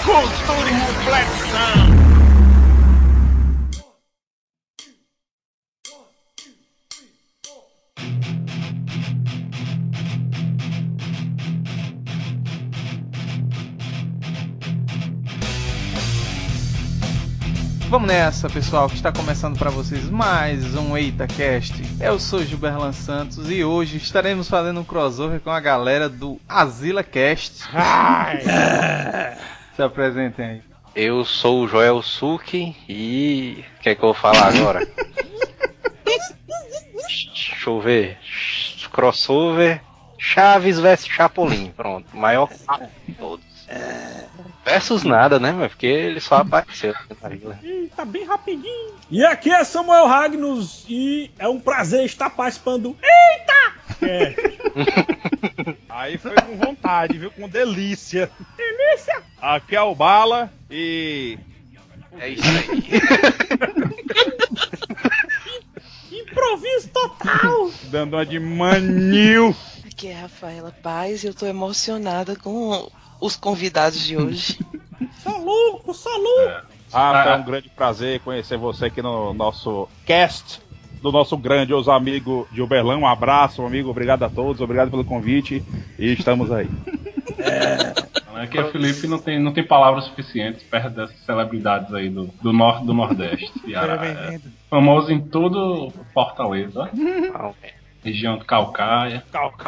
Postura e reflexão. Vamos nessa, pessoal, que está começando para vocês mais um EitaCast. Eu sou Gilberlan Santos e hoje estaremos fazendo um crossover com a galera do AzilaCast. Se apresentem aí. Eu sou o Joel Suki e... o que é que eu vou falar agora? Deixa eu ver. Crossover Chaves vs Chapolin. Pronto, maior de todos. Versus nada, né, meu? Porque ele só apareceu na vila. Tá bem rapidinho. E aqui é Samuel Ragnus e é um prazer estar participando. Eita! Aí foi com vontade, viu? Com delícia. Delícia! Aqui é o Bala e... É isso aí. Improviso total! Dando uma de manil. Aqui é a Rafaela Paz e eu tô emocionada com os convidados de hoje. Sou louco! É um grande prazer conhecer você aqui no nosso cast do nosso grandioso amigo Gilberlan. Um abraço, amigo. Obrigado a todos, obrigado pelo convite e estamos aí. Aqui é o Felipe, não tem palavras suficientes perto dessas celebridades aí do norte do Nordeste. Famoso em todo Fortaleza, região de Caucaia.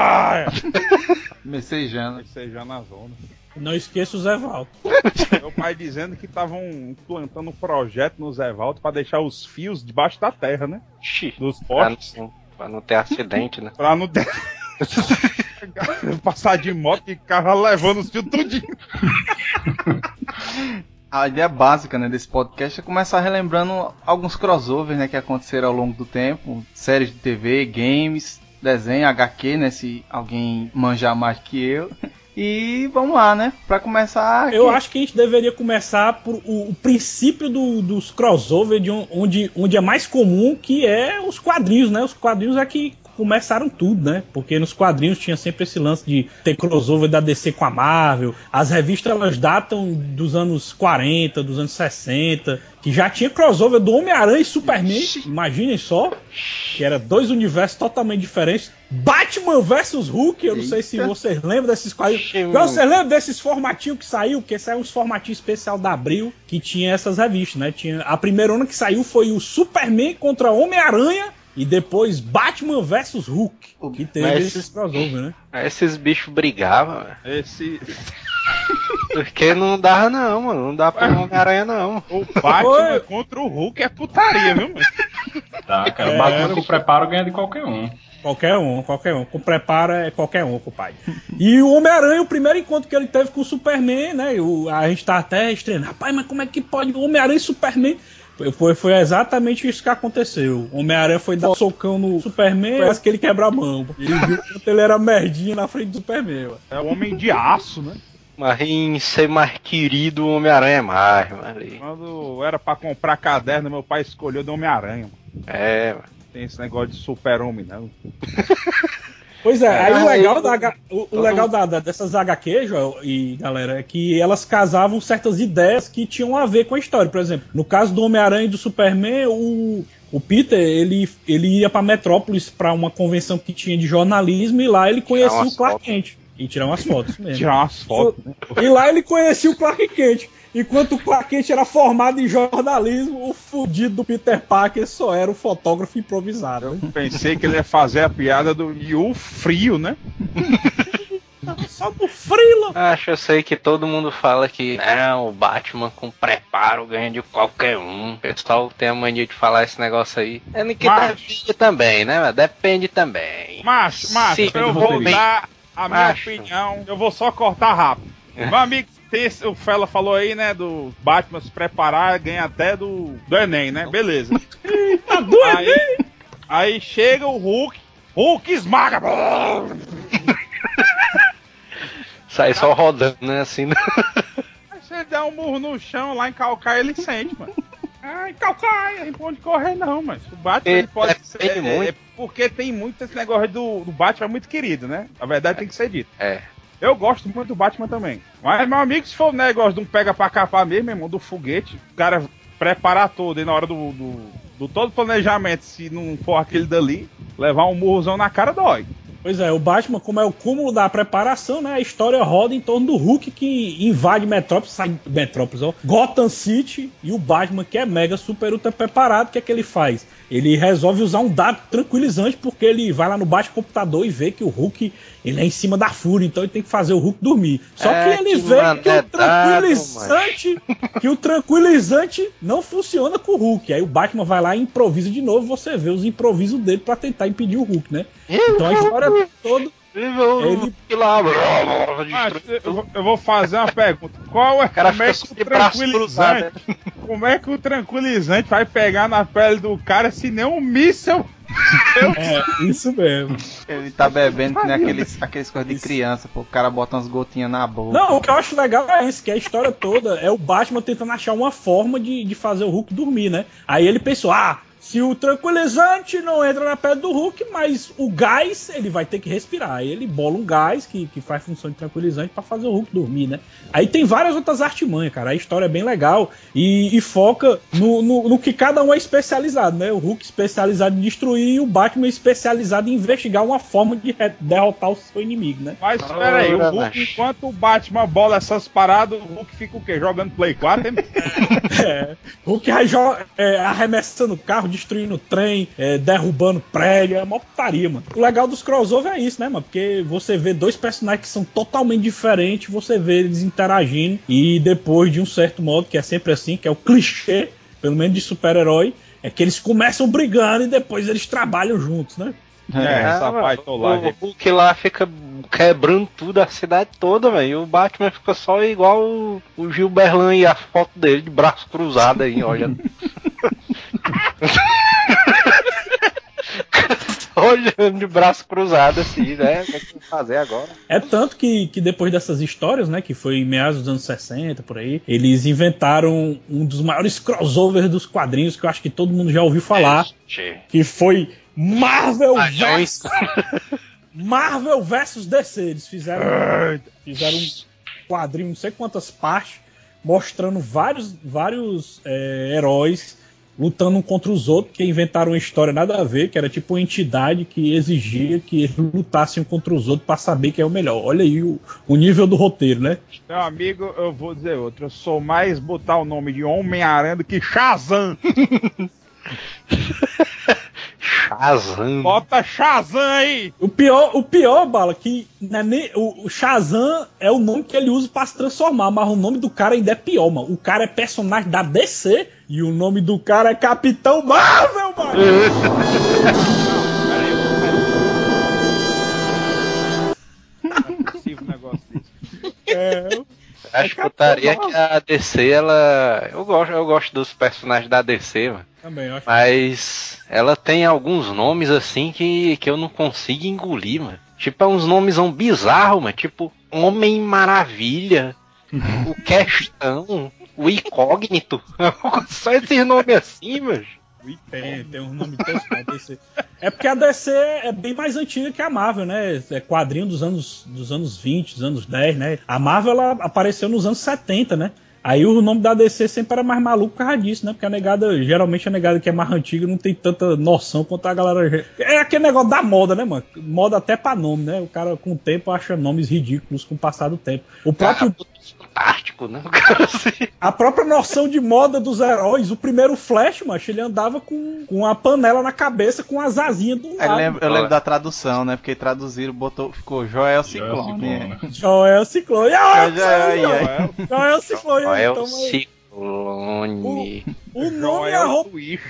Messejana Na zona. Não esqueça o Zé Valdo. Meu pai dizendo que estavam implantando um projeto no Zé Valdo pra deixar os fios debaixo da terra, né? Dos postes. Pra não ter acidente, né? Pra não ter... passar de moto e carro levando os fios tudinho. A ideia básica, né, desse podcast é começar relembrando alguns crossovers, né, que aconteceram ao longo do tempo. Séries de TV, games, desenho, HQ, né, se alguém manjar mais que eu. E vamos lá, né? Pra começar... Eu acho que a gente deveria começar por o princípio dos crossover, onde é mais comum, que é os quadrinhos, né? Os quadrinhos é que começaram tudo, né? Porque nos quadrinhos tinha sempre esse lance de ter crossover da DC com a Marvel. As revistas, elas datam dos anos 40, dos anos 60, que já tinha crossover do Homem-Aranha e Superman. Imaginem só, que era dois universos totalmente diferentes. Batman vs Hulk, eu não sei se vocês lembram desses quadrinhos. Você lembra desses formatinhos que saiu? Porque saiu uns formatinhos especial da Abril, que tinha essas revistas, né? A primeira que saiu foi o Superman contra Homem-Aranha, e depois Batman vs Hulk, que teve esses crossover, né? Esses bichos brigavam, porque não dava não, mano. Não dá pra Homem-Aranha não. O Batman contra o Hulk é putaria, viu, mano? Tá, cara. O Batman com preparo ganha de qualquer um. Qualquer um. Com preparo é qualquer um, compadre. E o Homem-Aranha, o primeiro encontro que ele teve com o Superman, né? A gente tá até estranhando. Rapaz, mas como é que pode Homem-Aranha e Superman? Foi exatamente isso que aconteceu. O Homem-Aranha foi dar um socão no Superman, parece que ele quebra a mão. Ele viu que ele era merdinha na frente do Superman. Mano. É o Homem de Aço, né? Mas em ser mais querido, o Homem-Aranha é mais, mano. Quando era pra comprar caderno, meu pai escolheu do Homem-Aranha, mano. Mano. Tem esse negócio de super-homem, não. Pois é, aí o legal dessas HQ, Joel e galera, é que elas casavam certas ideias que tinham a ver com a história. Por exemplo, no caso do Homem-Aranha e do Superman, o Peter, ele ia pra Metrópolis pra uma convenção que tinha de jornalismo e lá ele conhecia o Clark Kent. E tirar umas fotos mesmo. Né? E lá ele conhecia o Clark Kent. Enquanto o Clark Kent era formado em jornalismo, o fudido do Peter Parker só era o fotógrafo improvisado. Eu pensei que ele ia fazer a piada do o frio, né? Só do frilo. Eu sei que todo mundo fala que o Batman com preparo ganha de qualquer um. O pessoal tem a mania de falar esse negócio aí. É que depende também, né? Depende também. Macho, eu vou dar a minha opinião. Eu vou só cortar rápido. Meu amigo, o Fela falou aí, né, do Batman se preparar, ganha até do Enem, né? Beleza. Aí chega o Hulk esmaga. Sai só rodando, né, assim. Se ele der um murro no chão, lá em Caucaia, ele sente, mano. Em Caucaia, não pode correr não, mas o Batman ele pode ser... porque tem muito esse negócio do Batman muito querido, né? A verdade tem que ser dito. Eu gosto muito do Batman também. Mas, meu amigo, se for um negócio de um pega pra capar mesmo, meu irmão, do foguete, o cara preparar todo e na hora do todo planejamento, se não for aquele dali, levar um murrozão na cara dói. Pois é, o Batman, como é o cúmulo da preparação, né? A história roda em torno do Hulk que invade Metrópolis, ó, Gotham City, e o Batman, que é mega super ultra preparado, o que é que ele faz? Ele resolve usar um dado tranquilizante, porque ele vai lá no baixo computador e vê que o Hulk, ele é em cima da fúria, então ele tem que fazer o Hulk dormir. Só que ele vê que o tranquilizante não funciona com o Hulk. Aí o Batman vai lá e improvisa de novo, você vê os improvisos dele pra tentar impedir o Hulk, né? Então a história toda... Eu vou fazer uma pergunta. Como é que o tranquilizante vai pegar na pele do cara se nem um míssel? É, isso mesmo. Ele tá bebendo que nem aqueles coisas de criança, pô. O cara bota umas gotinhas na boca. Não, o que eu acho legal é isso, que a história toda é o Batman tentando achar uma forma de fazer o Hulk dormir, né? Aí ele pensou, se o tranquilizante não entra na pele do Hulk, mas o gás ele vai ter que respirar. Aí ele bola um gás que faz função de tranquilizante pra fazer o Hulk dormir, né? Aí tem várias outras artimanhas, cara. A história é bem legal e foca no que cada um é especializado, né? O Hulk especializado em destruir e o Batman especializado em investigar uma forma de derrotar o seu inimigo, né? Mas peraí, o Hulk, enquanto o Batman bola essas paradas, o Hulk fica o quê? Jogando Play 4? O Hulk arremessando o carro, destruindo o trem, derrubando prédio, é uma putaria, mano. O legal dos crossover é isso, né, mano? Porque você vê dois personagens que são totalmente diferentes, você vê eles interagindo e depois de um certo modo, que é sempre assim, que é o clichê, pelo menos de super-herói, é que eles começam brigando e depois eles trabalham juntos, né? O Hulk lá fica quebrando tudo, a cidade toda, velho. E o Batman fica só igual o Gil Berlan e a foto dele de braço cruzado aí, olha. Olhando de braço cruzado assim, né? O que é que vou fazer agora? É tanto que depois dessas histórias, né? Que foi em meados dos anos 60, por aí, eles inventaram um dos maiores crossovers dos quadrinhos que eu acho que todo mundo já ouviu falar. Que foi Marvel vs DC. Eles fizeram um quadrinho, não sei quantas partes, mostrando vários heróis lutando um contra os outros, que inventaram uma história nada a ver, que era tipo uma entidade que exigia que eles lutassem um contra os outros pra saber quem é o melhor. Olha aí o nível do roteiro, né? Meu amigo, eu vou dizer outro. Eu sou mais botar o nome de Homem-Aranha do que Shazam. Shazam. Bota Shazam aí! O pior, Bala, que o Shazam é o nome que ele usa pra se transformar, mas o nome do cara ainda é pior, mano. O cara é personagem da DC e o nome do cara é Capitão Marvel, mano! Não é possível um negócio desse. Acho que putaria que a DC, eu gosto dos personagens da DC, mano. Também, eu acho. Mas ela tem alguns nomes assim que eu não consigo engolir, mano. Tipo, é uns nomes bizarros, mano. Tipo, Homem Maravilha, o Questão, o Incógnito. Só esses nomes assim, mano. Tem um nome tosco DC. É porque a DC é bem mais antiga que a Marvel, né? É quadrinho dos anos 20, dos anos 10, né? A Marvel ela apareceu nos anos 70, né? Aí o nome da DC sempre era mais maluco por causa disso, né? Porque geralmente a negada que é mais antiga não tem tanta noção quanto a galera. É aquele negócio da moda, né, mano? Moda até pra nome, né? O cara com o tempo acha nomes ridículos com o passar do tempo. O próprio. Fantástico, né? A própria noção de moda dos heróis, o primeiro Flash, macho, ele andava com uma panela na cabeça com as asinhas do lado. Eu lembro da tradução, né? Porque traduziram, ficou Joel Ciclone. Joel Ciclone. Joel Ciclone. O nome e a roupa.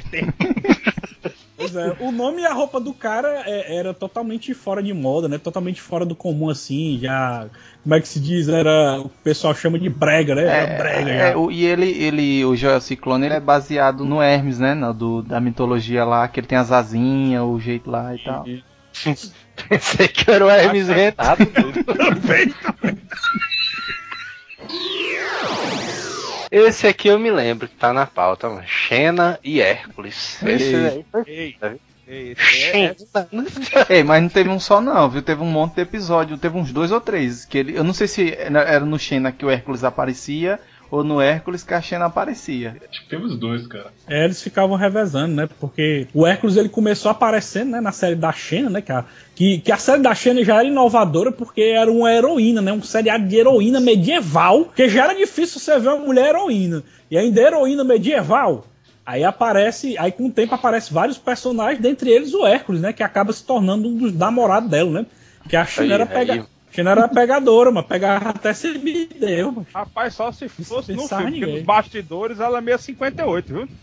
Pois é, o nome e a roupa do cara era totalmente fora de moda, né? Totalmente fora do comum, assim, já... Como é que se diz? O pessoal chama de brega, né? Era brega. O Joel Ciclone, ele é baseado no Hermes, né? Da mitologia lá, que ele tem as asinhas, o jeito lá e tal. Pensei que era o Hermes Renato. Também. Esse aqui eu me lembro que tá na pauta, mano. Xena e Hércules. Esse aí foi. Ei, mas não teve um só não, viu? Teve um monte de episódio, teve uns 2 ou 3. Eu não sei se era no Xena que o Hércules aparecia ou no Hércules que a Xena aparecia. Acho que teve os dois, cara. Eles ficavam revezando, né? Porque o Hércules ele começou aparecendo, né, na série da Xena, né? Que a série da Xena já era inovadora porque era uma heroína, né? Um seriado de heroína medieval, que já era difícil você ver uma mulher heroína. E ainda heroína medieval. Aí com o tempo aparecem vários personagens, dentre eles o Hércules, né? Que acaba se tornando um dos namorados dela, né? Que a Xena era pegadora, mas pegava até se me deu. Mas. Rapaz, só se fosse no filme, porque nos bastidores ela é meio 58, viu?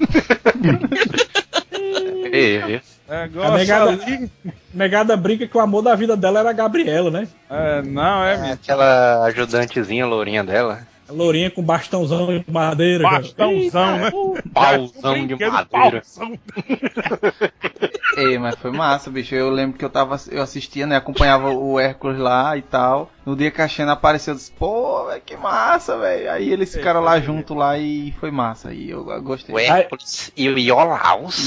A negada brinca que o amor da vida dela era a Gabriela, né? Aquela ajudantezinha lourinha dela. A lourinha com bastãozão de madeira. Bastãozão, né? Pauzão de madeira. Ei, mas foi massa, bicho. Eu lembro que eu assistia, né? Acompanhava o Hércules lá e tal. No dia que a Xena apareceu, eu disse, pô, véio, que massa, velho. Aí eles ficaram lá junto lá e foi massa. E eu gostei. O Hércules e o Iolaus.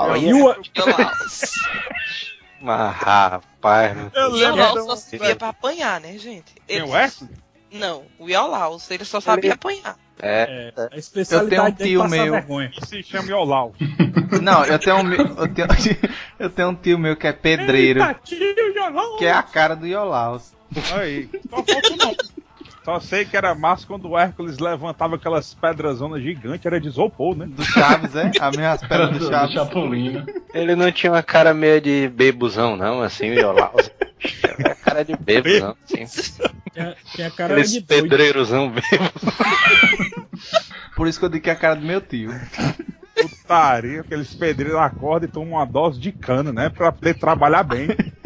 Mas rapaz. O Iolaus só servia pra apanhar, né, gente? O Hércules? Não, o Iolaus, ele só sabia apanhar. A especialidade dele é passar vergonha. Se chama Iolaus. Não, eu tenho um tio meu que é pedreiro. Eita, tio, que é a cara do Iolaus. Aí, só falta não. Só sei que era massa quando o Hércules levantava aquelas pedrazonas gigantes, era de isopor, né? Do Chaves, é? As mesmas pedras do Chaves. Chapolin. Ele não tinha uma cara meio de bebuzão, não, assim, o Iolaus. Tinha cara de bebuzão, assim. Tinha cara Aqueles de doido. pedreirozão bebo. Por isso que eu digo que é a cara do meu tio. Putaria, aqueles pedreiros acordam e tomam uma dose de cana, né? Pra poder trabalhar bem.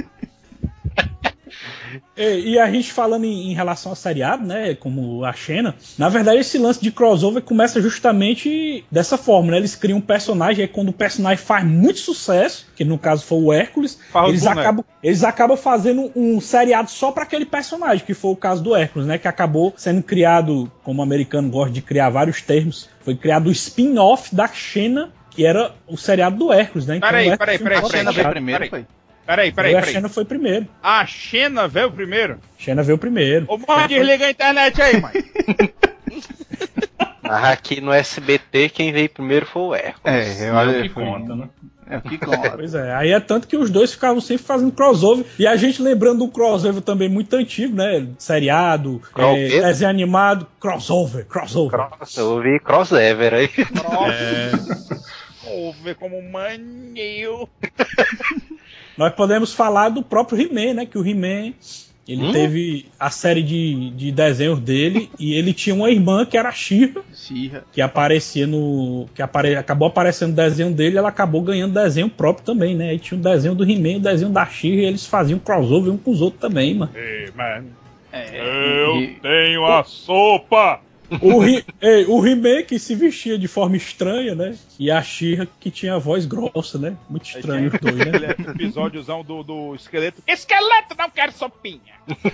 E a gente falando em relação ao seriado, né, como a Xena, na verdade esse lance de crossover começa justamente dessa forma, né, eles criam um personagem, aí quando o personagem faz muito sucesso, que no caso foi o Hércules, eles acabam fazendo um seriado só para aquele personagem, que foi o caso do Hércules, né, que acabou sendo criado, como o americano gosta de criar vários termos, foi criado o spin-off da Xena, que era o seriado do Hércules, né. Então, peraí. A Xena veio primeiro, foi? Peraí. A Xena foi primeiro. A Xena veio primeiro? Xena veio primeiro. Ô, mãe, desliga a internet aí, mãe. Mas aqui no SBT quem veio primeiro foi o Hércules. É o que conta, né? É o que conta. Pois é, aí é tanto que os dois ficavam sempre fazendo crossover. E a gente lembrando um crossover também muito antigo, né? Seriado, desenho animado, crossover. Crossover e crossover aí. Vou ver como manil. Nós podemos falar do próprio He-Man, né? Que o He-Man, ele teve a série de desenhos dele e ele tinha uma irmã que era a She-Ra, que aparecia acabou aparecendo o desenho dele e ela acabou ganhando desenho próprio também, né? Aí tinha o desenho do He-Man e o desenho da She-Ra e eles faziam crossover um com os outros também, mano. Ei, mano. Eu tenho a sopa! O He-Man que se vestia de forma estranha, né? E a She-Ra que tinha a voz grossa, né? Muito estranho os dois, né? Aquele episódiozão do esqueleto. Esqueleto, não quero sopinha!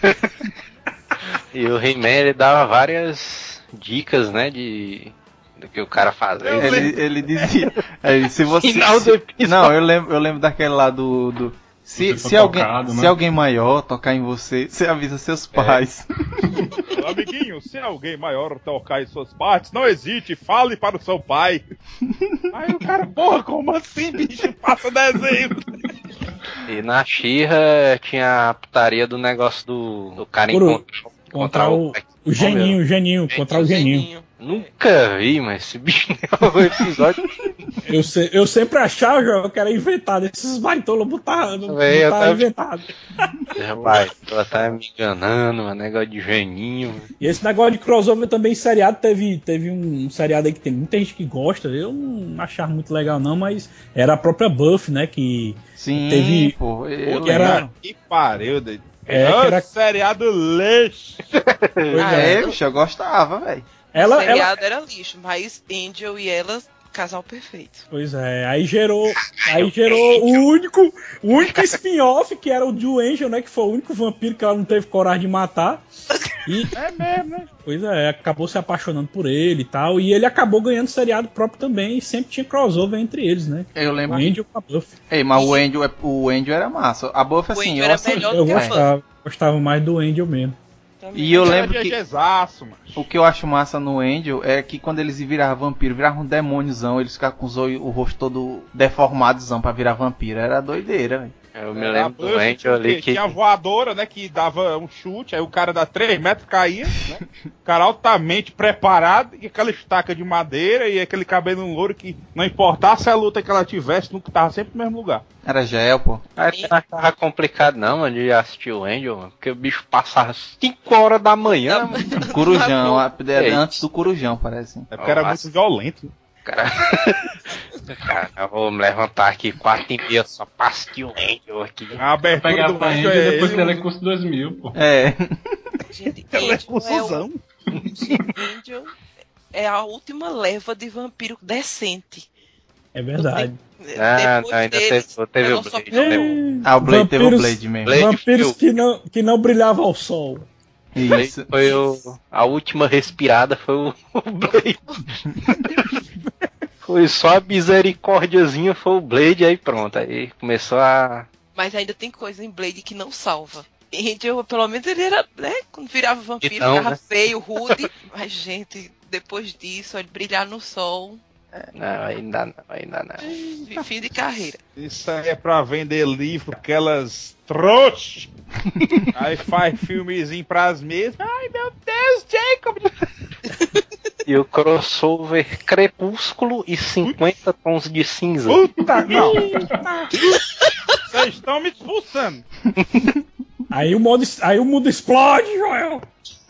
E o He-Man, ele dava várias dicas, né? Do que o cara fazia. Ele dizia... se você... Final do episódio. Não, eu lembro daquele lá do... Se alguém maior tocar em você, você avisa seus pais. Amiguinho, se alguém maior tocar em suas partes, não hesite, fale para o seu pai. Aí o cara, porra, como assim, bicho? Passa desenho. E na She-Ra tinha a putaria do negócio do cara encontrar o Geninho, contra o Geninho. Nunca vi, mas esse bicho é o episódio. Eu sempre achava que era inventado. Esses baitolos botaram inventado. Rapaz, ela tá me enganando, um negócio de geninho. E esse negócio de crossover também seriado, teve um seriado aí que tem muita gente que gosta. Eu não achava muito legal não, mas era a própria Buffy, né, que sim, teve... pô, que pariu, doido. Era seriado lixo. Bicho, eu gostava, velho. O seriado era lixo, mas Angel e ela, casal perfeito. Pois é, aí gerou o único spin-off, que era o do Angel, né? Que foi o único vampiro que ela não teve coragem de matar. E, É mesmo, né? pois é, acabou se apaixonando por ele e tal. E ele acabou ganhando seriado próprio também. E sempre tinha crossover entre eles, né? Eu lembro. O Angel com a Buffy. Ei, mas o Angel era massa. A Buffy, O assim, Angel eu era assisti. melhor Eu do que a gostava mais do Angel mesmo. Também. E eu lembro Era que GGzaço, mano. o que eu acho massa no Angel é que quando eles viravam vampiro, viravam um demôniozão, eles ficavam com o rosto todo deformadozão pra virar vampiro. Era doideira, velho. Eu me lembro do Angel ali que... Tinha a voadora, né, que dava um chute, aí o cara dá 3 metros caía, né? O cara altamente preparado, e aquela estaca de madeira, e aquele cabelo louro que não importasse a luta que ela tivesse, nunca tava sempre no mesmo lugar. Era gel, pô. Aí não tava complicado não, mano, de assistir o Angel, mano, porque o bicho passava 5 horas da manhã, mano. Corujão, antes do Corujão, parece. É porque era Nossa. muito violento. Cara, eu vou me levantar aqui 4h30 só pra assistir o Angel aqui. A abertura Pegar do pra Angel Angel é e depois ele, Telecurso 2000, pô. É. Gente, Telecursozão. Angel é a última leva de vampiro decente. É verdade. Não, ainda teve o Blade. Ah, o Blade teve o Vampiros- Blade mesmo. Blade Vampiros Field. que não brilhavam ao sol. Isso. Foi a última respirada foi o Blade. Foi só a misericórdiazinha, foi o Blade, aí pronto. Aí começou a... Mas ainda tem coisa em Blade que não salva. Angel, pelo menos ele era, né? Quando virava vampiro, Então, ficava né? feio, rude. Mas, gente, depois disso, ele brilhar no sol, Não, ainda não. fim de carreira. Isso aí é pra vender livro, aquelas trouxas. Aí faz filmezinho pras mesas. Ai, meu Deus, Jacob! E o crossover Crepúsculo e 50 tons de cinza. Puta, não. Vocês estão me expulsando. Aí o mundo explode, Joel.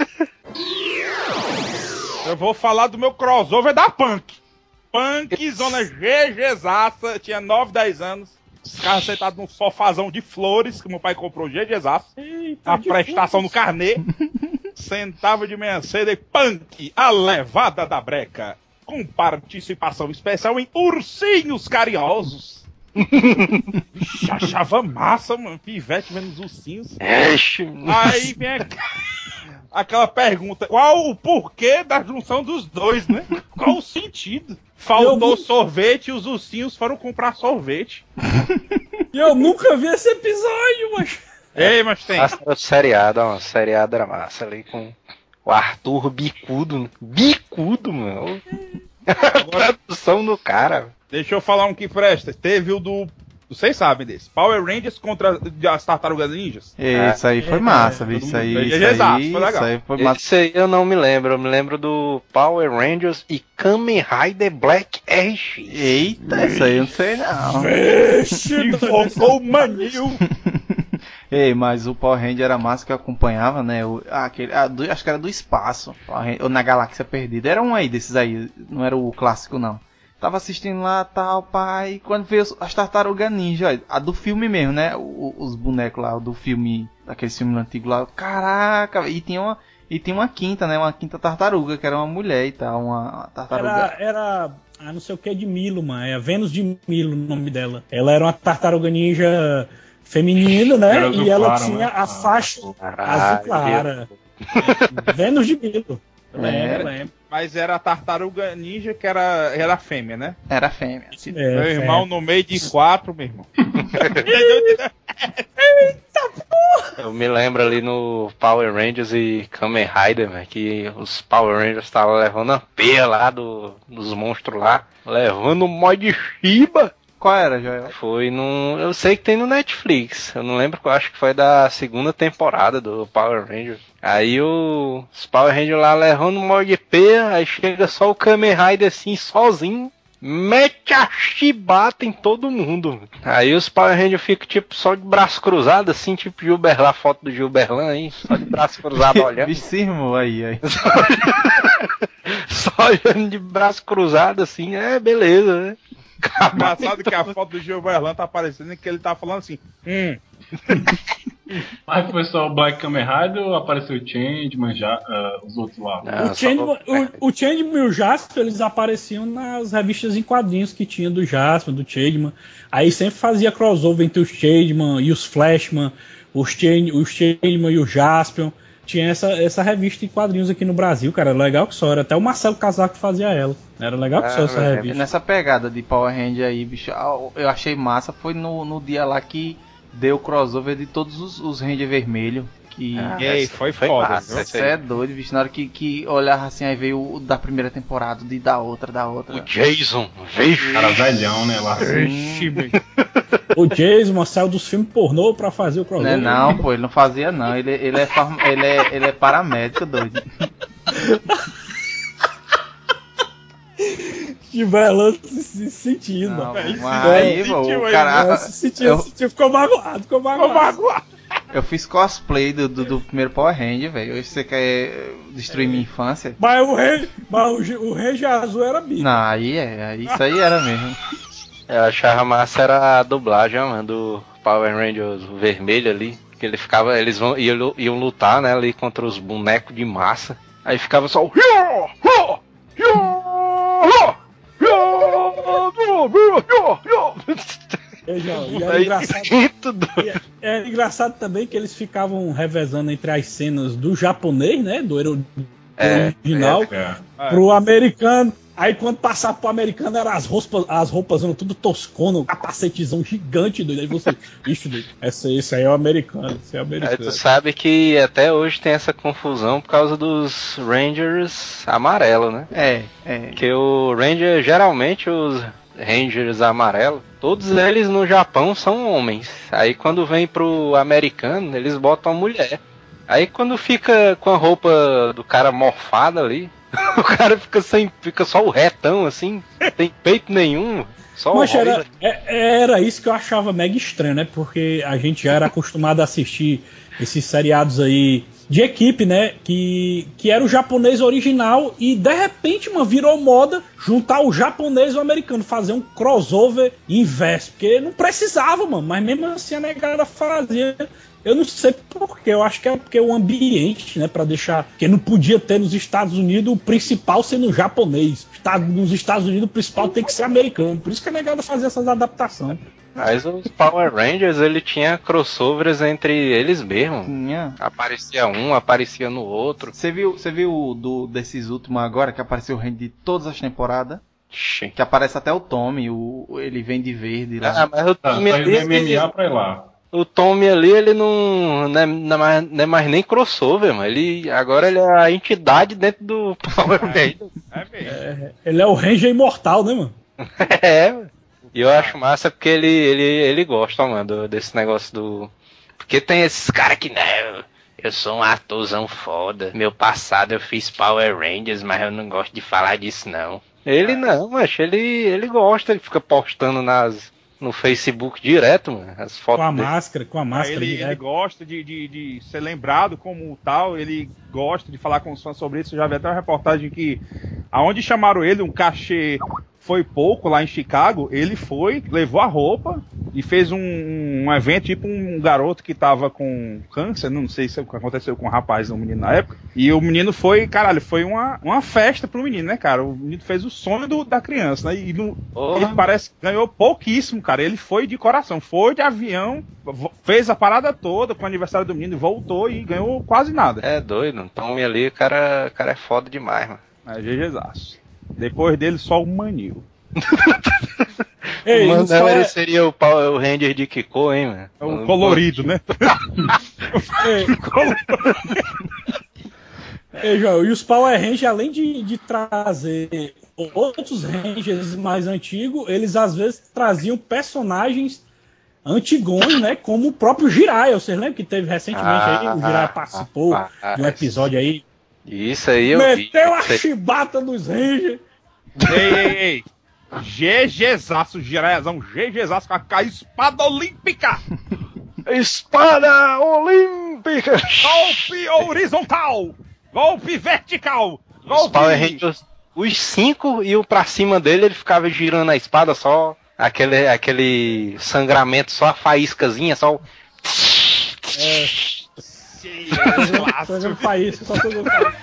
Eu vou falar do meu crossover da Punk. Punk, zona GGzaça, tinha 9, 10 anos. Os caras sentados num sofazão de flores, que meu pai comprou GGzaça. A prestação no carnê. Sentava de manhã cedo e Punk, a levada da breca. Com participação especial em Ursinhos Carinhosos. Ixi, achava massa, mano. Pivete vendo os ursinhos. Aí vem aquela pergunta: qual o porquê da junção dos dois, né? Qual o sentido? Faltou sorvete e os ursinhos foram comprar sorvete. Eu nunca vi esse episódio, mas... Ei, mas tem. O seriado, ó, o seriado era massa ali com o Arthur Bicudo. Bicudo, mano. A tradução do cara. Deixa eu falar um que presta. Teve o do... Vocês sabem desse. Power Rangers contra as Tartarugas Ninjas. Isso aí foi massa, viu? Isso aí, foi legal. Isso aí foi massa. Esse aí eu não me lembro. Eu me lembro do Power Rangers e Kamen Rider Black RX. Eita, isso aí eu não sei não. Invocou o Manil. Ei, mas o Power Ranger era massa que eu acompanhava, né? Acho que era do espaço. Ou na Galáxia Perdida. Era um aí desses aí. Não era o clássico, não. Tava assistindo lá, tal, pai. Quando veio as Tartarugas Ninja, a do filme mesmo, né? Os bonecos lá, do filme, daquele filme antigo lá. Caraca, e tinha uma quinta, né? Uma quinta tartaruga, que era uma mulher e tal, uma tartaruga. Era não sei o que de Milo, mano. É a Vênus de Milo o nome dela. Ela era uma tartaruga ninja feminina, né? Era E azul ela claro, tinha né? a faixa azul clara. Vênus de Milo. Lembro. Mas era a Tartaruga Ninja que era fêmea, né? Era fêmea. Meu irmão no meio de 4, meu irmão. Eu me lembro ali no Power Rangers e Kamen Rider, né, que os Power Rangers estavam levando a peia lá dos monstros lá, levando o mod Shiba. Qual era, Joel? Foi eu sei que tem no Netflix, eu não lembro, eu acho que foi da segunda temporada do Power Rangers. Aí os Power Rangers lá levando o mod peia, aí chega só o Kamen Rider assim, sozinho. Mete a chibata em todo mundo. Aí os Power Rangers ficam tipo só de braço cruzado, assim, tipo Gilberlan, foto do Gilberlan aí, só de braço cruzado olhando. Bicho se irmou aí. Só olhando de braço cruzado assim, beleza, né? Engraçado que a foto do Gilberlan tá aparecendo e que ele tá falando assim. Mas foi só o Black Kamen Rider ou apareceu o Changeman, os outros lá? O Changeman e o Jasper, eles apareciam nas revistas em quadrinhos que tinha do Jasper, do Changeman. Aí sempre fazia crossover entre os Changeman e os Flashman, os Changeman e o Jasper. tinha essa revista de quadrinhos aqui no Brasil, cara. Legal que só. Era até o Marcelo Casaco que fazia ela. Era legal que só essa revista. Nessa pegada de Power Ranger aí, bicho, eu achei massa. Foi no dia lá que deu o crossover de todos os Ranger vermelho. Que foi foda. Massa, você é doido, bicho. Na hora que olhava assim, aí veio o da primeira temporada, da outra. O Jason, veio. Cara velhão, né? Lá. O Jason saiu dos filmes pornô pra fazer o crossover. Não, pô, ele não fazia não. Ele é paramédico, doido. Tiver se sentindo. Não, aí, o cara. Sentiu, ficou magoado. Eu fiz cosplay do primeiro Power Ranger, velho. Você quer destruir minha infância? Mas o Ranger azul era bicho. Não, isso aí era mesmo. Eu achava massa era a dublagem, mano, do Power Rangers vermelho ali. Que eles iam lutar, né, ali contra os bonecos de massa. Aí ficava só o... Era engraçado também que eles ficavam revezando entre as cenas do japonês, né, do original, pro americano. Aí quando passava pro americano eram as roupas tudo toscono, capacetezão gigante, doido. Aí você, doido, esse aí é o americano, Aí tu sabe que até hoje tem essa confusão por causa dos Rangers amarelo, né? Que o Ranger, geralmente os Rangers amarelos, todos eles no Japão são homens. Aí quando vem pro americano, eles botam a mulher. Aí quando fica com a roupa do cara morfada ali, o cara fica só o retão, assim, não tem peito nenhum, só Mas o era isso que eu achava mega estranho, né? Porque a gente já era acostumado a assistir esses seriados aí de equipe, né? Que era o japonês original e de repente, mano, virou moda juntar o japonês e o americano, fazer um crossover inverso, porque não precisava, mano, mas mesmo assim a negada fazia. Eu não sei porquê, eu acho que é porque o ambiente, né, pra deixar... Porque não podia ter nos Estados Unidos o principal sendo japonês. Nos Estados Unidos o principal tem que ser americano. Por isso que é negado fazer essas adaptações. Mas os Power Rangers, ele tinha crossovers entre eles mesmo. Aparecia um, aparecia no outro. Você viu desses últimos agora, que apareceu o Ranger de todas as temporadas? Que aparece até o Tommy, ele vem de verde lá. Mas o Tommy MMA pra ir lá. O Tommy ali, ele não é mais nem crossover, mano. Agora ele é a entidade dentro do Power Ranger. Ele é o Ranger imortal, né, mano? Mano. E eu acho massa porque ele gosta, mano, desse negócio do... Porque tem esses caras que, né, eu sou um atorzão foda. Meu passado eu fiz Power Rangers, mas eu não gosto de falar disso, não. Ele não, mas ele gosta, ele fica postando no Facebook direto, mano, as fotos com a máscara. Ele gosta de ser lembrado como tal, ele gosta de falar com os fãs sobre isso. Eu já vi até uma reportagem que, aonde chamaram ele, um cachê foi pouco lá em Chicago, ele foi, levou a roupa e fez um evento, tipo um garoto que tava com câncer, não sei se aconteceu com um rapaz ou um menino na época, e o menino foi, caralho, foi uma festa pro menino, né, cara? O menino fez o sonho da criança, né? E ele parece que ganhou pouquíssimo, cara. Ele foi de coração, foi de avião, fez a parada toda com o aniversário do menino, voltou e ganhou quase nada. É doido, então ali o cara é foda demais, mano. É GGzaço. Depois dele, só o Manil. Ei, o Manel, ele seria o Ranger de Kiko, hein, mano? É o colorido, né? Ei, João, e os Power Rangers, além de trazer outros Rangers mais antigos, eles às vezes traziam personagens antigões, né? Como o próprio Jiraiya. Vocês lembram que teve recentemente aí? O Jiraiya participou de um episódio aí. Isso aí eu vi. Meteu a chibata dos Rangers. Ei. GGzaço, Jiraiazão. GGzaço com a espada olímpica. Espada olímpica. Golpe horizontal. Golpe vertical. Os Power Rangers, os 5 e o pra cima dele, ele ficava girando a espada só. Aquele sangramento, só a faíscazinha, só o... Fazendo faísca, só tudo faísca.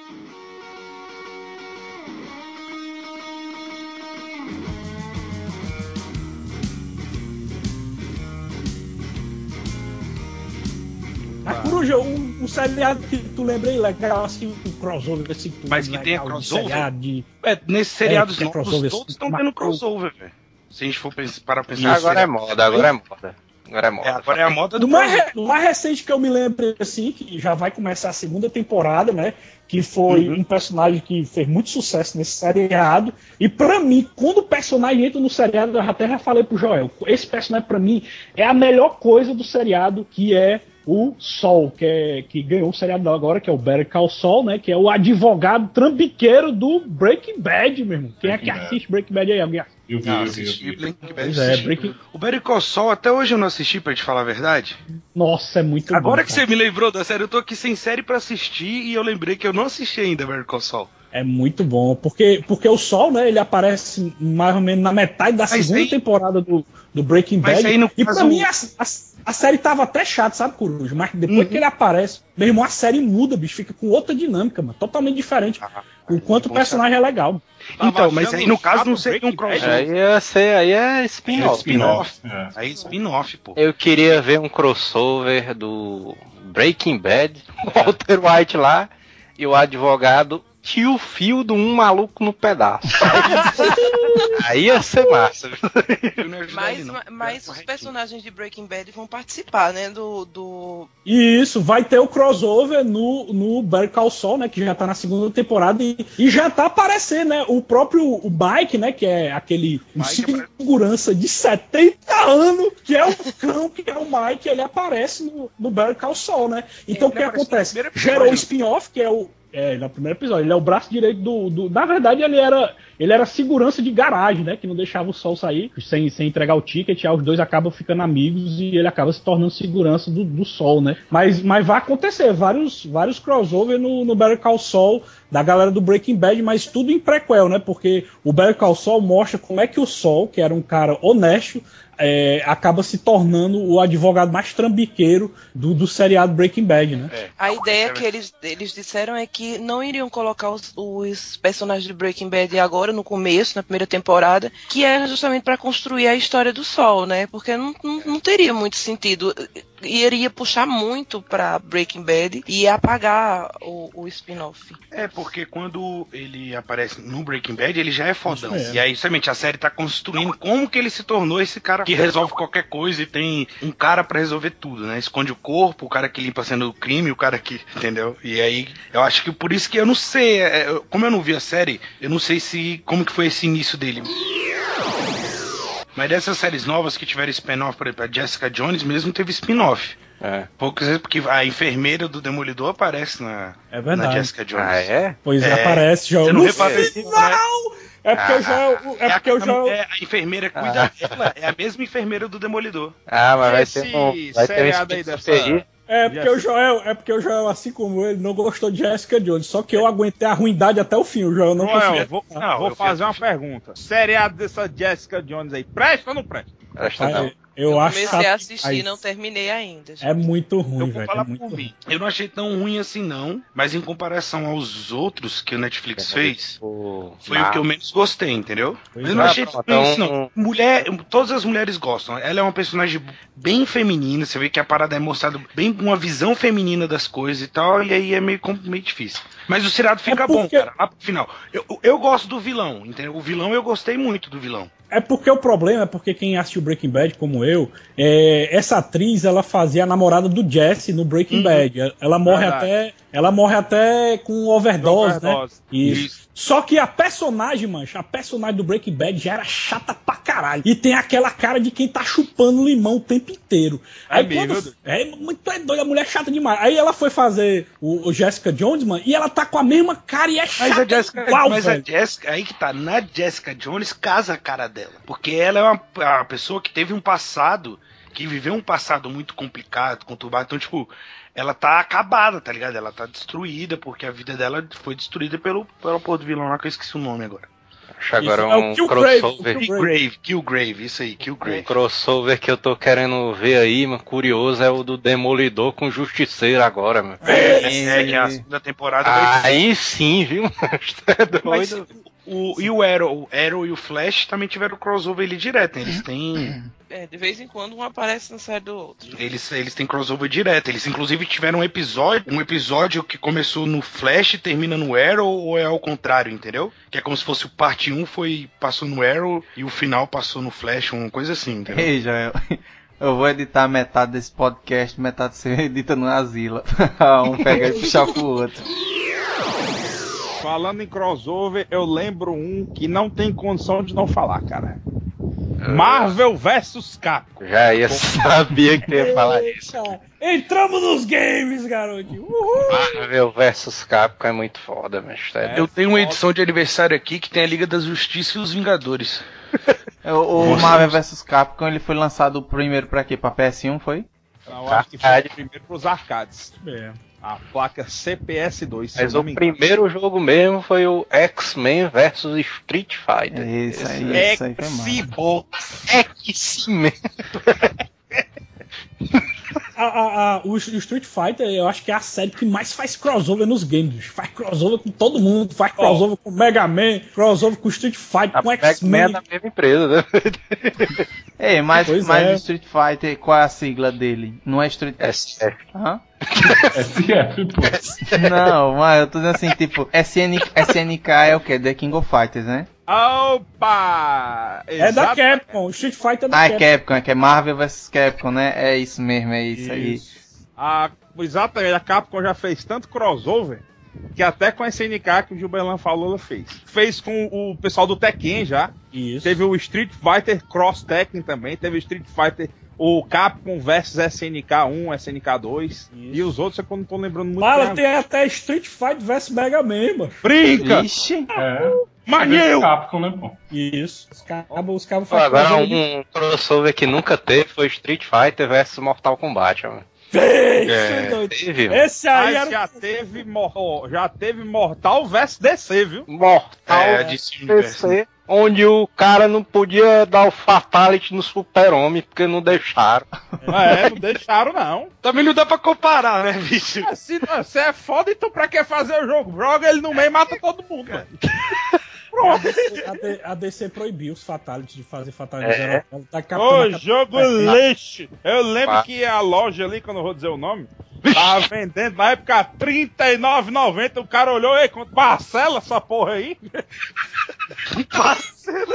A Coruja, um seriado que tu lembra aí legal, assim, um crossover, assim, que tu Mas que legal, tenha crossover? seriado de... Nesses seriados tem novos, crossover, todos estão uma- tendo crossover, velho. Se a gente for para pensar... Agora é seriado- moda, agora é moda. Agora é moda. Agora é a moda do O mais recente que eu me lembro, assim, que já vai começar a segunda temporada, né? Que foi um personagem que fez muito sucesso nesse seriado. E pra mim, quando o personagem entra no seriado, eu até já falei pro Joel, esse personagem pra mim é a melhor coisa do seriado, que é o Sol, que ganhou o seriado agora, que é o Better Call Saul, né? Que é o advogado trambiqueiro do Breaking Bad, meu irmão. Quem é que assiste Breaking Bad aí? Alguém assiste? Eu vi. Breaking Bad, Pois é, assisti. O Better Call Saul, até hoje eu não assisti, pra te falar a verdade. Nossa, é muito bom. Agora que cara. você me lembrou da série, eu tô aqui sem série pra assistir e eu lembrei que eu não assisti ainda Better Call Saul. É muito bom, porque o Sol, né, ele aparece mais ou menos na metade da segunda aí- temporada do Breaking Mas Bad. aí, no E caso- pra mim a série tava até chata, sabe, Coruja? Mas depois que ele aparece, meu irmão, a série muda, bicho, fica com outra dinâmica, mano, totalmente diferente. O quanto o personagem é legal. Então, mas aí no caso não seria um crossover. Aí é spin-off. Spin-off. É. Aí spin-off, pô. Eu queria ver um crossover do Breaking Bad, Walter White lá, e o advogado tio Phil do Um Maluco no Pedaço. Aí ia ser massa. Mas os personagens de Breaking Bad vão participar, né? E isso, vai ter o crossover no Better Call Saul, né, que já tá na segunda temporada e já tá aparecendo, né, o próprio o Mike, né, que é aquele segurança de 70 anos, que é o cão, que é o Mike, ele aparece no Better Call Saul, né. Então o que acontece? Gerou o spin-off, que é o no primeiro episódio, ele é o braço direito do... Na verdade, ele era segurança de garagem, né? Que não deixava o Sol sair sem entregar o ticket. Aí os dois acabam ficando amigos e ele acaba se tornando segurança do Sol, né? Mas vai acontecer vários crossover no Better Call Saul da galera do Breaking Bad, mas tudo em prequel, né? Porque o Better Call Saul mostra como é que o Sol, que era um cara honesto, acaba se tornando o advogado mais trambiqueiro do seriado Breaking Bad, né? A ideia que eles disseram é que não iriam colocar os personagens de Breaking Bad agora, no começo, na primeira temporada, que é justamente para construir a história do Sol, né? Porque não teria muito sentido. Iria puxar muito pra Breaking Bad e ia apagar o spin-off. Porque quando ele aparece no Breaking Bad, ele já é fodão. E aí, justamente, a série tá construindo como que ele se tornou esse cara que resolve qualquer coisa e tem um cara pra resolver tudo, né? Esconde o corpo, o cara que limpa a cena do crime, o cara que... Entendeu? E aí, eu acho que por isso que eu não sei... como eu não vi a série, eu não sei como que foi esse início dele. Mas dessas séries novas que tiveram spin-off, por exemplo, a Jessica Jones mesmo teve spin-off. Poucas vezes, porque a enfermeira do Demolidor aparece na Jessica Jones. Ah, é? Pois aparece já. Você não No reparou isso, né? final! É porque eu já... A enfermeira que cuida dela é a mesma enfermeira do Demolidor. Ah, mas vai Esse ter um seriado aí dessa... É porque o Joel, assim como ele, não gostou de Jessica Jones. Só que eu aguentei a ruindade até o fim. O Joel não conseguiu. Vou fazer uma pergunta. Seriado dessa Jessica Jones aí, presta ou não presta? Presta não. Eu acho comecei a assistir e não terminei ainda. É muito ruim, Eu vou velho. falar É muito por ruim. mim. Eu não achei tão ruim assim, não. Mas em comparação aos outros que o Netflix fez, foi o que eu menos gostei, entendeu? Mas eu não achei tão ruim assim, não. Todas as mulheres gostam. Ela é uma personagem bem feminina. Você vê que a parada é mostrada bem com uma visão feminina das coisas e tal. E aí é meio difícil. Mas o seriado fica bom, cara. Lá pro final. Eu gosto do vilão, entendeu? O vilão eu gostei muito do vilão. É porque o problema é porque quem assistiu Breaking Bad, como eu, essa atriz, ela fazia a namorada do Jesse no Breaking Bad. Ela morre até com overdose, né? Isso. Só que a personagem do Breaking Bad já era chata pra caralho. E tem aquela cara de quem tá chupando limão o tempo inteiro. Muito doido, a mulher é chata demais. Aí ela foi fazer o Jessica Jones, mano, e ela tá com a mesma cara e é chata igual, Mas velho. a Jessica, aí que tá, na Jessica Jones casa a cara dela. Porque ela é uma pessoa que teve um passado, que viveu um passado muito complicado, conturbado. Então, tipo, ela tá acabada, tá ligado? Ela tá destruída, porque a vida dela foi destruída pela porra do vilão lá, que eu esqueci o nome agora. Acho agora Isso, um crossover. Killgrave, isso aí, Killgrave. Um crossover que eu tô querendo ver aí, mano, curioso, é o do Demolidor com Justiceiro agora, mano. Que a segunda temporada vai ter. Aí sim, viu, mano? É doido. E o Arrow e o Flash também tiveram crossover ali direto, né? Eles têm... De vez em quando um aparece na série do outro. Eles têm crossover direto. Eles inclusive tiveram um episódio que começou no Flash e termina no Arrow, ou é ao contrário, entendeu? Que é como se fosse o parte 1 passou no Arrow e o final passou no Flash, uma coisa assim, entendeu? Ei, Joel, eu vou editar metade desse podcast, metade você edita no Asila. Um pega e puxar pro outro. Falando em crossover, eu lembro um que não tem condição de não falar, cara. Marvel vs Capcom. Já sabia que tu ia falar isso. Entramos nos games, garoto. Uhul. Marvel vs Capcom é muito foda, mestre. Eu tenho uma edição de aniversário aqui que tem a Liga da Justiça e os Vingadores. O Marvel vs Capcom, ele foi lançado primeiro pra quê? Pra PS1, foi? Eu acho que foi primeiro pros arcades. A placa CPS2. Mas o primeiro jogo mesmo foi o X-Men vs Street Fighter. Isso aí foi massa. X-Men. O Street Fighter, eu acho que é a série que mais faz crossover nos games. Faz crossover com todo mundo, faz crossover com Mega Man, crossover com Street Fighter, com X-Men. É da mesma empresa, né? Ei, mas o Street Fighter, qual é a sigla dele? Não é Street SF. Aham. SF, pô. Não, mas eu tô dizendo assim, tipo, SNK é o quê? The King of Fighters, né? Opa! É da Capcom, o Street Fighter é da Capcom. É Capcom, que é Marvel vs Capcom, né? É isso mesmo, é isso aí. Exatamente, a Capcom já fez tanto crossover que até com a SNK que o Gilberlan falou, ela fez. Fez com o pessoal do Tekken já. Isso. Teve o Street Fighter Cross Tekken também. Teve o Street Fighter, o Capcom vs SNK 1, SNK 2. Isso. E os outros eu não tô lembrando muito. Fala, tem até Street Fighter vs Mega Man, mano. Brinca! Ixi! Manheu! Capcom, né, pô? Isso. Os cabos fazem agora um crossover que nunca teve foi Street Fighter vs Mortal Kombat, mano. Esse aí era... já teve Mortal vs DC, viu? Mortal DC, onde o cara não podia dar o Fatality no Super-Homem porque não deixaram. Não deixaram não. Também não dá pra comparar, né, bicho? Se você é foda, então pra que fazer o jogo? Joga ele no meio e mata todo mundo, velho. A DC proibiu os Fatalities de fazer Fatalities. Jogo lixo! Eu lembro que a loja ali, que eu não vou dizer o nome, tava vendendo na época R$39,90. O cara olhou, ei, quanto parcela essa porra aí? Parcela!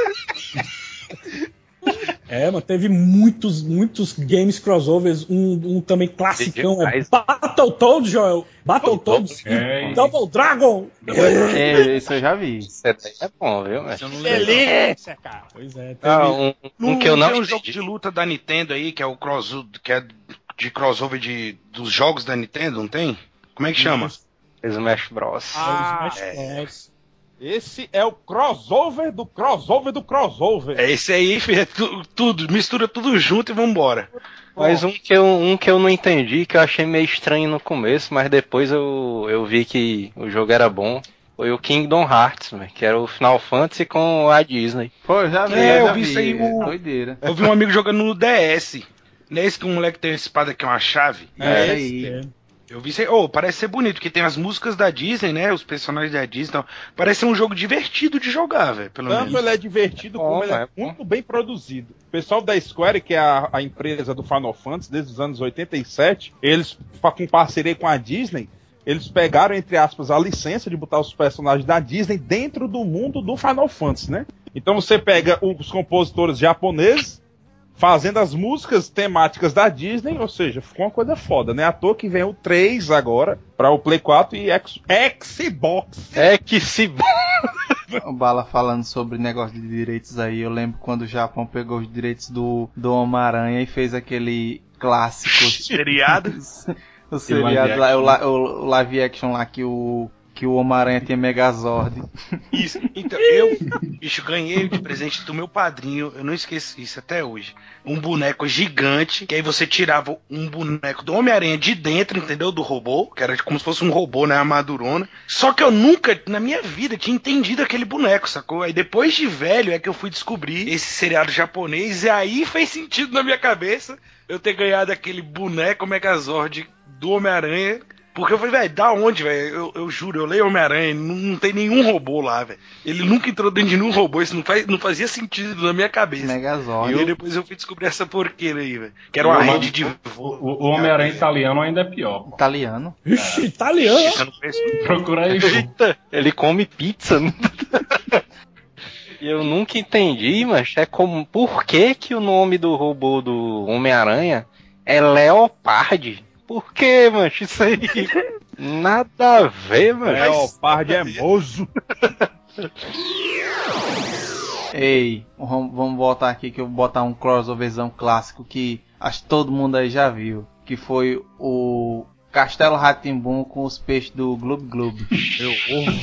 Mas teve muitos games crossovers, um também classicão, Battletoads, Joel. Battletoads, Double Dragon. Isso eu já vi. Isso é bom, viu? Delícia, cara. Pois é. Que eu não tem um jogo de luta da Nintendo aí, que é o de crossover dos jogos da Nintendo, não tem? Como é que chama? Smash Bros. Smash Bros. Esse é o crossover do crossover do crossover. É esse aí, filho, tudo, mistura tudo junto e vambora. Mas um que eu não entendi, que eu achei meio estranho no começo, mas depois eu vi que o jogo era bom, foi o Kingdom Hearts, que era o Final Fantasy com a Disney. Pô, eu já vi. Eu vi isso aí. Doideira. Eu vi um amigo jogando no DS. Não é esse que o moleque tem uma espada que é uma chave? É aí. Eu vi isso aí. Parece ser bonito, porque tem as músicas da Disney, né? Os personagens da Disney. Então, parece ser um jogo divertido de jogar, velho. Tanto ele é divertido, como ele é muito bem produzido. O pessoal da Square, que é a empresa do Final Fantasy, desde os anos 87, eles, com parceria com a Disney, eles pegaram, entre aspas, a licença de botar os personagens da Disney dentro do mundo do Final Fantasy, né? Então você pega os compositores japoneses, fazendo as músicas temáticas da Disney, ou seja, ficou uma coisa foda, né? À toa que vem o 3 agora para o Play 4 e Xbox. O Bala falando sobre negócio de direitos aí, eu lembro quando o Japão pegou os direitos do Homem-Aranha e fez aquele clássico seriado. o seriado lá, o live action lá que que o Homem-Aranha tinha Megazord. Isso, então bicho, ganhei de presente do meu padrinho, eu não esqueço isso até hoje. Um boneco gigante, que aí você tirava um boneco do Homem-Aranha de dentro, entendeu? Do robô, que era como se fosse um robô, né? Armadurona. Só que eu nunca, na minha vida, tinha entendido aquele boneco, sacou? Aí depois de velho é que eu fui descobrir esse seriado japonês, e aí fez sentido na minha cabeça eu ter ganhado aquele boneco Megazord do Homem-Aranha. Porque eu falei, velho, da onde, velho? Eu juro, eu leio Homem-Aranha, não tem nenhum robô lá, velho. Ele nunca entrou dentro de nenhum robô, isso não fazia sentido na minha cabeça. Megazord. E aí depois eu fui descobrir essa porqueira aí, velho. Que era uma rede de voo. O Homem-Aranha italiano ainda é pior, pô. Italiano? Ixi, italiano? Eu não conheço. Procura aí. Eita, ele come pizza. E eu nunca entendi, mas é como. Por que o nome do robô do Homem-Aranha é Leopard? Por que, mancho? Isso aí. Nada a ver, mano. Leopard é moço. Ei, vamos voltar aqui que eu vou botar um crossoverzão clássico que acho que todo mundo aí já viu. Que foi o Castelo Rá-Tim-Bum com os peixes do Gloob Gloob. Meu ovo.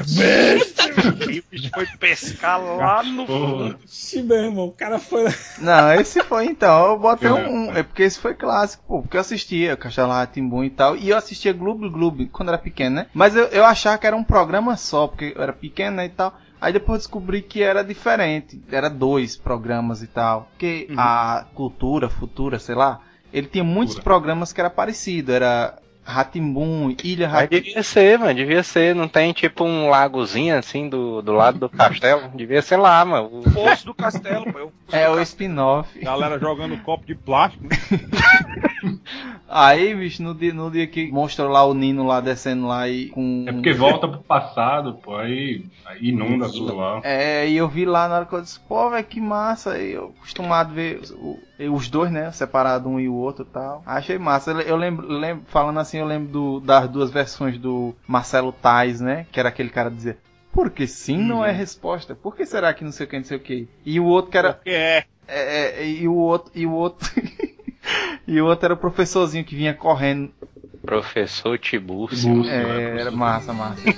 O bicho foi pescar lá no fundo. Sim, meu irmão, o cara foi. Não, esse foi então. Eu botei é porque esse foi clássico, pô. Porque eu assistia Castelo Rá-Tim-Bum e tal. E eu assistia Gloob Gloob quando era pequeno, né? Mas eu achava que era um programa só, porque eu era pequeno, né, e tal. Aí depois descobri que era diferente. Era 2 programas e tal. Porque a Cultura, Futura, sei lá, ele tinha muitos programas que era parecido. Era Rá-Tim-Bum, Ilha Rá-Tim-Bum. Devia ser, mano, devia ser. Não tem tipo um lagozinho assim do lado do castelo? Devia ser lá, mano. O poço do castelo, pô. É o spin-off. Galera jogando copo de plástico. Aí, bicho, no dia que mostrou lá o Nino lá descendo lá e com... É porque volta pro passado, pô, aí inunda tudo lá. É, e eu vi lá na hora que eu disse, pô, velho, que massa. E eu acostumado ver os dois, né, separado um e o outro e tal. Achei massa. Eu lembro, falando assim, eu lembro das 2 versões do Marcelo Tais, né, que era aquele cara que dizia, porque sim não é resposta. Por que será que não sei o que, não sei o que? E o outro que era... Porque é. E o outro... E o outro era o professorzinho que vinha correndo. Professor Tibúrcio. Era massa.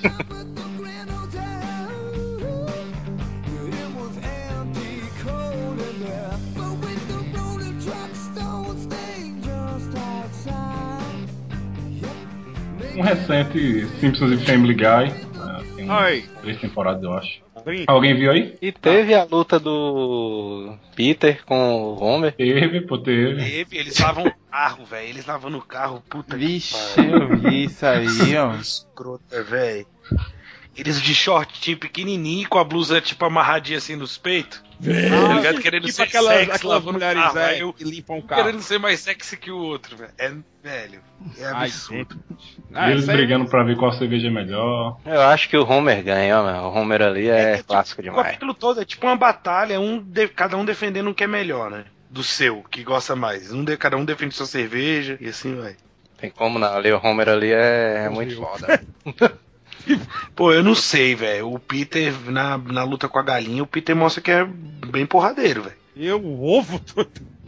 Um recente Simpsons e Family Guy. Tem 3 temporadas, eu acho. Alguém viu aí? E teve a luta do Peter com o Homer? Teve. Eles lavam o carro, velho. Eles lavando o carro, puta Vixe, que pariu. eu vi isso aí, ó. Escrota, velho. Eles de shortinho pequenininho, com a blusa tipo amarradinha assim nos peitos. Tá ligado? Querendo tipo ser aquelas lavando mulheres carro, velho. que limpam o carro. Querendo ser mais sexy que o outro, velho. É absurdo. E eles brigando pra ver qual cerveja é melhor. Eu acho que o Homer ganha, mano. O Homer ali é clássico demais. O capítulo todo é tipo uma batalha, cada um defendendo o que é melhor, né? Do seu, que gosta mais. Cada um defende sua cerveja e assim vai. Tem como não, ali o Homer ali é muito foda. Pô, eu não sei, velho. O Peter, na luta com a galinha, o Peter mostra que é bem porradeiro, velho. O ovo todo.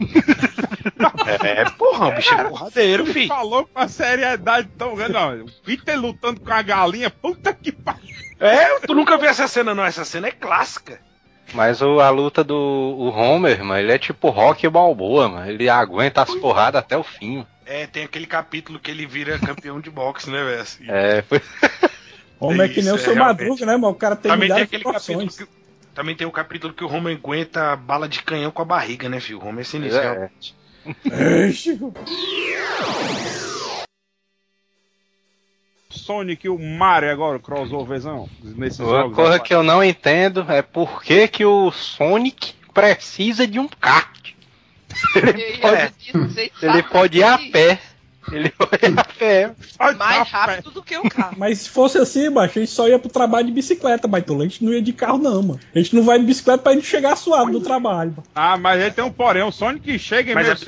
Porra, o bicho é porradeiro, filho. Falou com a seriedade tão grande. Não, o Peter lutando com a galinha, puta que pariu. Tu nunca viu essa cena, não. Essa cena é clássica. Mas a luta do Homer, mano, ele é tipo Rocky Balboa, mano. Ele aguenta as porradas até o fim. Tem aquele capítulo que ele vira campeão de boxe, né, velho? Assim. Foi... Homem é que nem o seu Madruga, né, mano? O cara tem também milhares tem de profissões. Também tem o capítulo que o Homer aguenta bala de canhão com a barriga, né, filho? O Homer é sinistro. Sonic e o Mario agora, o crossoverzão. Uma coisa que eu não entendo é por que o Sonic precisa de um kart. Ele pode ir a pé. Ele vai a pé. Mais rápido do que o carro. Mas se fosse assim, macho, a gente só ia pro trabalho de bicicleta, Baitola. A gente não ia de carro, não, mano. A gente não vai de bicicleta pra gente chegar suado no trabalho, mano. Ah, mas ele tem um porém. O Sonic chega em meio...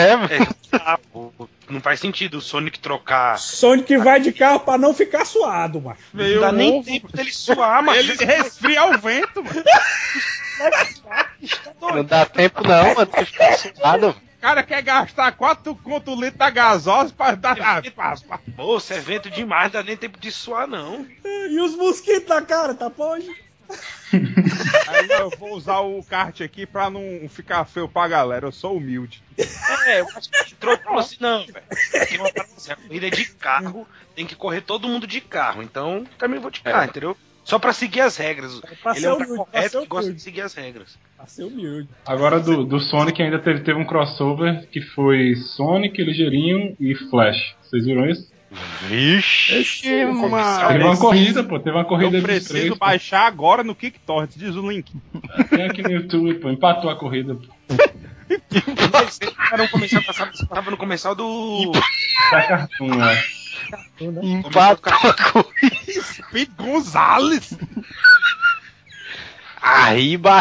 Não faz sentido o Sonic trocar. Sonic vai de carro pra não ficar suado, macho. Não dá nem tempo dele suar, mas ele resfria o vento, mano. Não dá tempo não, mano, de ficar suado. cara quer gastar 4 conto litro da gasosa pra dar... Moço, é vento demais, não dá nem tempo de suar, não. E os mosquitos na cara, tá pode? Aí eu vou usar o kart aqui pra não ficar feio pra galera, eu sou humilde. Eu acho que entrou e falou assim, não, velho. A corrida é de carro, tem que correr todo mundo de carro, então também vou de carro, entendeu? Só pra seguir as regras. Ele é um cara correto que gosta de seguir as regras. Pra ser humilde. Agora do Sonic ainda teve um crossover que foi Sonic, Ligeirinho e Flash. Vocês viram isso? Vixe, mano. Teve uma corrida, pô. Teve uma corrida Eu dos preciso três, baixar agora no KickTorrent, diz o link. Tem aqui no YouTube, pô. Empatou a corrida, pô. Tava no comercial do... Da Cartoon, né? Empatou a corrida. Speed Gonzalez. Arriba.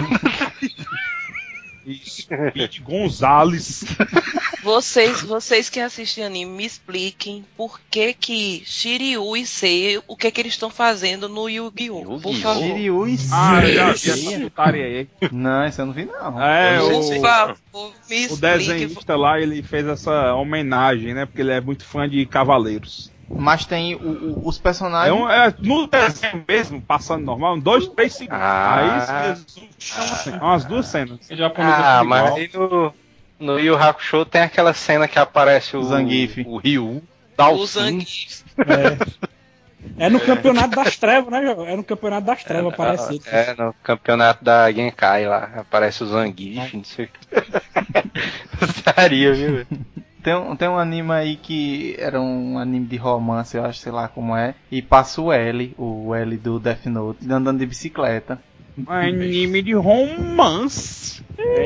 Speed Gonzalez. Vocês que assistem anime, me expliquem por que Shiryu e Sei, o que eles estão fazendo no Yu-Gi-Oh! Por favor. Shiryu e Já vi Sei. essa putaria aí. Não, isso eu não vi não. Por favor, me O expliquem. desenhista lá, ele fez essa homenagem, né? Porque ele é muito fã de Cavaleiros. Mas tem os personagens... No desenho mesmo, passando normal, 2, 3 segundos. Aí são umas 2 cenas. Em japonês é tudo Mas igual. aí no Yu Hakusho tem aquela cena que aparece o Zangief. O Ryu. O Dalsin. Zangief. É no Campeonato das Trevas, né, João? É no Campeonato das Trevas, aparece. No campeonato da Genkai lá. Aparece o Zangief, não sei o que. Gostaria, viu? Tem um anime aí que era um anime de romance, eu acho, sei lá como é. E passa o L do Death Note, andando de bicicleta. Anime de romance.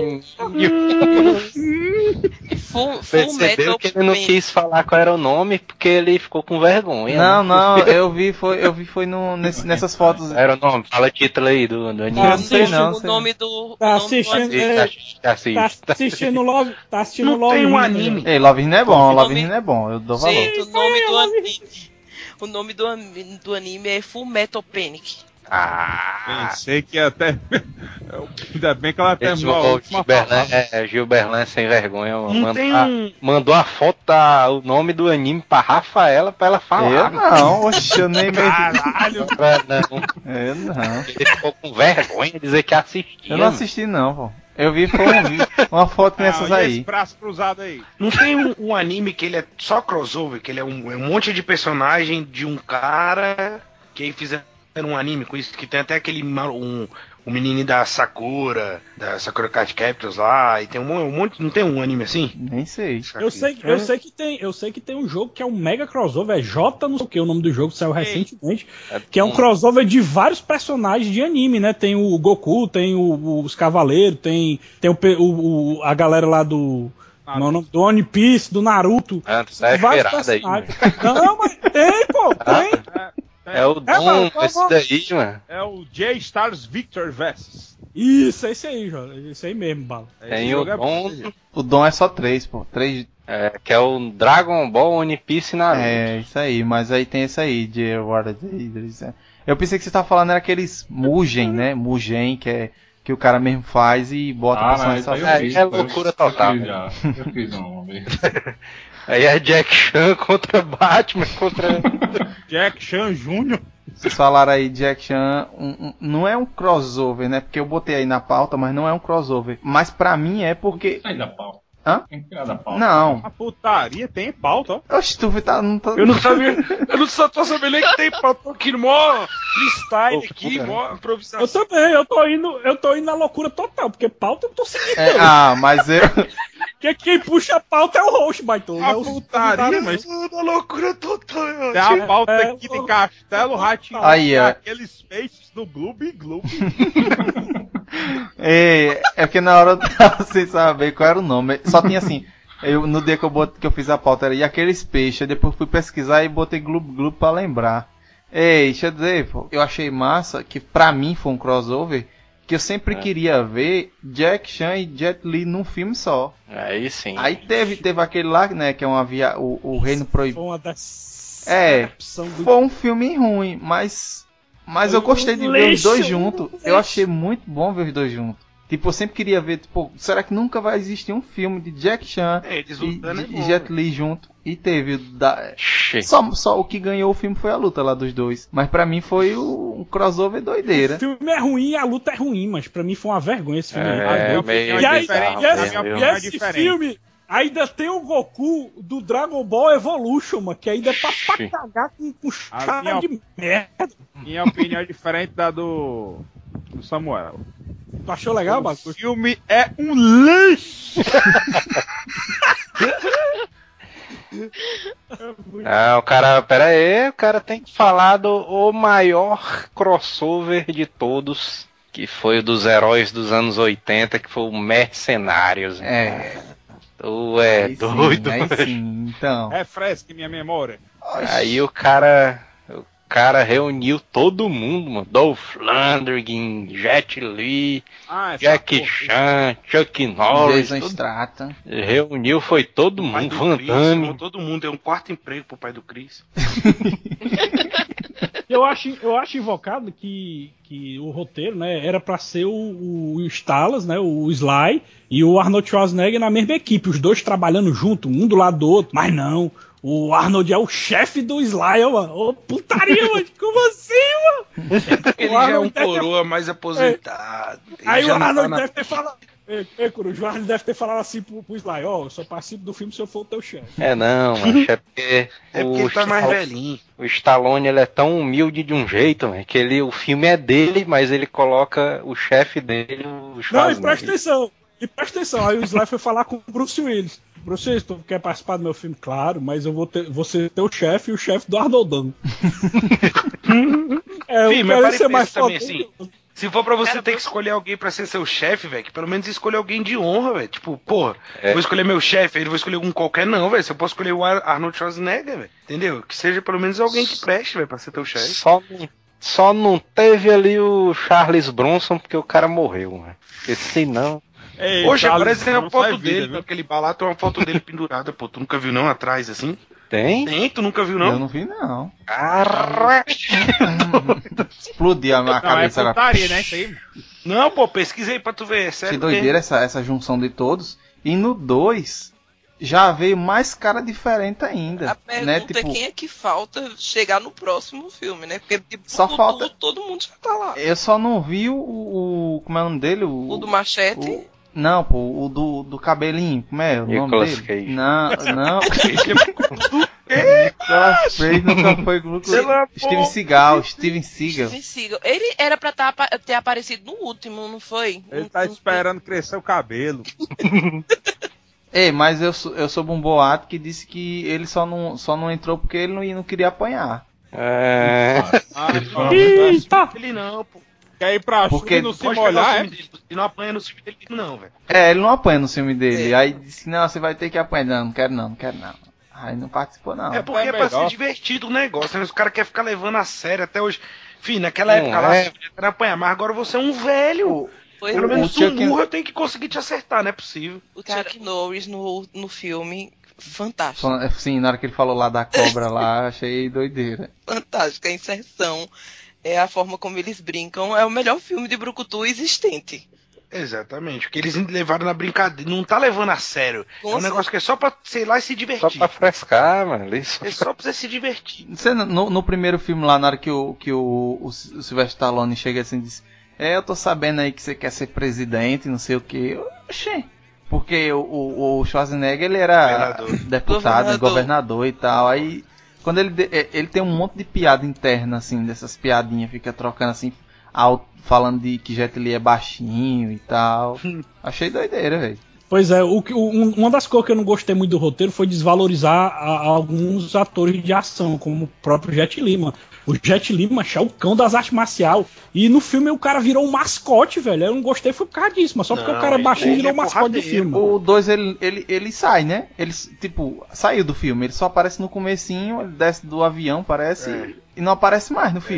Full Percebeu Metal que ele não quis falar qual era o nome porque ele ficou com vergonha. Não, eu vi foi nessas fotos. Era o nome? Fala o título aí do anime. Não sei não. O nome do. Tá o nome do assistindo, anime. tá assistindo Love. Tá assistindo Não Love. tem um Hina, anime. Ei, Love Hina é bom, Love Hina é bom, eu dou valor. Gente, o nome do anime. O nome do anime é Full Metal Panic. Pensei que até. Ainda bem que ela terminou a última palavra. Gilberlan sem vergonha. Não tem Mandou a foto, o nome do anime pra Rafaela pra ela falar. Eu não, oxe, eu nem Caralho! Eu não. Ele ficou com vergonha de dizer que assistia. Eu não assisti não, pô. Eu vi foi uma foto nessas E esse aí. braço cruzado aí? Não tem um anime que ele é só crossover, que ele é um monte de personagem de um cara que aí fizeram um anime com isso, que tem até aquele o menino da Sakura Card Captors lá, e tem um monte, não tem um anime assim? Nem sei. Eu sei que tem um jogo que é um mega crossover, é J, não sei o que, o nome do jogo saiu recentemente, que é um crossover de vários personagens de anime, né? Tem o Goku, tem os Cavaleiros, tem a galera lá do One Piece, do Naruto. Vários personagens. Não, mas tem, pô, tem. É o Dom, esse daí, mano. É o J-Stars Victor Versus. Isso, é esse aí, Jorge. Esse aí mesmo, Bala. Tem o Dom. O Dom é só 3, pô. 3. Que é o Dragon Ball, One Piece e Naruto. É, isso aí. Mas aí tem esse aí, de War of the Idris. Eu pensei que você tava falando era aqueles Mugen, né? Mugen, que o cara mesmo faz e bota mas só. É loucura total. Eu fiz uma vez. Aí é Jack Chan contra Batman, contra... Jack Chan Jr. Vocês falaram aí, Jack Chan, não é um crossover, né? Porque eu botei aí na pauta, mas não é um crossover. Mas pra mim é porque... Sai da pauta. Hã? Tem que tirar da pauta. Não. A putaria tem pauta, ó. Oxe, tu tá... Não tá... Eu não tô sabendo nem que tem pauta, tô aqui no mó freestyle aqui, mó improvisação. Eu também, eu tô indo na loucura total, porque pauta eu não tô seguindo. Mas eu... Quem puxa a pauta é o host, Baitola. A putaria, mas... Da loucura total. Tem a pauta aqui, tem Castelo Ratinho, aí, aqueles peixes do Gloob Gloob. É porque na hora eu tava sem saber qual era o nome. Só tinha assim, no dia que eu fiz a pauta era e aqueles peixes, depois fui pesquisar e botei Gloob Gloob pra lembrar. Ei, deixa eu dizer, pô, eu achei massa que pra mim foi um crossover que eu sempre queria ver Jack Chan e Jet Li num filme só. Aí sim. Aí teve aquele lá, né, que é o Reino Proibido. Foi uma das... Foi um filme ruim, mas eu gostei de ver os dois juntos. Eu achei muito bom ver os dois juntos. Tipo, eu sempre queria ver, tipo, será que nunca vai existir um filme de Jack Chan e Jet Li junto? E teve. Só o que ganhou o filme foi a luta lá dos dois. Mas pra mim foi um crossover doideira. O filme é ruim e a luta é ruim, mas pra mim foi uma vergonha esse filme. Esse filme ainda tem o Goku do Dragon Ball Evolution, mano, que ainda é pra cagar com chá de merda. Minha opinião é diferente da do Samuel. Tu achou legal, Marcos? O filme é um lixo! Não, pera aí, o cara tem que falar do maior crossover de todos, que foi o dos heróis dos anos 80, que foi o Mercenários. Tu é aí doido, sim, sim, então. Refresque minha memória. Aí o cara reuniu todo mundo, mano. Dolph Lundgren, Jet Li, Jack Chan, Chuck Norris. Jason Statham. Reuniu, foi todo mundo. Van Damme. Todo mundo, é um quarto emprego pro pai do Chris. Eu acho invocado que o roteiro, né, era pra ser o Stallas, né, o Sly e o Arnold Schwarzenegger na mesma equipe, os dois trabalhando junto, um do lado do outro, mas não. O Arnold é o chefe do Sly, mano. Ô, putaria, mano. Como assim, mano? Ele já é um coroa mais aposentado. Aí o Arnold deve ter falado. O Arnold deve ter falado assim pro Sly: eu só participo do filme se eu for o teu chefe. Não, mano. É porque ele tá mais velhinho. O Stallone, ele é tão humilde de um jeito, mano, que o filme é dele, mas ele coloca o chefe dele, o Schwarzenegger. Não, e presta atenção. Aí o Sly foi falar com o Bruce Willis. Bruce Willis, tu quer participar do meu filme? Claro, mas eu vou ser teu chefe e o chefe do Arnoldão. Sim, mas ser mais também, assim. Se for pra você ter que escolher alguém pra ser seu chefe, velho, que pelo menos escolher alguém de honra, velho. Tipo, porra, vou escolher meu chefe, aí não vou escolher um qualquer, não, velho. Se eu posso escolher o Arnold Schwarzenegger, velho. Entendeu? Que seja pelo menos alguém que preste, velho, pra ser teu chefe. Só não teve ali o Charles Bronson porque o cara morreu, velho. Porque senão. Hoje agora tem uma foto dele, aquele balato, tem uma foto dele pendurada, pô. Tu nunca viu não atrás, assim? Tem? Tu nunca viu não? Eu não vi não. Explodiu a minha cabeça agora. Putaria, né, isso aí? Não, pô, pesquisei pra tu ver, é sério. Que doideira essa junção de todos. E no 2 já veio mais cara diferente ainda. A pergunta né? Tipo, é quem é que falta chegar no próximo filme, né? Porque tipo, só falta... todo mundo já tá lá. Eu só não vi o como é o nome dele? O do Machete? Não, pô, o do cabelinho, como é o nome dele? Cage. Não. Nicolas Cage nunca foi Steven Seagal. Ele era pra ter aparecido no último, não foi? Ele tá esperando crescer o cabelo. Mas eu soube um boato que disse que ele só não entrou porque ele não queria apanhar. Ele não, pô. Quer ir pra porque não se molhar, Ele não apanha no filme dele, não, velho. Ele não apanha no filme dele. Aí disse, não, você vai ter que apanhar. Não quero não. Aí não participou, não. É porque é pra ser divertido o negócio, né? Os caras querem ficar levando a sério até hoje. Enfim, naquela época lá, você podia apanhar, mas agora você é um velho. Pelo menos um murro eu tenho que conseguir te acertar, não é possível. O Chuck Norris no filme, fantástico. Sim, na hora que ele falou lá da cobra lá, achei doideira. Fantástico, a inserção. É a forma como eles brincam. É o melhor filme de brucutu existente. Exatamente, porque eles levaram na brincadeira. Não tá levando a sério. É um negócio que é só pra, sei lá, se divertir. Só pra frescar, mano. É só pra você se divertir. Você, no primeiro filme lá, na hora que o Sylvester Stallone chega assim e diz: eu tô sabendo aí que você quer ser presidente, não sei o que. Oxê. Porque o Schwarzenegger, ele era deputado, governador e tal. Aí... Quando ele tem um monte de piada interna, assim, dessas piadinhas, fica trocando assim, falando de que Jet Li é baixinho e tal. Achei doideira, velho. Pois é, uma das coisas que eu não gostei muito do roteiro foi desvalorizar alguns atores de ação, como o próprio Jet Li, mano. O Jet Li, mano, é o cão das artes marciais. E no filme o cara virou um mascote, velho. Eu não gostei, foi por causa disso, mas só porque o cara é baixinho virou um mascote do filme. O 2, ele sai, né? Ele, tipo, saiu do filme. Ele só aparece no comecinho, ele desce do avião, parece, e não aparece mais no filme.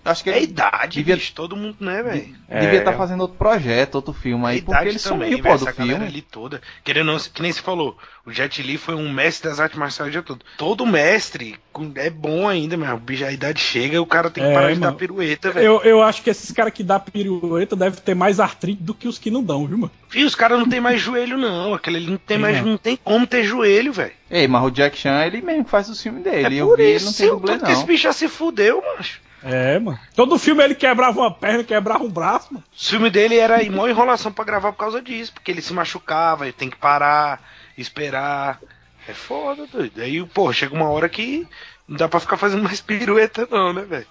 Acho que é idade, devia... bicho, todo mundo, né, velho? Devia estar fazendo outro projeto, outro filme aí, porque ele sumiu, pô, do filme. Ali toda, querendo não, que nem se falou, o Jet Li foi um mestre das artes marciais o dia todo. Todo mestre é bom ainda, meu bicho, a idade chega e o cara tem que parar de dar pirueta, velho. Eu acho que esses caras que dão pirueta devem ter mais artrite do que os que não dão, viu, mano? E os caras não tem mais joelho, não. Aquele ali não tem mais, não tem como ter joelho, velho. Ei, mas o Jack Chan, ele mesmo faz os filmes dele. É por isso, ele não tem dublê, não. Esse bicho já se fudeu, macho. Mano. Todo filme ele quebrava uma perna, quebrava um braço, mano. O filme dele era mó enrolação pra gravar por causa disso, porque ele se machucava, ele tem que parar, esperar. É foda, doido. Aí, pô, chega uma hora que não dá pra ficar fazendo mais pirueta, não, né, velho?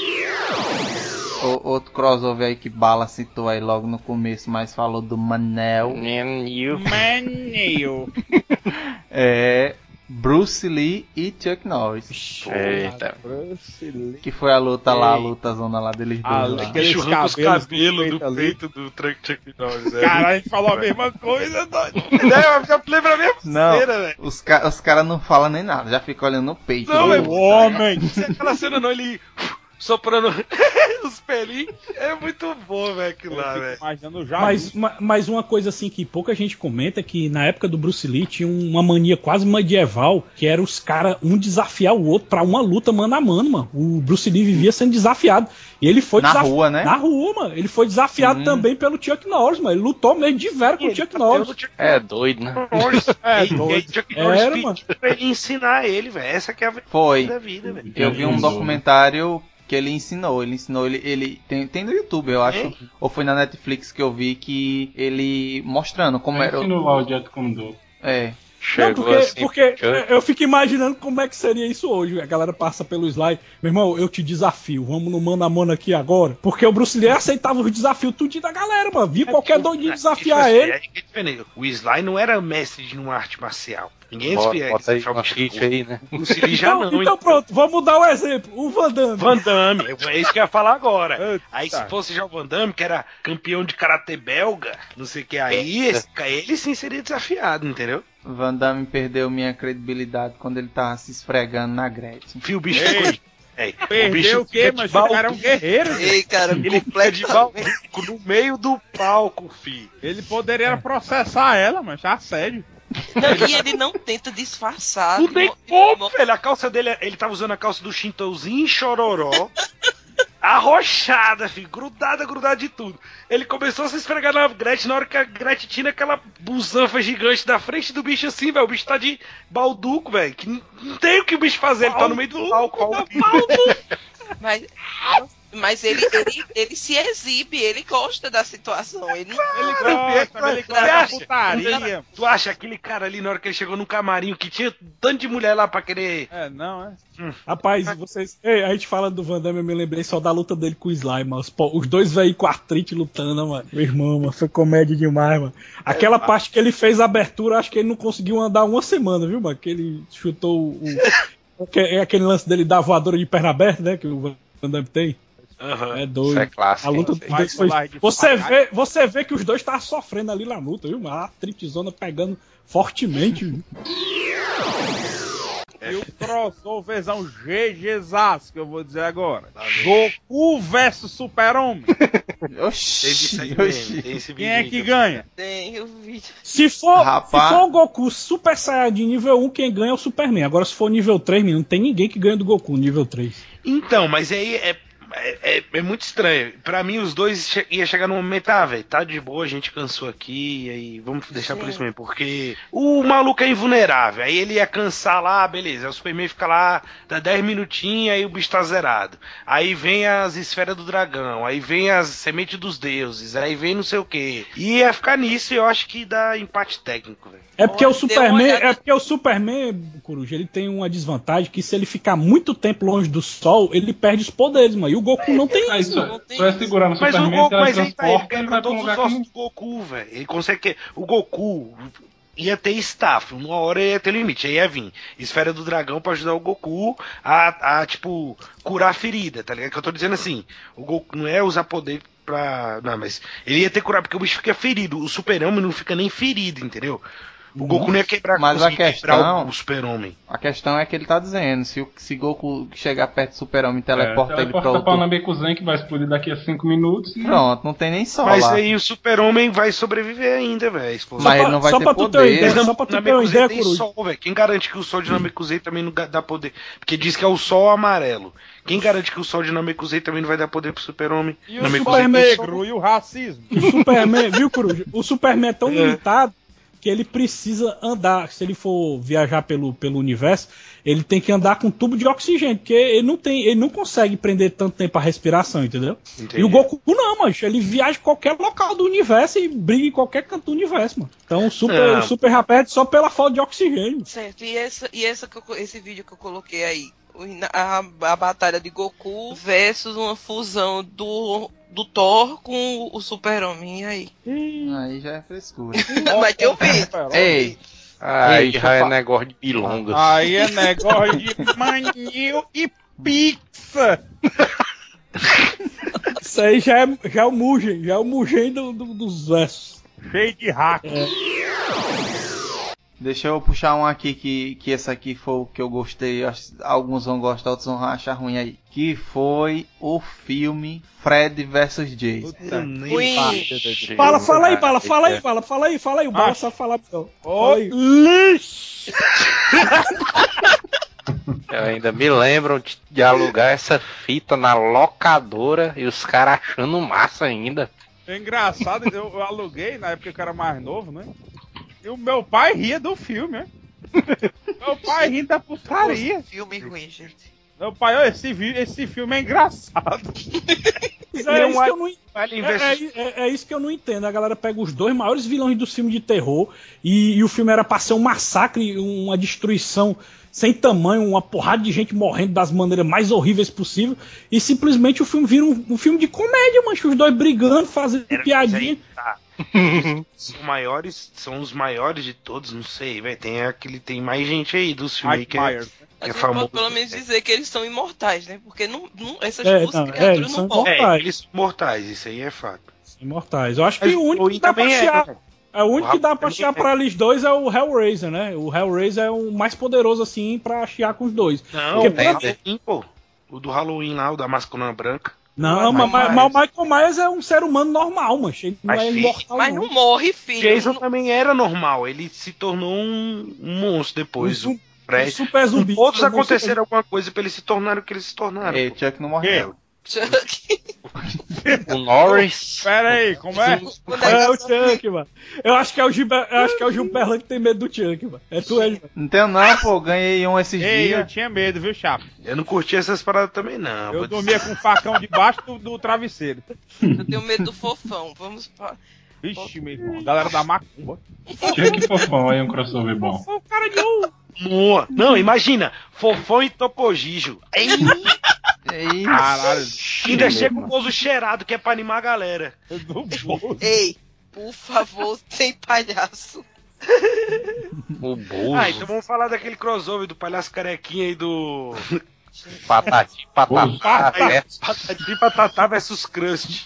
Outro crossover aí que Bala citou aí logo no começo, mas falou do Manel. Manel. Bruce Lee e Chuck Norris. Eita. Bruce Lee. Que foi a luta lá, a luta zona lá deles dois. Aquele churrando os cabelos do peito do Chuck Norris. Caralho, a gente falou a mesma coisa, doido. Já lembra a mesma cena, velho. Os caras não falam nem nada, já ficam olhando no peito. Não, é homem. Não é aquela cena não, ele... soprando os pelinhos. É muito bom, velho, aquilo lá, velho. Mas uma coisa assim que pouca gente comenta é que na época do Bruce Lee tinha uma mania quase medieval, que era os caras um desafiar o outro pra uma luta mano a mano, mano. O Bruce Lee vivia sendo desafiado. E ele foi rua, né? Na rua, mano. Ele foi desafiado também pelo Chuck Norris, mano. Ele lutou mesmo de vera com o Chuck Norris. É doido, né? doido. Chuck Norris pediu pra ele ensinar ele, velho. Essa que é a da vida, velho. Eu vi um documentário que ele ensinou ele tem no YouTube, eu acho, ou foi na Netflix que eu vi, que ele mostrando como era. Ensinou lá o Jet Kune-Do. Não, porque eu fico imaginando como é que seria isso hoje. A galera passa pelo slide. Meu irmão, eu te desafio. Vamos no mano a mano aqui agora. Porque o Bruce Lee aceitava os desafios tudo da galera, mano. Via qualquer doidinho desafiar ele. O Sly não era mestre de uma arte marcial. Ninguém desafia aí, né? O Bruce Lee já não. Então pronto, vamos dar um exemplo. O Van Damme. Van Damme, é isso que eu ia falar agora. Aí se fosse já o Van Damme, que era campeão de karatê belga, não sei o que, aí ele sim seria desafiado, entendeu? Van Damme perdeu minha credibilidade quando ele tava se esfregando na Gretchen. Fio, o bicho perdeu o quê? Mas o cara é um guerreiro. Ei, cara, ele completamente no meio do palco, fi. Ele poderia processar ela, mas já assédio. Não, e ele não tenta disfarçar. Não tem como, velho. A calça dele, ele tava usando a calça do Chintãozinho Chororó. Arrochada, filho, grudada de tudo. Ele começou a se esfregar na Gretchen na hora que a Gretchen tinha aquela busanfa gigante da frente do bicho assim, velho. O bicho tá de balduco, velho. Que não tem o que o bicho fazer, ele tá no meio do palco. Mas ele se exibe, ele gosta da situação. Ele gosta de putaria. Tu acha aquele cara ali na hora que ele chegou no camarim que tinha tanto de mulher lá pra querer. Rapaz, vocês. Ei, a gente falando do Van Damme, eu me lembrei só da luta dele com o Sly, mano. Os dois velhos com artrite lutando, mano. Meu irmão, mano, foi comédia demais, mano. Aquela parte que ele fez a abertura, acho que ele não conseguiu andar uma semana, viu, mano? Que ele chutou aquele lance dele da voadora de perna aberta, né? Que o Van Damme tem. É doido. Isso é clássico. A luta dos dois foi... Você vê que os dois estavam sofrendo ali na luta, viu? A triptizona pegando fortemente. E o crossoverzão GGzaço que eu vou dizer agora. Goku versus Super-Homem. Oxi. Quem é que ganha? Tem o vídeo. Se for o Goku Super Saiyajin nível 1, quem ganha é o Superman. Agora se for nível 3, não tem ninguém que ganha do Goku nível 3. Então, mas aí é muito estranho. Pra mim, os dois ia chegar num momento, velho, tá de boa, a gente cansou aqui, aí vamos deixar por isso mesmo, porque o maluco é invulnerável, aí ele ia cansar lá, beleza, o Superman fica lá, dá 10 minutinhos, aí o bicho tá zerado. Aí vem as esferas do dragão, aí vem as sementes dos deuses, aí vem não sei o que. E ia ficar nisso e eu acho que dá empate técnico, velho. É porque o Superman, Coruja, ele tem uma desvantagem que se ele ficar muito tempo longe do sol, ele perde os poderes, mano. E o Goku não tem isso. Só é segurar no Superman, ele quebra todos os ossos do Goku, velho. Ele consegue... O Goku ia ter staff, uma hora ia ter limite, aí ia vir esfera do dragão pra ajudar o Goku a tipo, curar a ferida, tá ligado? Que eu tô dizendo assim, o Goku não é usar poder pra... Não, mas ele ia ter que curar, porque o bicho fica ferido. O Super-Homem não fica nem ferido, entendeu? O Goku não ia quebrar, mas a questão, o Super-Homem. A questão é que ele tá dizendo, se Goku chegar perto do Super-Homem e teleporta ele pra o Namekusei, que vai explodir daqui a 5 minutos. Pronto, não tem nem sol mas lá. aí o Super-Homem vai sobreviver ainda, velho. Mas ele não vai ter poder. Só pra tu ter uma ideia, tem sol, velho. Quem garante que o sol de Namekusei também não dá poder? Porque diz que é o sol amarelo. Quem garante que o sol de Namekusei também não vai dar poder pro Super-Homem? E o Super Negro e o racismo? O Superman, viu, Coruja? O Superman é tão limitado que ele precisa andar. Se ele for viajar pelo universo, ele tem que andar com tubo de oxigênio, porque ele não consegue prender tanto tempo a respiração, entendeu? Entendi. E o Goku não, mancho. Ele viaja em qualquer local do universo e briga em qualquer canto do universo, mano. Então o Super Rapid só pela falta de oxigênio. Certo, esse vídeo que eu coloquei aí, a batalha de Goku versus uma fusão do Thor com o Super-Homem, e aí? Aí já é frescura. Mas tem o vídeo. Ei! Aí já é negócio de bilongas. Aí é negócio de manil e pizza. Isso aí já é o Mugen dos versos. Cheio de hack. Deixa eu puxar um aqui que esse aqui foi o que eu gostei. Alguns vão gostar, outros vão achar ruim aí. Que foi o filme Fred vs Jason. Fala aí. O Bala sabe falar. Lixo! Eu ainda me lembro de alugar essa fita na locadora e os caras achando massa ainda. É engraçado, eu aluguei na época que eu era mais novo, né? E o meu pai ria do filme, né? Meu pai rindo da putaria. Filme ruim, gente. Meu pai, olha, esse filme é engraçado. É isso que eu não entendo. A galera pega os dois maiores vilões dos filmes de terror e o filme era pra ser um massacre, uma destruição sem tamanho, uma porrada de gente morrendo das maneiras mais horríveis possível, e simplesmente o filme vira um filme de comédia, mancho, os dois brigando, fazendo piadinha. São os maiores de todos, não sei, velho. Tem mais gente aí dos filmes aí que é famoso. Pelo menos dizer que eles são imortais, né? Porque essas duas criaturas não morrem. Eles são mortais, isso aí é fato. Imortais. Eu acho que o único que dá pra chiar. O único que dá pra chiar pra eles dois é o Hellraiser, né? O Hellraiser é o mais poderoso, assim, pra chiar com os dois. Não, o do Halloween lá, o da Máscara Branca. Não, mas o Michael Myers é um ser humano normal, mancho. Ele não é imortal. Mas não morre, filho. Jason também era normal. Ele se tornou um monstro depois. Um super zumbi. Todos aconteceram alguma coisa pra eles se tornarem o que eles se tornaram. Ei, Chuck não morreu. Chuck. O Norris. Pera aí, como é? É o Chuck, mano. Eu acho que é o Gilberto que tem medo do Chuck, mano. É tu, Ed. Não tenho não, pô. Ganhei um esses dias. Eu tinha medo, viu, Chapa? Eu não curti essas paradas também, não. Eu dormia com um facão debaixo do travesseiro. Eu tenho medo do Fofão. Vamos pra... Vixe, meu irmão. Galera da macumba. Chuck Fofão aí, um crossover bom. Fofão, cara de um. Não, imagina. Fofão e Topogijo. Caralho. Ainda chega o Bozo cheirado, que é pra animar a galera. Ei, por favor, sem palhaço. O Bozo. Então vamos falar daquele crossover do palhaço carequinha e do... Patati Patatá. Patati Patatá versus Crust.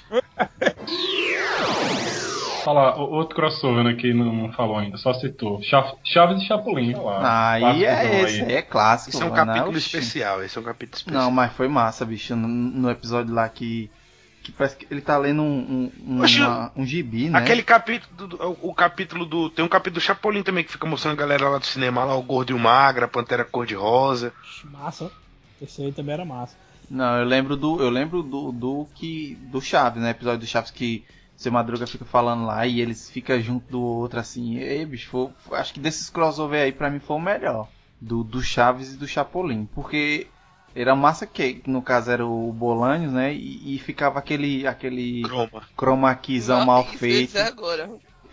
Fala, outro crossover, né, que não falou ainda, só citou. Chaves e Chapolin, claro. Aí é clássico. Esse é um capítulo especial, Não, mas foi massa, bicho, no episódio lá que parece que ele tá lendo um gibi, né? Aquele capítulo, tem um capítulo do Chapolin também, que fica mostrando a galera lá do cinema, lá o Gordo e o Magra, a Pantera Cor-de-Rosa. Massa, esse aí também era massa. Não, eu lembro do Chaves, né, episódio do Chaves que Seu Madruga fica falando lá e eles ficam junto do outro assim. Ei, bicho, acho que desses crossover aí pra mim foi o melhor. Do Chaves e do Chapolin. Porque era massa que no caso era o Bolanhos, né? E ficava aquele chroma keyzão mal feito. Agora.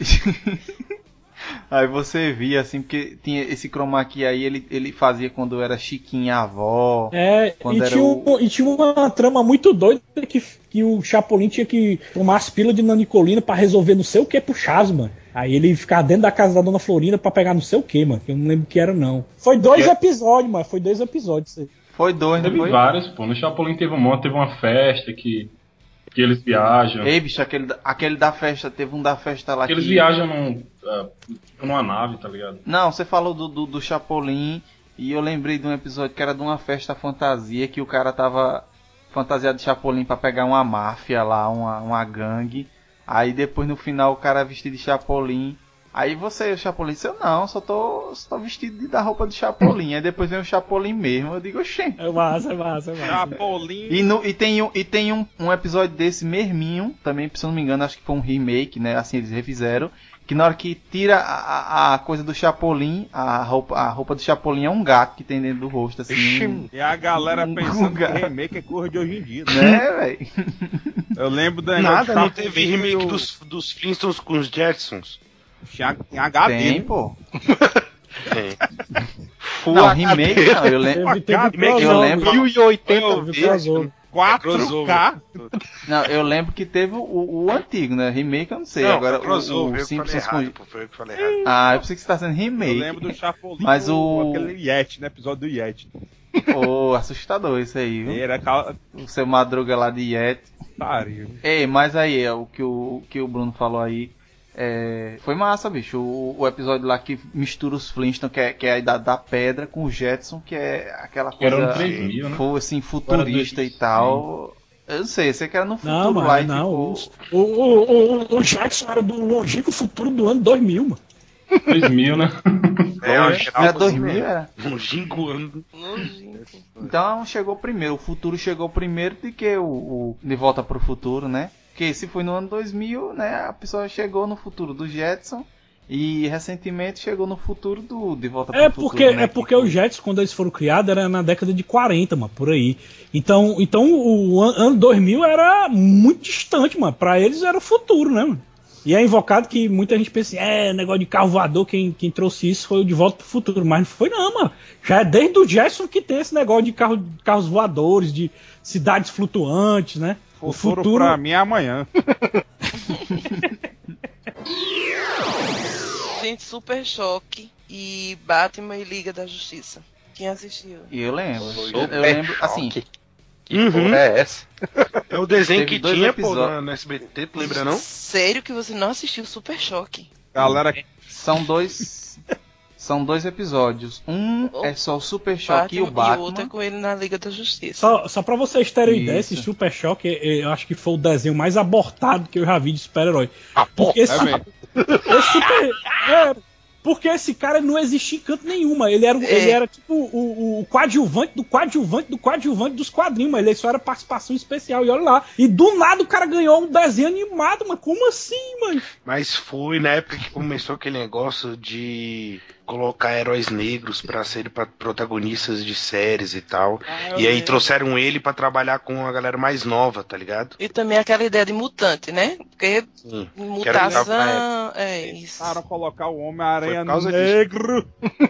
Aí você via assim, porque tinha esse chroma key aí, ele fazia quando era Chiquinha avó. E tinha uma trama muito doida que o Chapolin tinha que tomar as pílulas de nanicolina pra resolver não sei o que pro Chaves, mano. Aí ele ficava dentro da casa da Dona Florinda pra pegar não sei o que, mano. Que eu não lembro o que era, não. Foi 2 episódios, mano. Foi 2 episódios. Foi 2, Teve vários, pô. No Chapolin teve um monte, teve uma festa que Que eles viajam. Ei, bicho, aquele da festa, teve um da festa lá que eles viajam numa nave, tá ligado? Não, você falou do Chapolin, e eu lembrei de um episódio que era de uma festa fantasia, que o cara tava fantasiado de Chapolin pra pegar uma máfia lá, uma gangue. Aí depois no final o cara vestido de Chapolin. Aí o Chapolin disse, não, só tô vestido da roupa do Chapolin. Aí depois vem o Chapolin mesmo, eu digo, oxê. É massa. Chapolin. E tem um episódio desse mesminho, também, se eu não me engano, acho que foi um remake, né, assim, eles refizeram. Que na hora que tira a coisa do Chapolin, a roupa do Chapolin é um gato que tem dentro do rosto, assim. E a galera pensando que remake é coisa de hoje em dia, né, velho? Eu lembro da... Nada, não teve remake dos Flintstones com os Jetsons. Em HD. Tem, pô. Tem. Não, remake não, eu lembro. 1080 vezes. 4K. Não, eu lembro que teve o antigo, né? Remake eu não sei. Não, agora crossover, o Simpsons foi eu que falei errado. Ah, eu pensei que você tá sendo remake. Eu lembro do Chapolin, mas aquele Yeti, no episódio do Yeti. Assustador isso aí, viu? Era o seu Madruga lá de Yeti. Pariu. Ei, mas aí, o que o Bruno falou aí. Foi massa, bicho. O episódio lá que mistura os Flintstones, que é a idade da pedra, com o Jetson, que é aquela coisa. Era no 3000, né? Foi assim, futurista e tal. Eu não sei que era no futuro não, lá. Não, o Jetson era do longínquo futuro do ano 2000, mano. 2000, né? Era 2000, era? Longínquo ano. Então chegou primeiro. O futuro chegou primeiro do que o De Volta pro Futuro, né? Porque se foi no ano 2000, né, a pessoa chegou no futuro do Jetson e recentemente chegou no futuro do De Volta pro Futuro. Né, porque os Jetsons, quando eles foram criados, era na década de 40, mano, por aí. Então o ano 2000 era muito distante, mano. Pra eles era o futuro, né, mano? E é invocado que muita gente pensa assim, negócio de carro voador, quem trouxe isso foi o De Volta pro Futuro. Mas não foi não, mano. Já é desde o Jetson que tem esse negócio de carros voadores, de cidades flutuantes, né? O futuro pra mim é amanhã. Gente, Super Choque e Batman e Liga da Justiça. Quem assistiu? Eu lembro. Eu lembro, assim... Que porra é essa? É o desenho que tinha, pô, no SBT, tu lembra não? Sério que você não assistiu Super Choque? Galera... São dois episódios. Um é só o Super Choque e o Batman. E o outro é com ele na Liga da Justiça. Só pra vocês terem ideia, esse Super Choque, eu acho que foi o desenho mais abortado que eu já vi de super-herói. Porque esse cara não existia em canto nenhuma. Ele era tipo o coadjuvante do coadjuvante do coadjuvante dos quadrinhos, mas ele só era participação especial. E olha lá. E do nada o cara ganhou um desenho animado, mano. Como assim, mano? Mas foi na época que começou aquele negócio de colocar heróis negros pra serem protagonistas de séries e tal. E aí trouxeram ele pra trabalhar com a galera mais nova, tá ligado? E também aquela ideia de mutante, né? Porque mutação é isso. Para colocar o Homem-Aranha negro.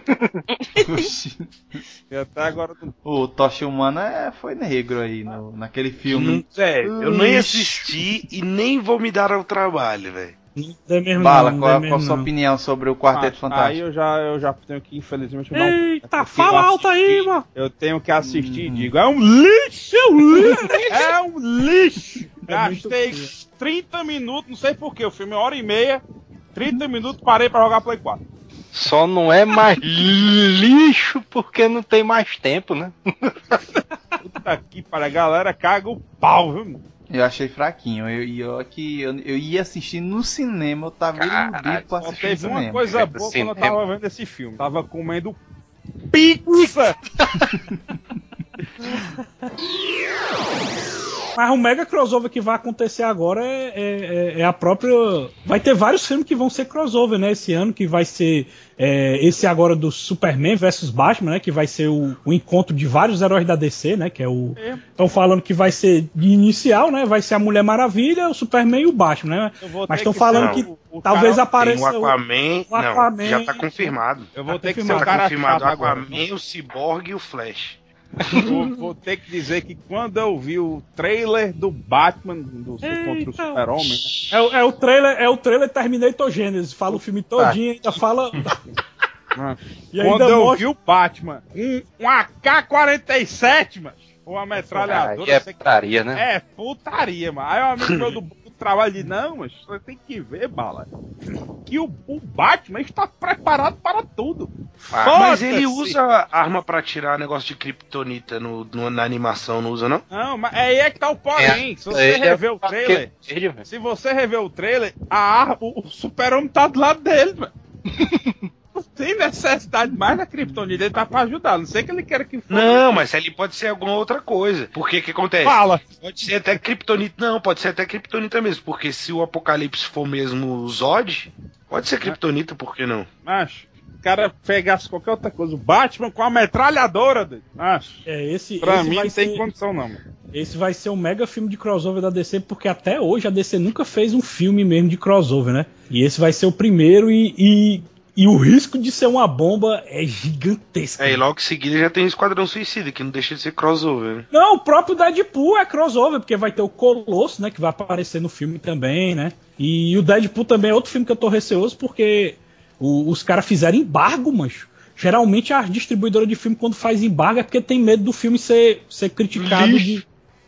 E até agora o Tocha Humana foi negro aí naquele filme. Eu nem assisti e nem vou me dar ao trabalho, velho. Bala, qual a sua opinião sobre o Quarteto Fantástico? Aí eu já tenho que, infelizmente... Eita, fala alto aí, mano! Eu tenho que assistir e digo, é um lixo! É um lixo! Gastei 30 minutos, não sei porquê, o filme é 1h30, 30 minutos, parei pra jogar Play 4. Só não é mais lixo porque não tem mais tempo, né? Puta aqui, para a galera caga o pau, viu? Eu achei fraquinho. Eu ia assistir no cinema, eu tava iludido pra assistir no cinema. Teve uma coisa boa quando eu tava vendo esse filme. Tava comendo pizza! Mas o mega crossover que vai acontecer agora é a própria... Vai ter vários filmes que vão ser crossover, né? Esse ano, que vai ser esse agora do Superman vs Batman, né? Que vai ser o encontro de vários heróis da DC, né? Que é o... Estão falando que vai ser de inicial, né? Vai ser a Mulher Maravilha, o Superman e o Batman, né? Mas estão falando que talvez apareça o Aquaman. Não, já tá confirmado. Eu vou ter que ser o cara confirmado o Aquaman, o Cyborg e o Flash. Vou ter que dizer que quando eu vi o trailer do Batman contra o Super-Homem... É o trailer Terminator Genesis. Fala o filme todinho, ainda fala... Quando eu vi o Batman, um AK-47, mano, Uma metralhadora. É putaria, né? É putaria, mano. Aí o amigo meu do trabalho diz, não, mas você tem que ver, Bala, que o Batman está preparado para tudo. Mas ele usa arma pra tirar negócio de kryptonita na animação, não usa, não? Não, mas aí é que tá o porém. Se você rever o trailer, o super-homem tá do lado dele, mano. Não tem necessidade mais da kryptonita, ele tá pra ajudar, não sei que ele quer que for. Não, mas ele pode ser alguma outra coisa. Porque que acontece? Fala. Pode ser até kryptonita, não, pode ser até kryptonita mesmo, porque se o Apocalipse for mesmo o Zod, pode ser kryptonita, por que não? Macho, o cara pegasse qualquer outra coisa, o Batman com a metralhadora, macho. Pra mim não tem condição não, mano. Esse vai ser um mega filme de crossover da DC, porque até hoje a DC nunca fez um filme mesmo de crossover, né? E esse vai ser o primeiro e o risco de ser uma bomba é gigantesco. E logo em seguida já tem Esquadrão Suicida, que não deixa de ser crossover, né? Não, o próprio Deadpool é crossover, porque vai ter o Colosso, né, que vai aparecer no filme também, né? E o Deadpool também é outro filme que eu tô receoso, porque os caras fizeram embargo, mancho. Geralmente a distribuidora de filme, quando faz embargo, é porque tem medo do filme ser criticado de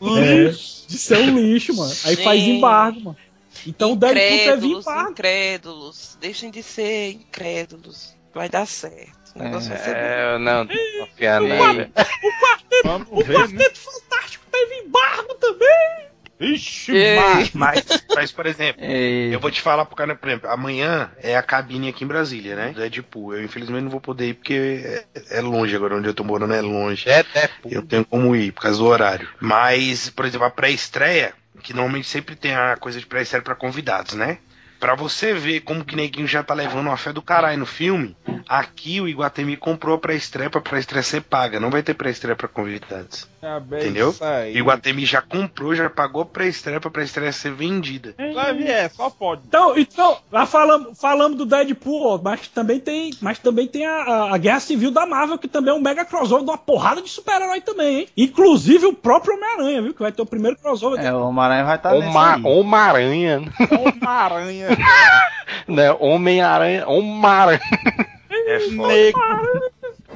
ser um lixo, mano. Aí faz embargo, mano. Então o Deadpool teve embargo. Incrédulos, deixem de ser incrédulos. Vai dar certo. O negócio vai ser bom. Eu não confio nele. O Quarteto Fantástico teve embargo também. Ixi, mas, por exemplo, eu vou te falar pro cara, por exemplo, amanhã é a cabine aqui em Brasília, né? Do Deadpool. Eu infelizmente não vou poder ir porque é longe agora, onde eu tô morando é longe. Eu não tenho como ir por causa do horário. Mas, por exemplo, a pré-estreia, que normalmente sempre tem a coisa de pré-estreia pra convidados, né? Pra você ver como que neguinho já tá levando uma fé do caralho no filme, aqui o Iguatemi comprou a pré-estreia pra pré-estreia ser paga. Não vai ter pré-estreia pra convidados. Entendeu? O Iguatemi já comprou, já pagou a pré-estreia pra pré-estreia ser vendida. Só pode. Então lá falamos do Deadpool, ó, mas também tem a Guerra Civil da Marvel, que também é um mega crossover de uma porrada de super-herói também, hein? Inclusive o próprio Homem-Aranha, viu? Que vai ter o primeiro crossover. O Homem-Aranha vai estar nesse aí. Homem-Aranha. Homem-Aranha. Não, Homem-Aranha. Homem-Aranha. É foda.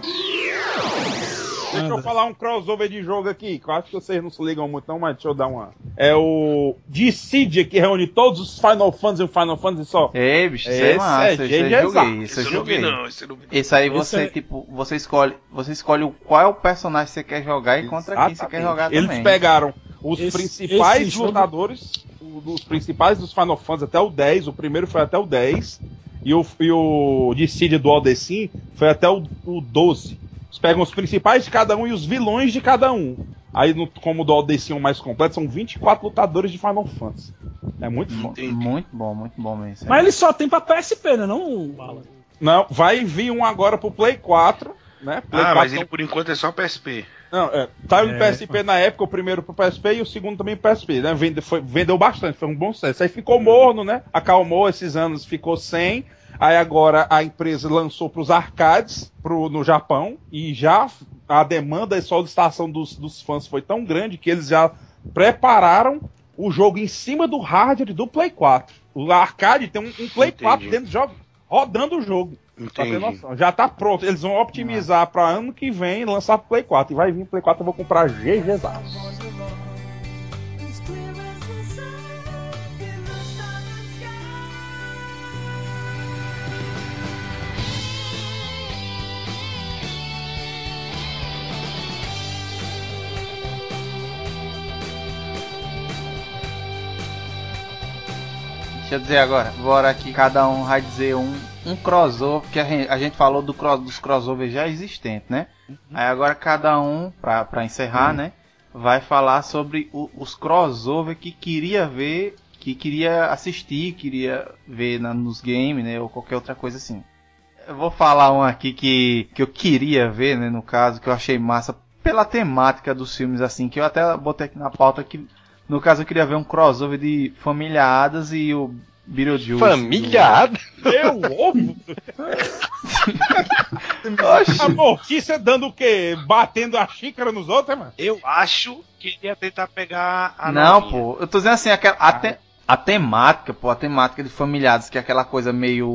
Deixa eu falar um crossover de jogo aqui, que eu acho que vocês não se ligam muito não, mas deixa eu dar uma... É o Dissidia, que reúne todos os Final Fantasy e o Final Fantasy só. Ei, bicho, isso é massa, Esse eu joguei. Esse aí você escolhe qual é o personagem que você quer jogar e contra quem você quer jogar também. Eles pegaram os principais lutadores, os principais dos Final Fantasy até o 10, o primeiro foi até o 10, e o Dissidia do Aldecim foi até o 12. Eles pegam os principais de cada um e os vilões de cada um. Aí, como o do Aldecim mais completo, são 24 lutadores de Final Fantasy. É muito bom. Muito bom mesmo. Mas ele só tem pra PSP, né? Não, não, vai vir um agora pro Play 4, né? Play 4 mas ele por enquanto é só PSP. Não, tá no PSP na época, o primeiro pro PSP e o segundo também pro PSP, né? Vendeu bastante, foi um bom sucesso. Aí ficou morno, né? Acalmou esses anos, ficou sem. Aí agora a empresa lançou pros arcades no Japão e já a demanda e solicitação dos fãs foi tão grande que eles já prepararam o jogo em cima do hardware do Play 4. O arcade tem um Play 4 dentro do jogo, rodando o jogo. Pra ter noção. Já tá pronto. Eles vão optimizar pra ano que vem lançar pro Play 4. E vai vir Play 4, eu vou comprar GGzaço. Deixa eu dizer agora, bora aqui, cada um vai dizer um crossover, porque a gente falou dos crossovers já existentes, né? Aí agora cada um, pra encerrar, né, vai falar sobre os crossovers que queria ver, que queria assistir, queria ver nos games, né, ou qualquer outra coisa assim. Eu vou falar um aqui que eu queria ver, né, no caso, que eu achei massa, pela temática dos filmes, assim, que eu até botei aqui na pauta, que no caso eu queria ver um crossover de Família Addams e o Beetlejuice. Família Addams? Meu ovo! A Mortícia dando o quê? Batendo a xícara nos outros, mano? Eu acho que ele ia tentar pegar a Não, novinha. pô, eu tô dizendo assim, a temática, pô, a temática de Família Addams, que é aquela coisa meio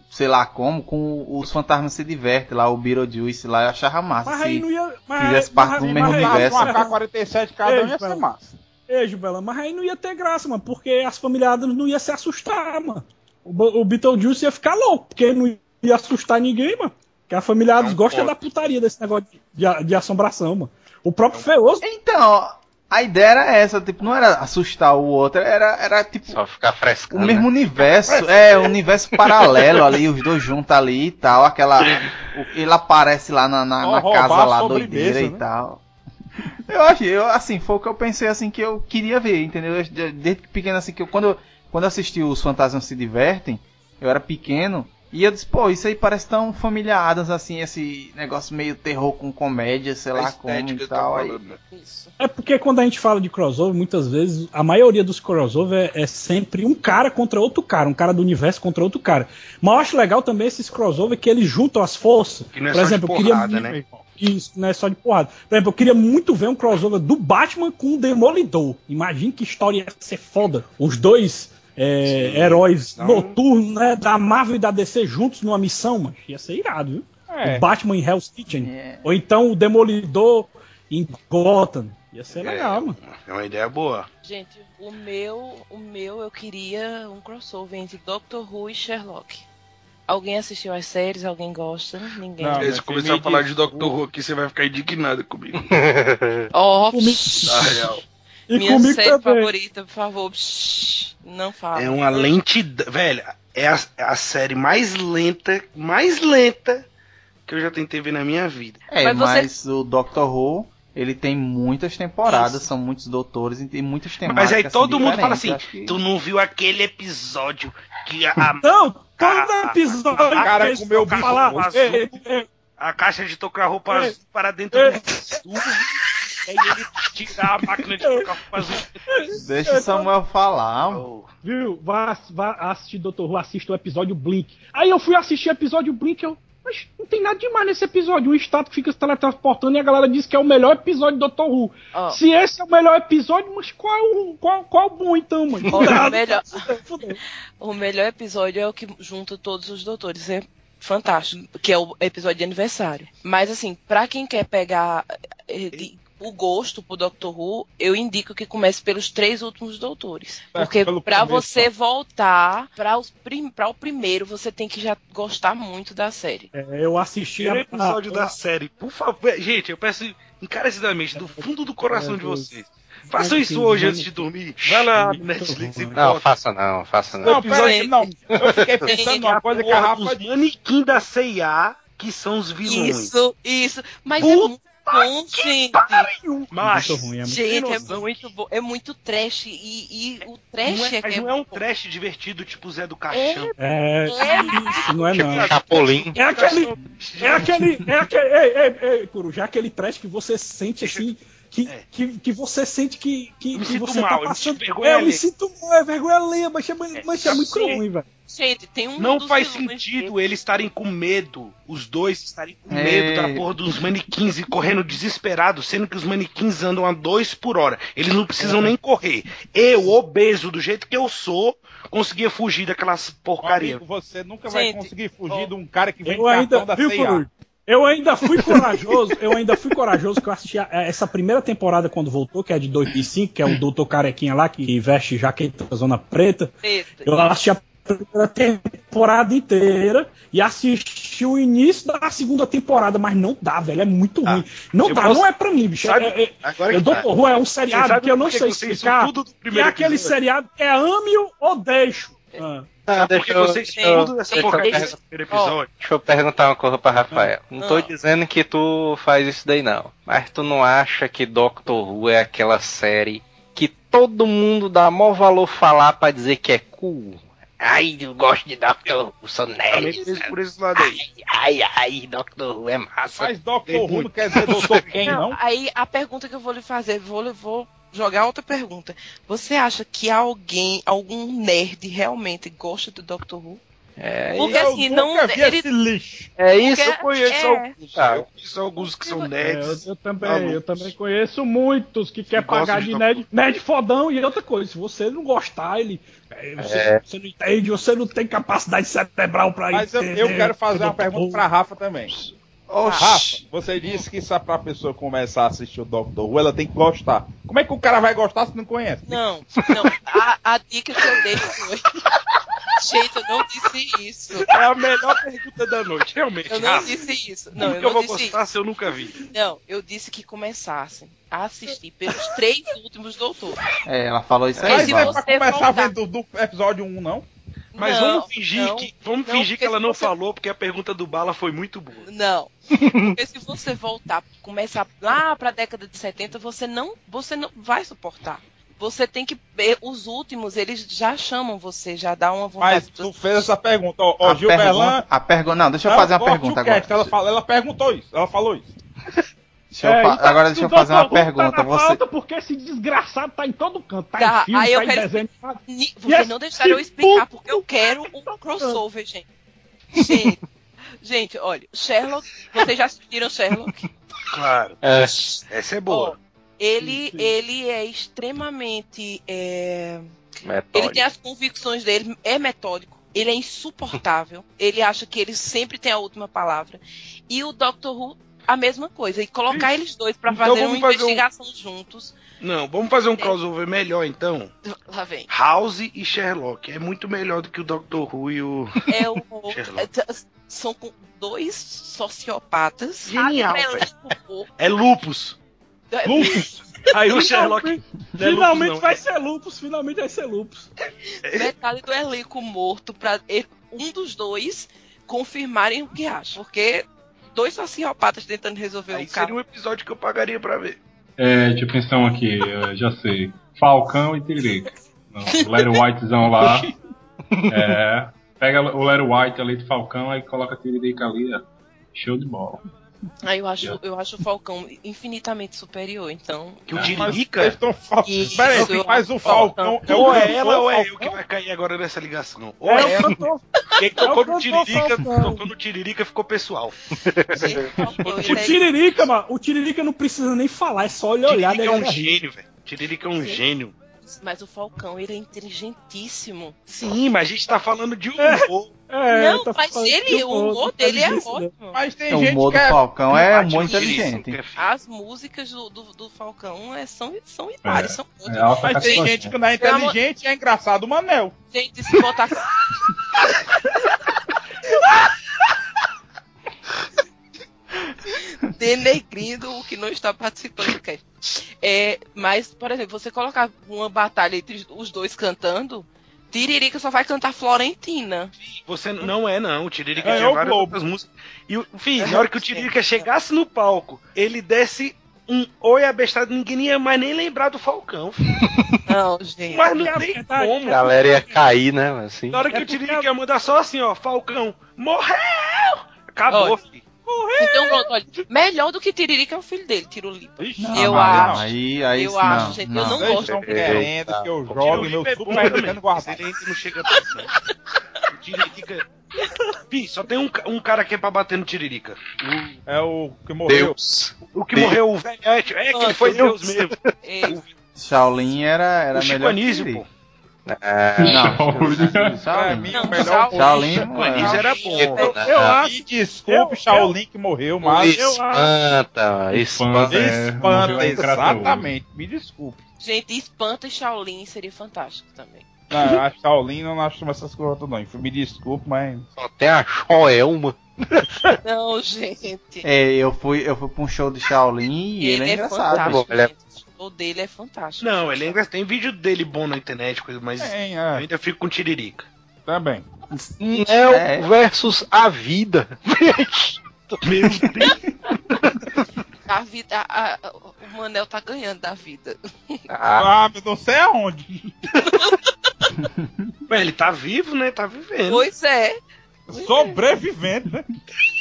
sei lá como, com os fantasmas se divertem lá, o Beetlejuice lá, eu achava massa. Mas aí não ia. Fizesse parte do mesmo universo. Com a K-47 cada um ia ser massa. Bela, mas aí não ia ter graça, mano, porque as famílias Addams não iam se assustar, mano. O Beetlejuice ia ficar louco, porque não ia assustar ninguém, mano. Porque a família Addams gosta da putaria desse negócio de assombração, mano. O próprio Feroz. Então, a ideia era essa, tipo, não era assustar o outro, era tipo. Só ficar frescando. O mesmo universo, o universo paralelo ali, os dois juntos ali e tal. Ele aparece lá na casa lá, doideira e tal. Assim, foi o que eu pensei assim que eu queria ver, entendeu? Desde pequeno, assim, que quando eu assisti Os Fantasmas Se Divertem, eu era pequeno. E eu disse, pô, isso aí parece tão familiadas, assim, esse negócio meio terror com comédia, sei lá como e tal. É porque quando a gente fala de crossover, muitas vezes, a maioria dos crossover é sempre um cara contra outro cara, um cara do universo contra outro cara. Mas eu acho legal também esses crossover que eles juntam as forças. Que não é por só exemplo, de porrada, né? Isso, não é só de porrada. Por exemplo, eu queria muito ver um crossover do Batman com o Demolidor. Imagina que história ia ser foda. Os dois... heróis noturnos, né, da Marvel e da DC juntos numa missão, mano. Ia ser irado, viu? O Batman em Hell's Kitchen. Ou então o Demolidor em Gotham. Ia ser legal, mano. É uma ideia boa. Gente, o meu eu queria um crossover entre Doctor Who e Sherlock. Alguém assistiu as séries? Alguém gosta? Ninguém. Não, se começar a falar de Doctor Who aqui, você vai ficar indignado comigo. Na real. E minha série favorita, por favor. Não fala. É uma lentidão. Velho, é a série mais lenta que eu já tentei ver na minha vida. Mas o Doctor Who, ele tem muitas temporadas, são muitos doutores e tem muitas temáticas. Mas aí todo assim, mundo fala diferentes. assim, Que... tu não viu aquele episódio que Não, todo episódio... O cara comeu o bicho azul, a caixa de tocar roupa azul para dentro do estúdio. E aí ele tirar a máquina de trocar roupa azul. Deixa o Samuel falar. Viu? Vá assistir Dr. Who, assista o episódio Blink. Aí eu fui assistir o episódio Blink, mas não tem nada demais nesse episódio. O estático fica se teletransportando e a galera diz que é o melhor episódio do Dr. Who. Se esse é o melhor episódio, mas qual o bom então, mano? O melhor episódio é o que junta todos os doutores. É fantástico. Que é o episódio de aniversário. Mas assim, pra quem quer pegar... o gosto pro Doctor Who, eu indico que comece pelos 3 últimos doutores. Porque pra você voltar pra o primeiro, você tem que já gostar muito da série. Eu assisti o episódio da série. Por favor, gente, eu peço encarecidamente, do fundo do coração de vocês. Façam isso hoje antes de dormir. Vai lá no Netflix e Não, faça não. Não, peraí, não. Eu fiquei pensando numa coisa que a Rafa... Os manequins da C&A, que são os vilões. Isso. Mas é muito bom, gente. Mas, gente, é muito bom. É muito trash. E o trash mas não é um trash divertido, tipo Zé do Caixão. Isso, não é não. Chapolin. É aquele. Coruja, é aquele trash que você sente assim. Que você sente que você mal, tá passando. Eu me sinto mal, é vergonha alheia, mas é muito ruim, velho. Gente, tem um. Não faz sentido eles estarem com medo, os dois estarem com medo da porra dos manequins e correndo desesperados, sendo que os manequins andam a 2 por hora. Eles não precisam nem correr. Eu, obeso, do jeito que eu sou, conseguia fugir daquelas porcarias. Amigo, você nunca vai conseguir fugir de um cara que vem de cartão da C&A. Eu ainda fui corajoso que eu assisti essa primeira temporada quando voltou, que é de 2005, que é o Doutor Carequinha lá, que veste jaqueta zona preta. Eu assisti a primeira temporada inteira e assisti o início da segunda temporada, mas não dá, velho, é muito ruim. Não é pra mim, bicho. O Doutor Who é um seriado que eu não sei explicar, é aquele seriado que é ame-o ou deixo. Porque você estuda essa porcaria do primeiro episódio. Deixa eu perguntar uma coisa pra Rafael. Não tô dizendo que tu faz isso daí não, mas tu não acha que Doctor Who é aquela série que todo mundo dá maior valor falar pra dizer que é cool? Ai, eu gosto de Doctor Who, sou nerd. Por esse lado aí. Ai, Doctor Who é massa. Mas Doctor Who não quer dizer Doutor quem, não? Aí a pergunta que eu vou lhe fazer, vou jogar outra pergunta. Você acha que algum nerd realmente gosta do Doctor Who? Porque assim, não. Esse lixo. É isso. Eu conheço alguns. Eu conheço alguns que são nerds. Eu também conheço muitos que quer pagar de nerd fodão. E outra coisa, se você não gostar, você não entende, você não tem capacidade cerebral pra isso. Mas eu quero fazer uma pergunta pra Rafa também. Rafa, você disse que só pra pessoa começar a assistir o Doctor Who, ela tem que gostar. Como é que o cara vai gostar se não conhece? Não. A dica que eu dei foi... Gente, eu não disse isso. É a melhor pergunta da noite, realmente. Eu não disse isso. Não, eu vou gostar se eu nunca vi. Não, eu disse que começassem a assistir pelos 3 últimos Doutores. Ela falou isso aí. Mas não é pra começar vendo do episódio 1, não? Mas vamos fingir que ela não falou, porque a pergunta do Bala foi muito boa. Não. Porque se você voltar, começar lá pra década de 70, você não vai suportar. Você tem que... Os últimos, eles já chamam você, já dá uma vontade... Mas tu fez essa pergunta, ó, Gilberlan... Não, deixa eu fazer uma pergunta agora. Ela perguntou isso, ela falou isso. Agora deixa eu fazer uma pergunta. Tá na pauta porque esse desgraçado tá em todo canto, tá em filme, aí eu em quero... desenho. Vocês não deixaram eu explicar, porque eu quero um crossover, gente. Gente, olha, Sherlock... Vocês já assistiram Sherlock? Claro. Essa é boa. Ele é extremamente... Ele tem as convicções dele, é metódico. Ele é insuportável. Ele acha que ele sempre tem a última palavra. E o Doctor Who, a mesma coisa. E colocar eles dois pra fazer uma investigação juntos. Não, vamos fazer um crossover melhor, então. Lá vem. House e Sherlock. É muito melhor do que o Doctor Who e o Sherlock. São dois sociopatas. Genial, é lupus. Aí o Sherlock. Finalmente vai ser lupus. Metade do elenco morto pra um dos dois confirmarem o que acha. Porque 2 sociopatas tentando resolver aí um caso. Seria um episódio que eu pagaria pra ver. Deixa eu pensar aqui, eu já sei. Falcão e Tiririca. O Larry Whitezão lá. Pega o Larry White ali de Falcão, aí coloca a Tiririca ali, show de bola. Aí eu acho o Falcão infinitamente superior, então... Que o Tiririca... Peraí, mas o Falcão... Ou é ela ou é eu que vai cair agora nessa ligação. Ou é ela. Quem tocou no Tiririca ficou pessoal. O Tiririca não precisa nem falar, é só olhar. Tiririca é um gênio, velho. Tiririca é um gênio. Mas o Falcão, ele é inteligentíssimo. Sim, mas a gente tá falando de humor. Não, mas o humor dele é ótimo. Mas tem gente que... O humor do Falcão é muito inteligente. As músicas do Falcão são hilárias, são ótimas. Mas tem gente que não é inteligente e é engraçado o Manel. Gente, se botar... denegrindo o que não está participando do cast. Mas, por exemplo, você colocar uma batalha entre os dois cantando, Tiririca só vai cantar Florentina. Você não. O Tiririca tinha várias outras músicas. E, na hora que o Tiririca chegasse no palco, ele desse um oi abestado, ninguém ia mais nem lembrar do Falcão. Não, gente. Mas não tem como. A galera ia cair, né? Assim. Na hora que o Tiririca ia mandar só assim, ó, Falcão, morreu! Acabou, filho. Então pronto, olha, melhor do que Tiririca é o filho dele, Tirulipa. Eu acho. Eu acho, gente, eu não gosto. Estão querendo que eu jogue meu super ficando guardado. Ele não chega perto, não. Tiririca... só tem um cara aqui pra bater no Tiririca. É o que morreu. Deus. O que morreu, o velhete. É que ele foi Deus mesmo. Shaolin era o melhor que Chico Anísio, pô. Shaolin era bom. Eu acho. Desculpe, Shaolin que morreu, mas Espanta, exatamente. Me desculpe. Gente, Espanta e Shaolin seria fantástico também. Não, a Shaolin não acho essas coisas não. Me desculpe, mas só tem a Joelma. Não, gente. Eu fui pra um show de Shaolin e ele é engraçado. O dele é fantástico. Não, ele ainda tem vídeo dele bom na internet, coisa, mas eu ainda fico com Tiririca. Também. Neo versus a vida. Meu Deus. A vida, o Manel tá ganhando da vida. Mas não sei aonde. Ué, ele tá vivo, né? Tá vivendo. Pois é. Sobrevivendo, né?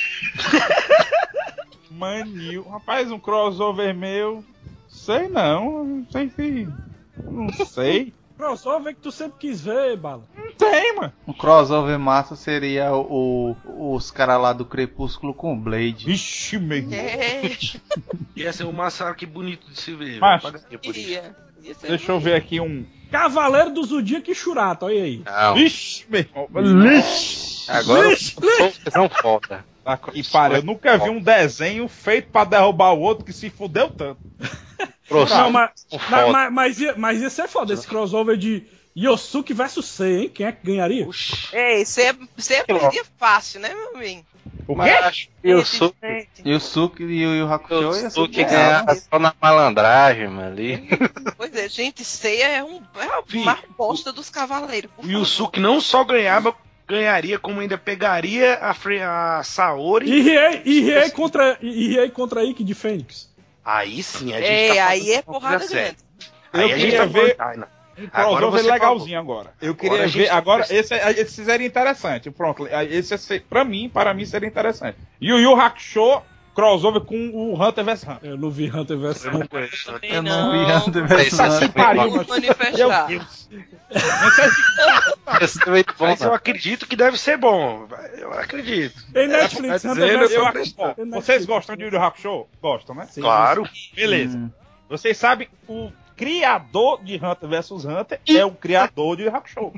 Manil. Rapaz, um crossover meu... Sei não sei se... Não sei. Crossover que tu sempre quis ver, Bala. Não tem, mano. Um crossover massa seria os caras lá do Crepúsculo com o Blade. Vixe, meu. Ia ser um massacre bonito de se ver. Mas, Deixa eu ver aqui um... Cavaleiro do Zodíaco e Churato, olha aí. Não. Vixe, meu irmão. Vixe. Agora não foda. E para, eu nunca vi um desenho feito pra derrubar o outro que se fudeu tanto. Não, mas ia ser foda, esse crossover de Yosuke vs Sei, hein? Quem é que ganharia? Ei, você perdia fácil, né, meu amigo? O quê? Yosuke e o Yu Hakusho ia ser Yosuke ganhava só na malandragem, mano, ali. Pois é, gente, Seiya é uma bosta dos cavaleiros. O Yusuke não só ganharia, como ainda pegaria a Saori. E Riei contra Ikki de Fênix. Aí sim, a gente tá aí é porrada grande. Aí a gente tá ver um crossover legalzinho agora. Eu queria ver. Agora, esse seria interessante. Pronto, esse para mim seria interessante. Yu Yu Hakusho crossover com o Hunter vs Hunter. Eu não vi Hunter vs Hunter. Eu não vi Hunter vs Hunter. Manifestar. Mas eu acredito que deve ser bom. Eu acredito. Tem Netflix, Hunter vs Hunter. Vocês gostam de Yu Yu Hakusho? Gostam, né? Sim, claro. Beleza. Vocês sabem, o criador de Hunter vs Hunter é o criador de Yu Yu Hakusho.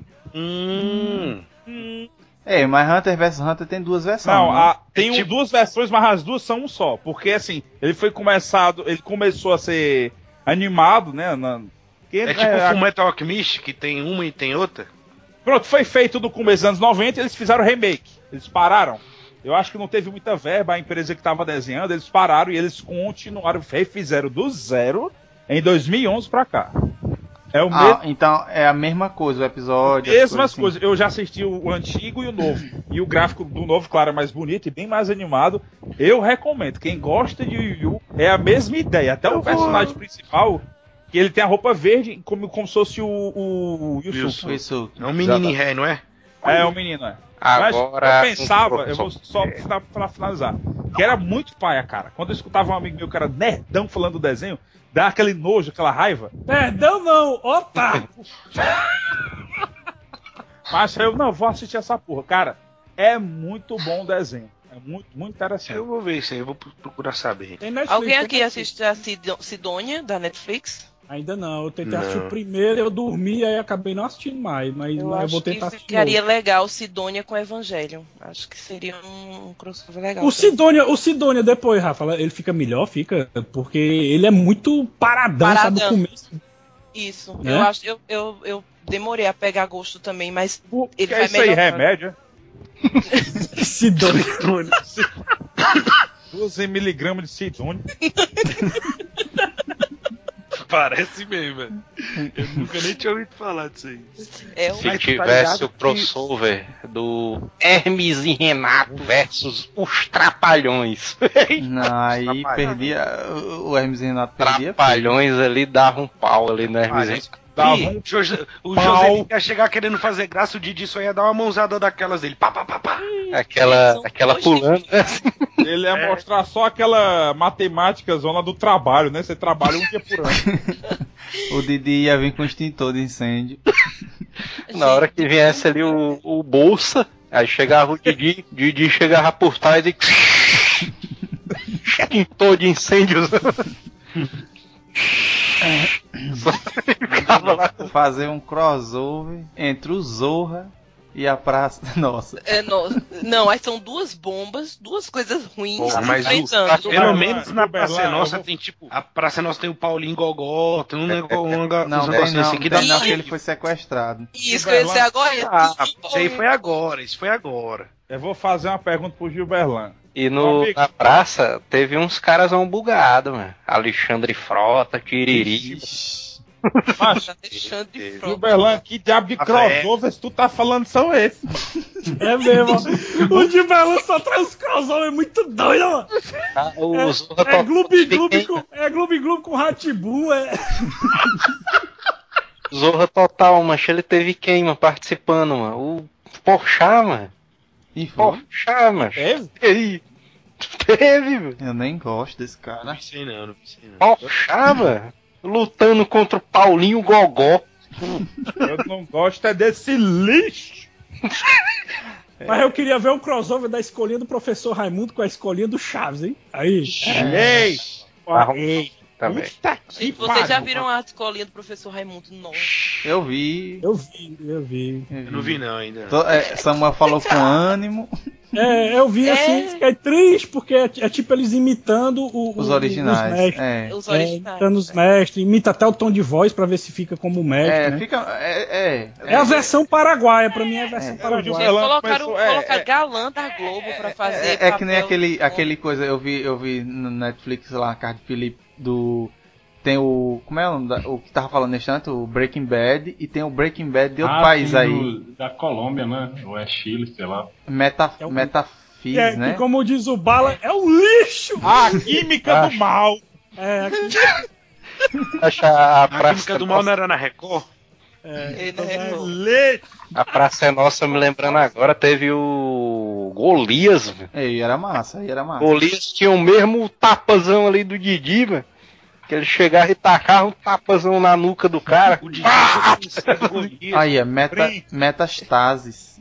Mas Hunter vs Hunter tem duas versões. Não, né? tem duas versões, mas as duas são um só. Porque assim, ele começou a ser animado, né? Tipo o Fullmetal Alchemist, que tem uma e tem outra? Pronto, foi feito no começo dos anos 90 e eles fizeram remake. Eles pararam. Eu acho que não teve muita verba, a empresa que estava desenhando, eles pararam e eles continuaram, refizeram do zero em 2011 pra cá. É o mesmo. Então é a mesma coisa, o episódio. Mesmas coisas. Assim. Eu já assisti o antigo e o novo. E o gráfico do novo, claro, é mais bonito e bem mais animado. Eu recomendo. Quem gosta de Yu Yu, é a mesma ideia. Até o personagem principal, que ele tem a roupa verde, como se fosse o Yusuke. É um menino em ré, não é? É um menino, é. Agora, mas eu pensava, eu vou só pra finalizar, que era muito paia, cara. Quando eu escutava um amigo meu que era nerdão falando do desenho, dá aquele nojo, aquela raiva. Nerdão não, otário! Mas eu não vou assistir essa porra. Cara, é muito bom o desenho. É muito, muito interessante. Eu vou ver isso aí, eu vou procurar saber. Alguém aqui assiste a Sidônia, da Netflix? Ainda não, eu tentei assistir o primeiro, eu dormi e acabei não assistindo mais, mas eu vou tentar assistir. Ficaria legal Sidônia com Evangelion. Acho que seria um crossover legal. O Sidônia depois, Rafa, ele fica melhor, porque ele é muito paradão. Sabe, no começo. Isso, né? Eu demorei a pegar gosto também, mas ele vai isso melhor. Aí, remédio? Sidônia. 12mg de Sidônia. Parece mesmo, velho. Eu nunca nem tinha ouvido falar disso aí. Se tivesse o crossover do Hermes e Renato versus os Trapalhões. Não, aí perdia. O Hermes e Renato perdia. Trapalhões ali dava um pau ali no Hermes e Renato. O José ia chegar querendo fazer graça, o Didi só ia dar uma mãozada daquelas dele. Pá. Aquela pulando. Ele ia mostrar só aquela matemática zona do trabalho, né? Você trabalha um dia por ano. O Didi ia vir com o extintor de incêndio. Na hora que viesse ali o Bolsa, aí chegava o Didi chegava por trás e extintor de incêndios. Fazer um crossover entre o Zorra e a Praça Nossa. Não, aí são duas bombas, duas coisas ruins. Mas pelo menos na Praça Nossa tem tipo. A Praça Nossa tem o Paulinho Gogó, tem um negócio. Não, que ele foi sequestrado. Isso que eu ia dizer agora. Isso aí foi agora. Eu vou fazer uma pergunta pro Gilberlan. E na praça teve uns caras bugados, mano. Alexandre Frota, Tiriri. Gilberlan, que diabo de crossovers tu tá falando são esses? É mesmo. O Gilberlan só traz crossover muito doido, mano. É Gloob com Ratibu, Zorra Total, mancha, ele teve quem, mano, participando, mano? O Porchat, mano. Porchat, mano. Teve, mano. Eu nem gosto desse cara. Não sei não. Porchat, mano. Lutando contra o Paulinho Gogó. Eu não gosto é desse lixo. Mas eu queria ver o crossover da escolinha do professor Raimundo com a escolinha do Chaves, hein? Aí. Ei. Também. Vocês já viram a escolinha do professor Raimundo? Nossa. Eu vi. Eu vi. Eu não vi não ainda. Samuel falou com ânimo. Eu vi assim, é triste, porque é tipo eles imitando os originais. Os mestres. Os originais. Imitando os mestres, imita até o tom de voz pra ver se fica como o mestre. Né? É a versão paraguaia, pra mim é a versão paraguaia. Colocaram galã da Globo pra fazer. É que nem aquele coisa, eu vi no Netflix lá, a cara de Felipe tem o. Como é o nome? O que tava falando nesse instante? O Breaking Bad. E tem o Breaking Bad de outro país aí. Da Colômbia, né? Ou é Chile, sei lá. Metafis, né? Que, como diz o Bala, é um lixo! A química do mal! A química do mal não era na Record? A Praça é Nossa, me lembrando agora, teve o Golias. Aí era massa. Golias tinha o mesmo tapazão ali do Didi, velho. Que ele chegava e tacava um tapazão na nuca do cara. O Didi aí, metastases.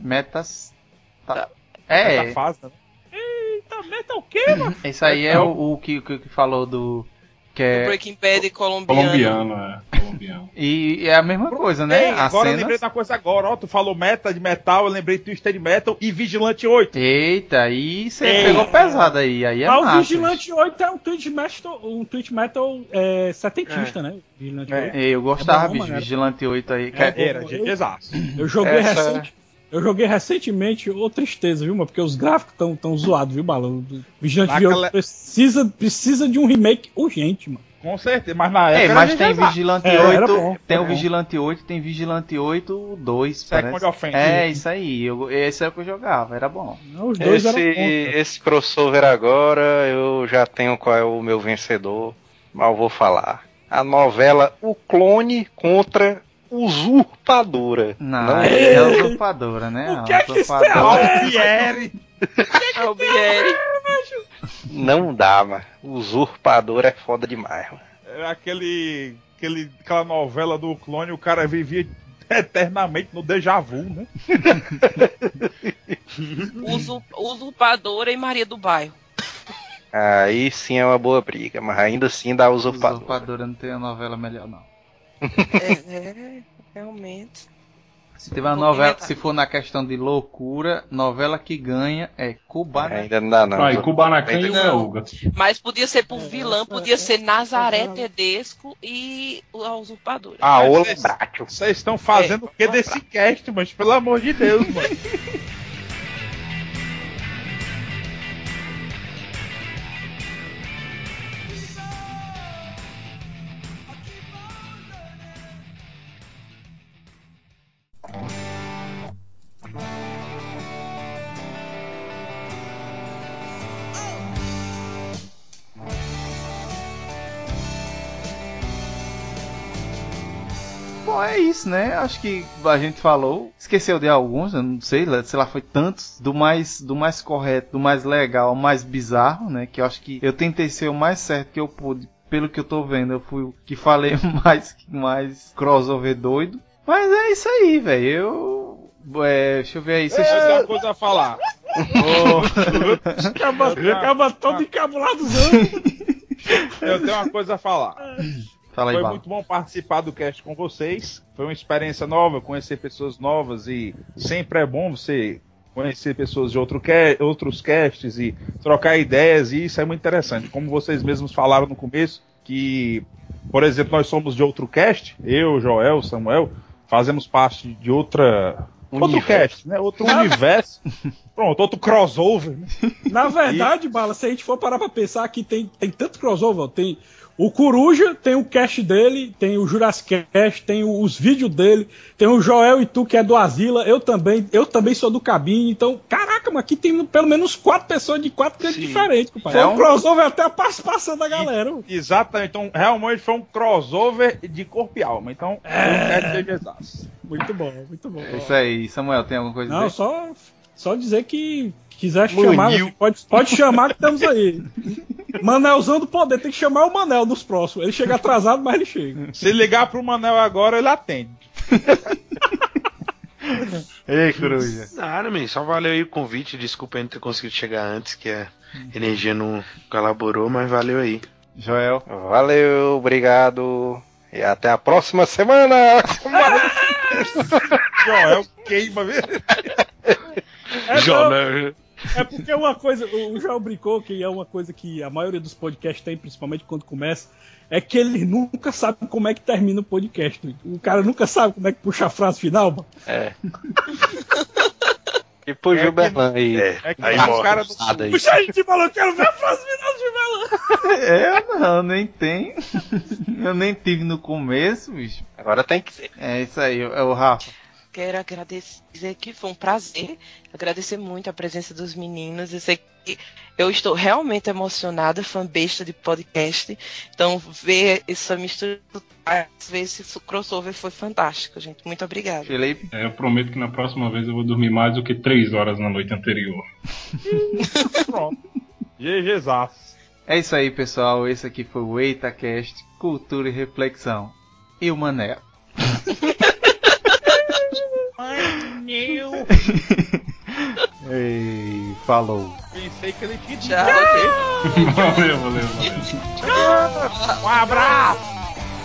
Metafase, né? Eita, meta o quê, mano? Esse aí é o que falou do... Que é... O Breaking Bad colombiano. Colombiano. E é a mesma coisa, né? Agora eu lembrei de uma coisa agora, ó. Tu falou meta de metal, eu lembrei Twisted Metal e Vigilante 8. Eita, aí você pegou pesado aí é massa. O Vigilante 8 é um Twitch Metal setentista, né? Vigilante 8. Eu gostava, bicho, Vigilante 8 aí. Eu joguei recentemente, tristeza, viu, mano? Porque os gráficos tão zoados, viu, Balão? Vigilante 8 precisa de um remake urgente, mano. Com certeza, mas na época. Mas tem Vigilante 8. Tem o Vigilante 8, tem Vigilante 8 2. Second Offense. Isso aí. Esse é o que eu jogava, era bom. Os dois eram bons. Esse crossover agora, eu já tenho qual é o meu vencedor, mas eu vou falar. A novela O Clone contra Usurpadora. Não é Usurpadora, né? O que é que isso é? Albieri! Não dá, mano. Usurpador é foda demais, mano. Aquela novela do Clone, o cara vivia eternamente no déjà vu, né? Usurpadora e Maria do Bairro. Aí sim é uma boa briga, mas ainda assim dá Usurpadora. Usurpadora não tem a novela melhor, não. Realmente. Se tiver uma novela, se for na questão de loucura, novela que ganha é Kubanacan. Ainda não dá, não. E Kubanacan e o Elga. Mas podia ser por vilã, podia ser Nazaré Tedesco e a Usurpadora. Ola Bracho. Vocês estão fazendo o que desse cast, mas pelo amor de Deus, mano. Bom, é isso, né? Acho que a gente falou, esqueceu de alguns, eu não sei lá, foi tantos, do mais correto, do mais legal, mais bizarro, né? Que eu acho que eu tentei ser o mais certo que eu pude, pelo que eu tô vendo, eu fui o que falei mais crossover doido. Mas é isso aí, velho. Deixa eu ver aí. Eu tenho uma coisa a falar. Acaba todo encabulado. Eu tenho uma coisa a falar. Foi muito bom participar do cast com vocês. Foi uma experiência nova, conhecer pessoas novas e sempre é bom você conhecer pessoas de outros casts e trocar ideias, e isso é muito interessante. Como vocês mesmos falaram no começo, que, por exemplo, nós somos de outro cast, eu, Joel, Samuel, fazemos parte de outro cast, né? Outro universo. Pronto, outro crossover. Né? Na verdade, Bala, se a gente for parar pra pensar que tem tanto crossover, tem o Coruja, tem o cast dele, tem o Jurassic Cast, tem os vídeos dele, tem o Joel e tu, que é do Asila, eu também sou do Cabine, então, caraca, mas aqui tem pelo menos 4 pessoas de 4 cantos diferentes, compadre. Foi um crossover até a participação da galera. Exatamente, então realmente foi um crossover de corpo e alma, então muito bom, muito bom. É isso aí, Samuel, tem alguma coisa a dizer? Não, só dizer que quiser chamar, pode chamar que estamos aí. Manelzão do poder, tem que chamar o Manel dos próximos. Ele chega atrasado, mas ele chega. Se ligar pro Manel agora, ele atende. Ei, coruja. Nada, man. Só valeu aí o convite. Desculpa aí não ter conseguido chegar antes, que a energia não colaborou, mas valeu aí. Joel. Valeu, obrigado. E até a próxima semana. Joel queima mesmo. É porque uma coisa, o Joel brincou que é uma coisa que a maioria dos podcasts tem, principalmente quando começa, é que ele nunca sabe como é que termina o podcast. O cara nunca sabe como é que puxa a frase final, mano. É. E pro Gilberlan aí. É que os caras do... Puxa, a gente falou, quero ver a frase final do Gilberlan. Eu nem tenho. Eu nem tive no começo, bicho. Agora tem que ser. É isso aí, é o Rafa. Quero agradecer que foi um prazer, agradecer muito a presença dos meninos. Eu sei que eu estou realmente emocionada, fã besta de podcast. Então, ver essa mistura, ver esse crossover foi fantástico, gente. Muito obrigada. Felipe? Eu prometo que na próxima vez eu vou dormir mais do que 3 horas na noite anterior. Pronto. GGzaço. É isso aí, pessoal. Esse aqui foi o EitaCast, Cultura e Reflexão. E o Mané. Ei, falou. Pensei que ele tinha Tchau. Valeu. Um abraço.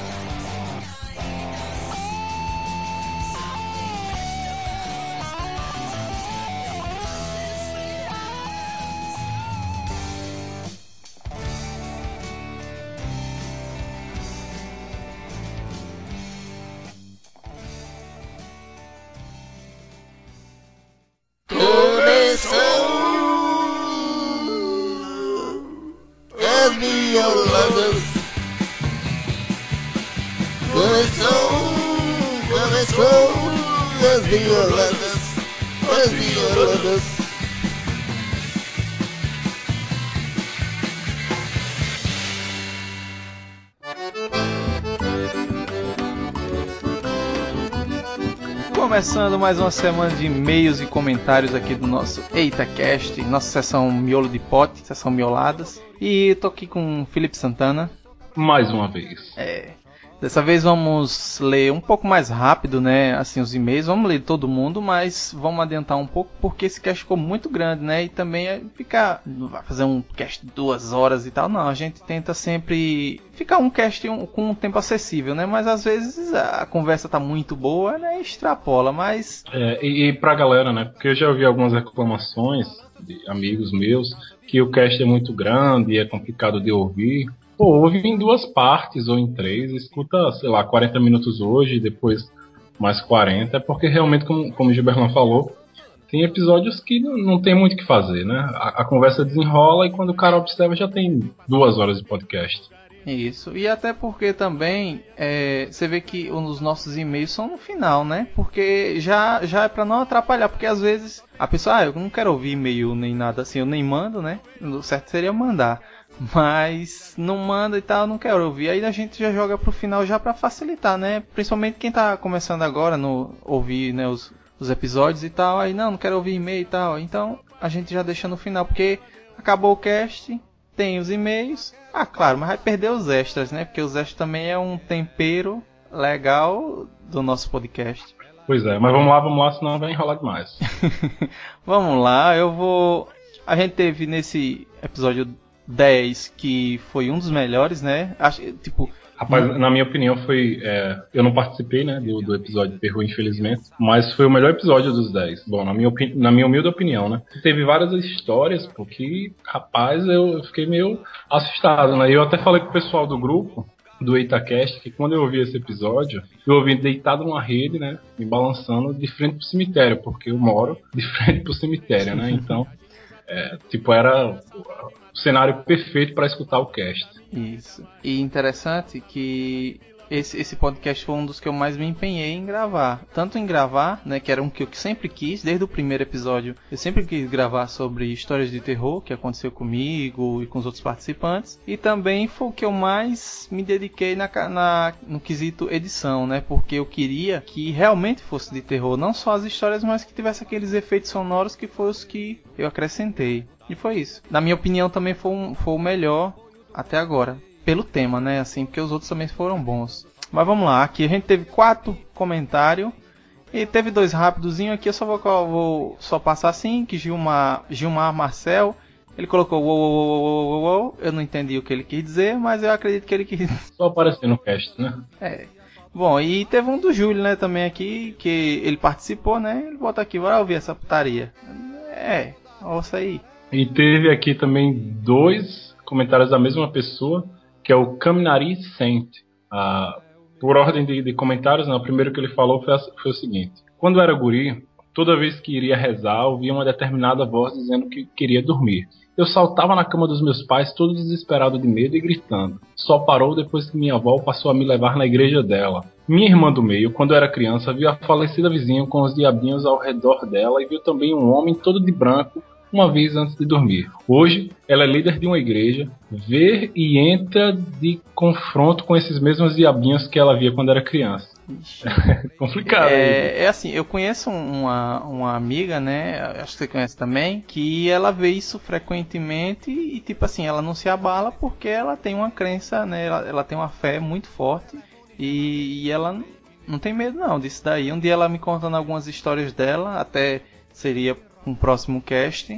Começando mais uma semana de e-mails e comentários aqui do nosso EitaCast, nossa sessão miolo de pote, sessão mioladas. E tô aqui com o Felipe Santana. Mais uma vez. Dessa vez vamos ler um pouco mais rápido, né, assim, os e-mails. Vamos ler todo mundo, mas vamos adiantar um pouco porque esse cast ficou muito grande, né? E também não vai fazer um cast de 2 horas e tal, não. A gente tenta sempre ficar um cast com um tempo acessível, né? Mas às vezes a conversa tá muito boa, né? Extrapola, mas... E pra galera, né? Porque eu já ouvi algumas reclamações de amigos meus que o cast é muito grande e é complicado de ouvir. Pô, ouve em 2 partes ou em 3, escuta, sei lá, 40 minutos hoje, depois mais 40, é porque realmente, como o Gilberlan falou, tem episódios que não tem muito o que fazer, né? A conversa desenrola e quando o cara observa já tem 2 horas de podcast. Isso, e até porque também você vê que os nossos e-mails são no final, né? Porque já é pra não atrapalhar, porque às vezes a pessoa, eu não quero ouvir e-mail nem nada assim, eu nem mando, né? O certo seria mandar. Mas não manda e tal, não quero ouvir. Aí a gente já joga pro final já pra facilitar, né? Principalmente quem tá começando agora no ouvir, né, os episódios e tal. Aí não quero ouvir e-mail e tal. Então a gente já deixa no final, porque acabou o cast, tem os e-mails. Ah, claro, mas vai perder os extras, né? Porque os extras também é um tempero legal do nosso podcast. Pois é, mas vamos lá, senão vai enrolar demais. Vamos lá, a gente teve nesse episódio 10, que foi um dos melhores, né? Rapaz, na minha opinião foi... eu não participei, né, do episódio de terror, infelizmente, mas foi o melhor episódio dos 10. Bom, na minha humilde opinião, né? Teve várias histórias, porque, rapaz, eu fiquei meio assustado, né? Eu até falei com o pessoal do grupo, do EitaCast, que quando eu ouvi esse episódio, eu ouvi deitado numa rede, né, me balançando de frente pro cemitério, porque eu moro de frente pro cemitério, né? Então, era... o cenário perfeito para escutar o cast. Isso. E interessante que esse podcast foi um dos que eu mais me empenhei em gravar. Tanto em gravar, né, que era um que eu sempre quis, desde o primeiro episódio. Eu sempre quis gravar sobre histórias de terror que aconteceu comigo e com os outros participantes. E também foi o que eu mais me dediquei no quesito edição, né? Porque eu queria que realmente fosse de terror. Não só as histórias, mas que tivesse aqueles efeitos sonoros que foram os que eu acrescentei. E foi isso. Na minha opinião também foi o melhor até agora. Pelo tema, né? Assim, porque os outros também foram bons. Mas vamos lá, aqui a gente teve 4 comentários. E teve 2 rapidozinhos aqui, eu só vou só passar assim, que Gilmar Marcel, ele colocou uou, eu não entendi o que ele quis dizer, mas eu acredito que ele quis... Só aparecer no cast, né? Bom, e teve um do Júlio, né, também aqui, que ele participou, né, ele bota aqui, bora ouvir essa putaria. Ouça aí. E teve aqui também 2 comentários da mesma pessoa, que é o Caminari Saint. Por ordem de comentários, o primeiro que ele falou foi o seguinte: quando era guri, toda vez que iria rezar, ouvia uma determinada voz dizendo que queria dormir. Eu saltava na cama dos meus pais, todo desesperado de medo e gritando. Só parou depois que minha avó passou a me levar na igreja dela. Minha irmã do meio, quando era criança, viu a falecida vizinha com os diabinhos ao redor dela e viu também um homem todo de branco uma vez antes de dormir. Hoje, ela é líder de uma igreja, vê e entra de confronto com esses mesmos diabinhos que ela via quando era criança. Complicado. É assim, eu conheço uma amiga, né, acho que você conhece também, que ela vê isso frequentemente e tipo assim, ela não se abala porque ela tem uma crença, né, ela tem uma fé muito forte e ela não tem medo não disso daí. Um dia ela me contando algumas histórias dela, até seria um próximo cast,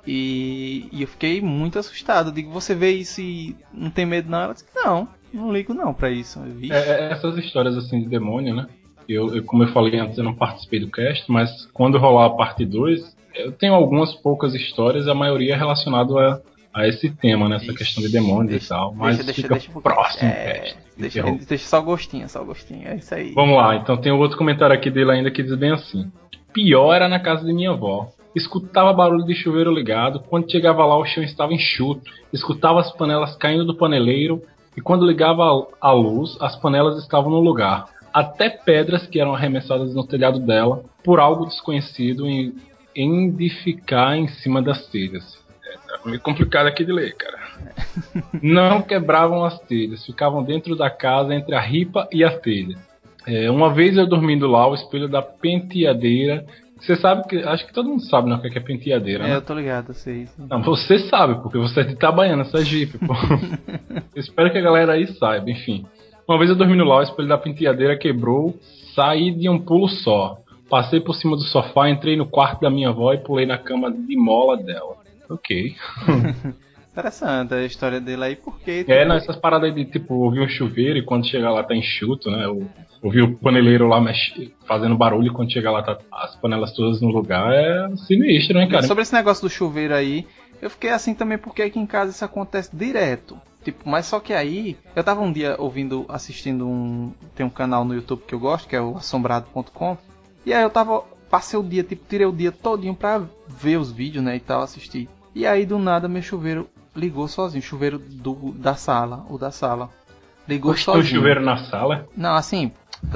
e eu fiquei muito assustado. Eu digo, você vê isso e não tem medo não? Ela disse, não ligo não pra isso. Essas histórias assim de demônio, né? Como eu falei antes, eu não participei do cast, mas quando rolar a parte 2, eu tenho algumas poucas histórias, a maioria relacionada a esse tema, né? Essa questão de demônios e tal. Mas fica próximo cast. Deixa só o gostinho, é isso aí. Vamos lá, então tem outro comentário aqui dele ainda que diz bem assim: pior era na casa de minha avó. Escutava barulho de chuveiro ligado, quando chegava lá o chão estava enxuto, escutava as panelas caindo do paneleiro e quando ligava a luz, as panelas estavam no lugar. Até pedras que eram arremessadas no telhado dela, por algo desconhecido, em de ficar em cima das telhas. Tá meio complicado aqui de ler, cara. Não quebravam as telhas, ficavam dentro da casa entre a ripa e a telha. Uma vez eu dormindo lá, o espelho da penteadeira... Você sabe que... Acho que todo mundo sabe, né, o que é penteadeira, né? Eu tô ligado, eu sei. Não, você sabe, porque você é de Itabaiana, essa Jeep, pô. Eu espero que a galera aí saiba, enfim. Uma vez eu dormindo lá, o espelho da penteadeira quebrou, saí de um pulo só. Passei por cima do sofá, entrei no quarto da minha avó e pulei na cama de mola dela. Ok. Interessante a história dele aí, porque... Essas paradas de, tipo, ouvir um chuveiro e quando chegar lá tá enxuto, né? Ouvir o paneleiro lá fazendo barulho e quando chegar lá tá as panelas todas no lugar é sinistro, né, cara? Sobre esse negócio do chuveiro aí, eu fiquei assim também porque aqui em casa isso acontece direto. Tipo, mas só que aí, eu tava um dia assistindo tem um canal no YouTube que eu gosto, que é o assombrado.com, e aí passei o dia, tipo, tirei o dia todinho pra ver os vídeos, né, e tal, assistir. E aí, do nada, meu chuveiro ligou sozinho, o chuveiro da sala. Ligou sozinho. O chuveiro na sala? Não, assim,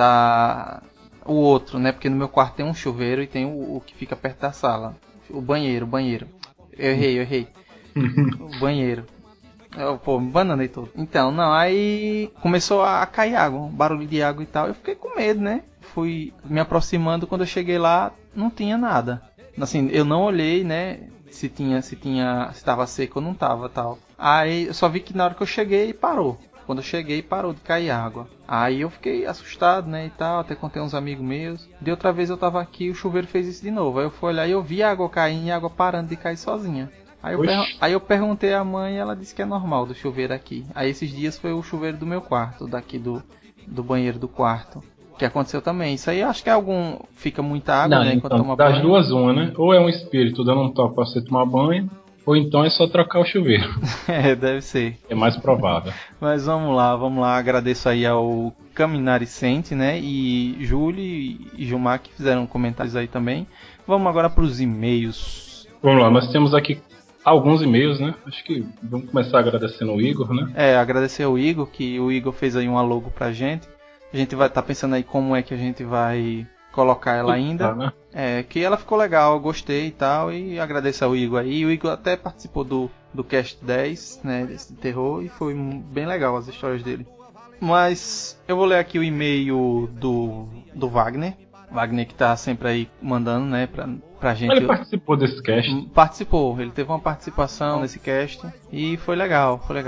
o outro, né? Porque no meu quarto tem um chuveiro e tem o que fica perto da sala. O banheiro. Eu errei. O banheiro. Me bananei todo. Então, aí começou a cair água, um barulho de água e tal. Eu fiquei com medo, né? Fui me aproximando, quando eu cheguei lá, não tinha nada. Assim, eu não olhei, né? Se estava seco ou não estava, tal. Aí eu só vi que na hora que eu cheguei, parou. Quando eu cheguei, parou de cair água. Aí eu fiquei assustado, né, e tal, até contei uns amigos meus. De outra vez eu tava aqui e o chuveiro fez isso de novo. Aí eu fui olhar e eu vi a água caindo e a água parando de cair sozinha. Aí eu perguntei à mãe e ela disse que é normal do chuveiro aqui. Aí esses dias foi o chuveiro do meu quarto, daqui do banheiro do quarto. Que aconteceu também. Isso aí acho que fica muita água, né, enquanto toma banho. Das duas uma, né? Ou é um espírito dando um toque pra você tomar banho, ou então é só trocar o chuveiro. Deve ser. É mais provável. Mas vamos lá. Agradeço aí ao Caminaricente, né? E Júlio e Gilmar que fizeram comentários aí também. Vamos agora para os e-mails. Vamos lá, nós temos aqui alguns e-mails, né? Acho que vamos começar agradecendo o Igor, né? Agradecer ao Igor, que o Igor fez aí uma logo pra gente. A gente vai estar pensando aí como é que a gente vai colocar ela ainda. Né? Que ela ficou legal, eu gostei e tal. E agradeço ao Igor aí. O Igor até participou do Cast 10, né? Desse terror. E foi bem legal as histórias dele. Mas eu vou ler aqui o e-mail do Wagner. Wagner que tá sempre aí mandando, né? Pra gente. Ele participou desse cast? Participou. Ele teve uma participação nesse cast. E foi legal.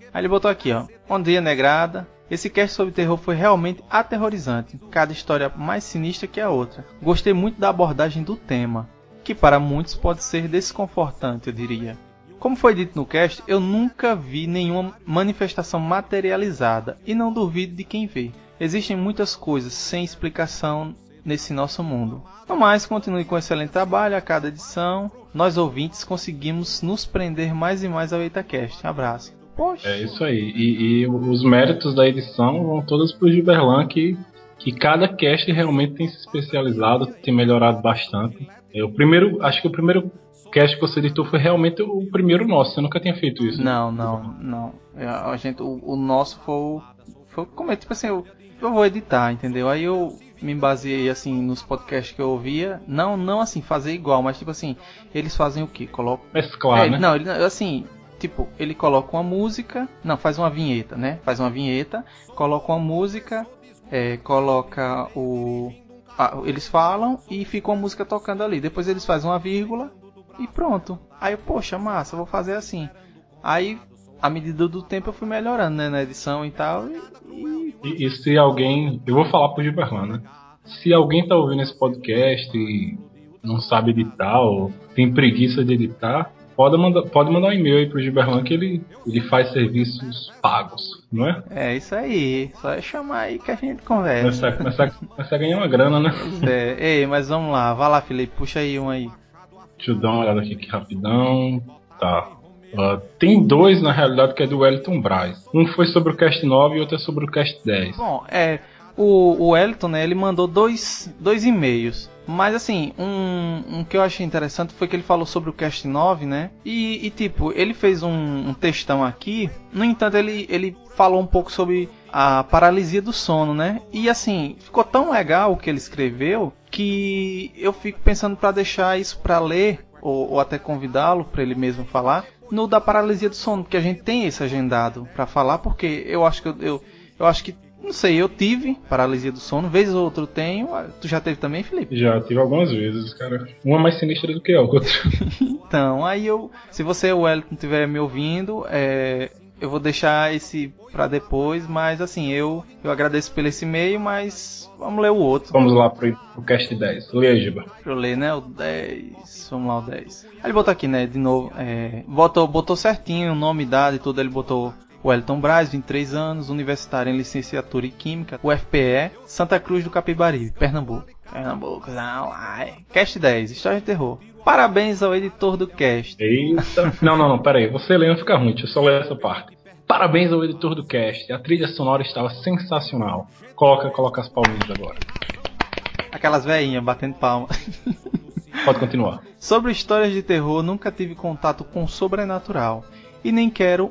Aí ele botou aqui, ó. Bom dia, negrada. Esse cast sobre terror foi realmente aterrorizante. Cada história mais sinistra que a outra. Gostei muito da abordagem do tema, que para muitos pode ser desconfortante, eu diria. Como foi dito no cast, eu nunca vi nenhuma manifestação materializada e não duvido de quem vê. Existem muitas coisas sem explicação nesse nosso mundo. No mais, continue com excelente trabalho a cada edição. Nós ouvintes conseguimos nos prender mais e mais ao EitaCast. Abraço. Poxa. É isso aí. E os méritos da edição vão todos pro Giberlan, que cada cast realmente tem se especializado, tem melhorado bastante. Acho que o primeiro cast que você editou foi realmente o primeiro nosso. Você nunca tinha feito isso? Não. O nosso foi como é, tipo assim, eu vou editar, entendeu? Aí eu me baseei assim nos podcasts que eu ouvia, não assim fazer igual, mas tipo assim, eles fazem o quê? Mesclar, né? Não, assim, tipo, ele coloca uma música, faz uma vinheta, né? Faz uma vinheta, coloca uma música, coloca eles falam e fica uma música tocando ali. Depois eles fazem uma vírgula e pronto. Aí eu, poxa, massa, vou fazer assim. Aí, à medida do tempo eu fui melhorando, né, na edição e tal. E se alguém... Eu vou falar pro Giberlan, né? Se alguém tá ouvindo esse podcast e não sabe editar ou tem preguiça de editar, pode mandar um e-mail aí pro Giberlan que ele faz serviços pagos, não é? É isso aí. Só é chamar aí que a gente conversa. Começar a ganhar uma grana, né? Pois é. Ei, mas vamos lá. Vai lá, Felipe. Puxa aí um aí. Deixa eu dar uma olhada aqui rapidão. Tá. Tem dois, na realidade, que é do Wellington Braz. Um foi sobre o Cast 9 e outro é sobre o Cast 10. Bom, o Wellington, né, ele mandou dois e-mails. Mas assim, um que eu achei interessante foi que ele falou sobre o Cast 9, né? E tipo, ele fez um textão aqui. No entanto, ele falou um pouco sobre a paralisia do sono, né? E assim, ficou tão legal o que ele escreveu que eu fico pensando para deixar isso para ler ou até convidá-lo para ele mesmo falar no da paralisia do sono, porque a gente tem esse agendado para falar, porque eu acho que não sei, eu tive paralisia do sono, vez ou outra eu tenho. Tu já teve também, Felipe? Já tive algumas vezes, cara. Uma mais sinistra do que a outra. Então, aí se você, o Wellington, estiver me ouvindo, eu vou deixar esse pra depois, mas assim, eu agradeço pelo esse e-mail, mas vamos ler o outro. Vamos lá pro Cast 10. Lê aí, Giba. Deixa eu ler, né, o 10. Vamos lá, o 10. Aí ele botou aqui, né, de novo, botou certinho o nome, idade e tudo, ele botou Wellington Braz, 23 anos, universitário em licenciatura em Química, UFPE, Santa Cruz do Capibaribe, Pernambuco. Pernambucozão, ai. Cast 10, história de terror. Parabéns ao editor do cast. Eita. Não, pera aí. Você lendo fica ruim, deixa eu só ler essa parte. Parabéns ao editor do cast. A trilha sonora estava sensacional. Coloca as palminhas agora. Aquelas velhinhas batendo palma. Pode continuar. Sobre histórias de terror, nunca tive contato com o sobrenatural. E nem quero.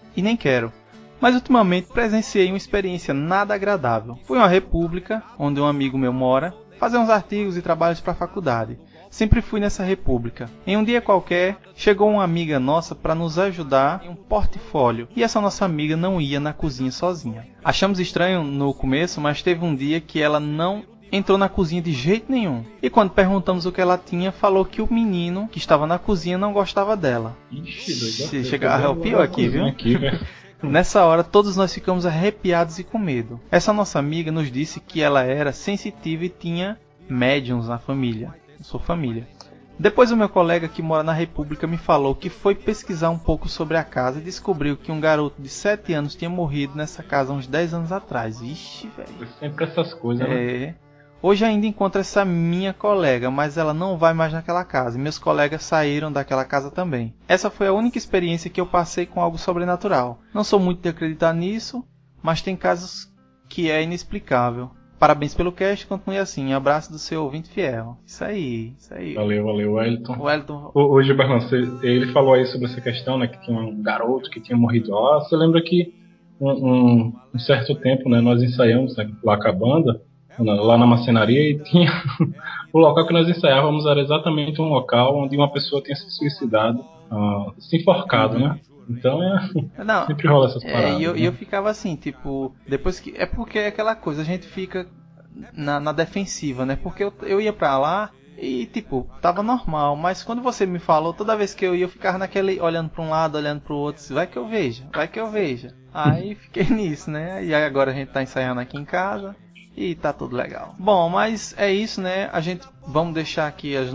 Mas ultimamente presenciei uma experiência nada agradável. Fui a uma república, onde um amigo meu mora, fazer uns artigos e trabalhos para a faculdade. Sempre fui nessa república. Em um dia qualquer, chegou uma amiga nossa para nos ajudar em um portfólio. E essa nossa amiga não ia na cozinha sozinha. Achamos estranho no começo, mas teve um dia que ela não entrou na cozinha de jeito nenhum. E quando perguntamos o que ela tinha, falou que o menino que estava na cozinha não gostava dela. Ixi, chega arrepiou aqui, viu? Nessa hora, todos nós ficamos arrepiados e com medo. Essa nossa amiga nos disse que ela era sensitiva e tinha médiums na família. Sua família. Depois o meu colega que mora na República me falou que foi pesquisar um pouco sobre a casa e descobriu que um garoto de 7 anos tinha morrido nessa casa uns 10 anos atrás. Ixi, velho. Sempre essas coisas, né? Hoje ainda encontro essa minha colega, mas ela não vai mais naquela casa. E meus colegas saíram daquela casa também. Essa foi a única experiência que eu passei com algo sobrenatural. Não sou muito de acreditar nisso, mas tem casos que é inexplicável. Parabéns pelo cast, continue assim. Abraço do seu ouvinte fiel. Isso aí. Valeu, Wellington. Hoje, Berlan, ele falou aí sobre essa questão, né, que tinha um garoto que tinha morrido lá. Você lembra que um certo tempo, né, nós ensaiamos, né, lá com a banda, lá na marcenaria, e tinha o local que nós ensaiávamos era exatamente um local onde uma pessoa tinha se suicidado, se enforcado, né? Então sempre rola essas paradas. E eu ficava assim, tipo, depois que. É porque é aquela coisa, a gente fica na defensiva, né? Porque eu ia pra lá, E tipo, tava normal, mas quando você me falou, toda vez que eu ia, eu ficava naquele, olhando pra um lado, olhando pro outro, vai que eu veja. Aí fiquei nisso, né? E aí agora a gente tá ensaiando aqui em casa e tá tudo legal. Bom, mas é isso, né? Vamos deixar aqui as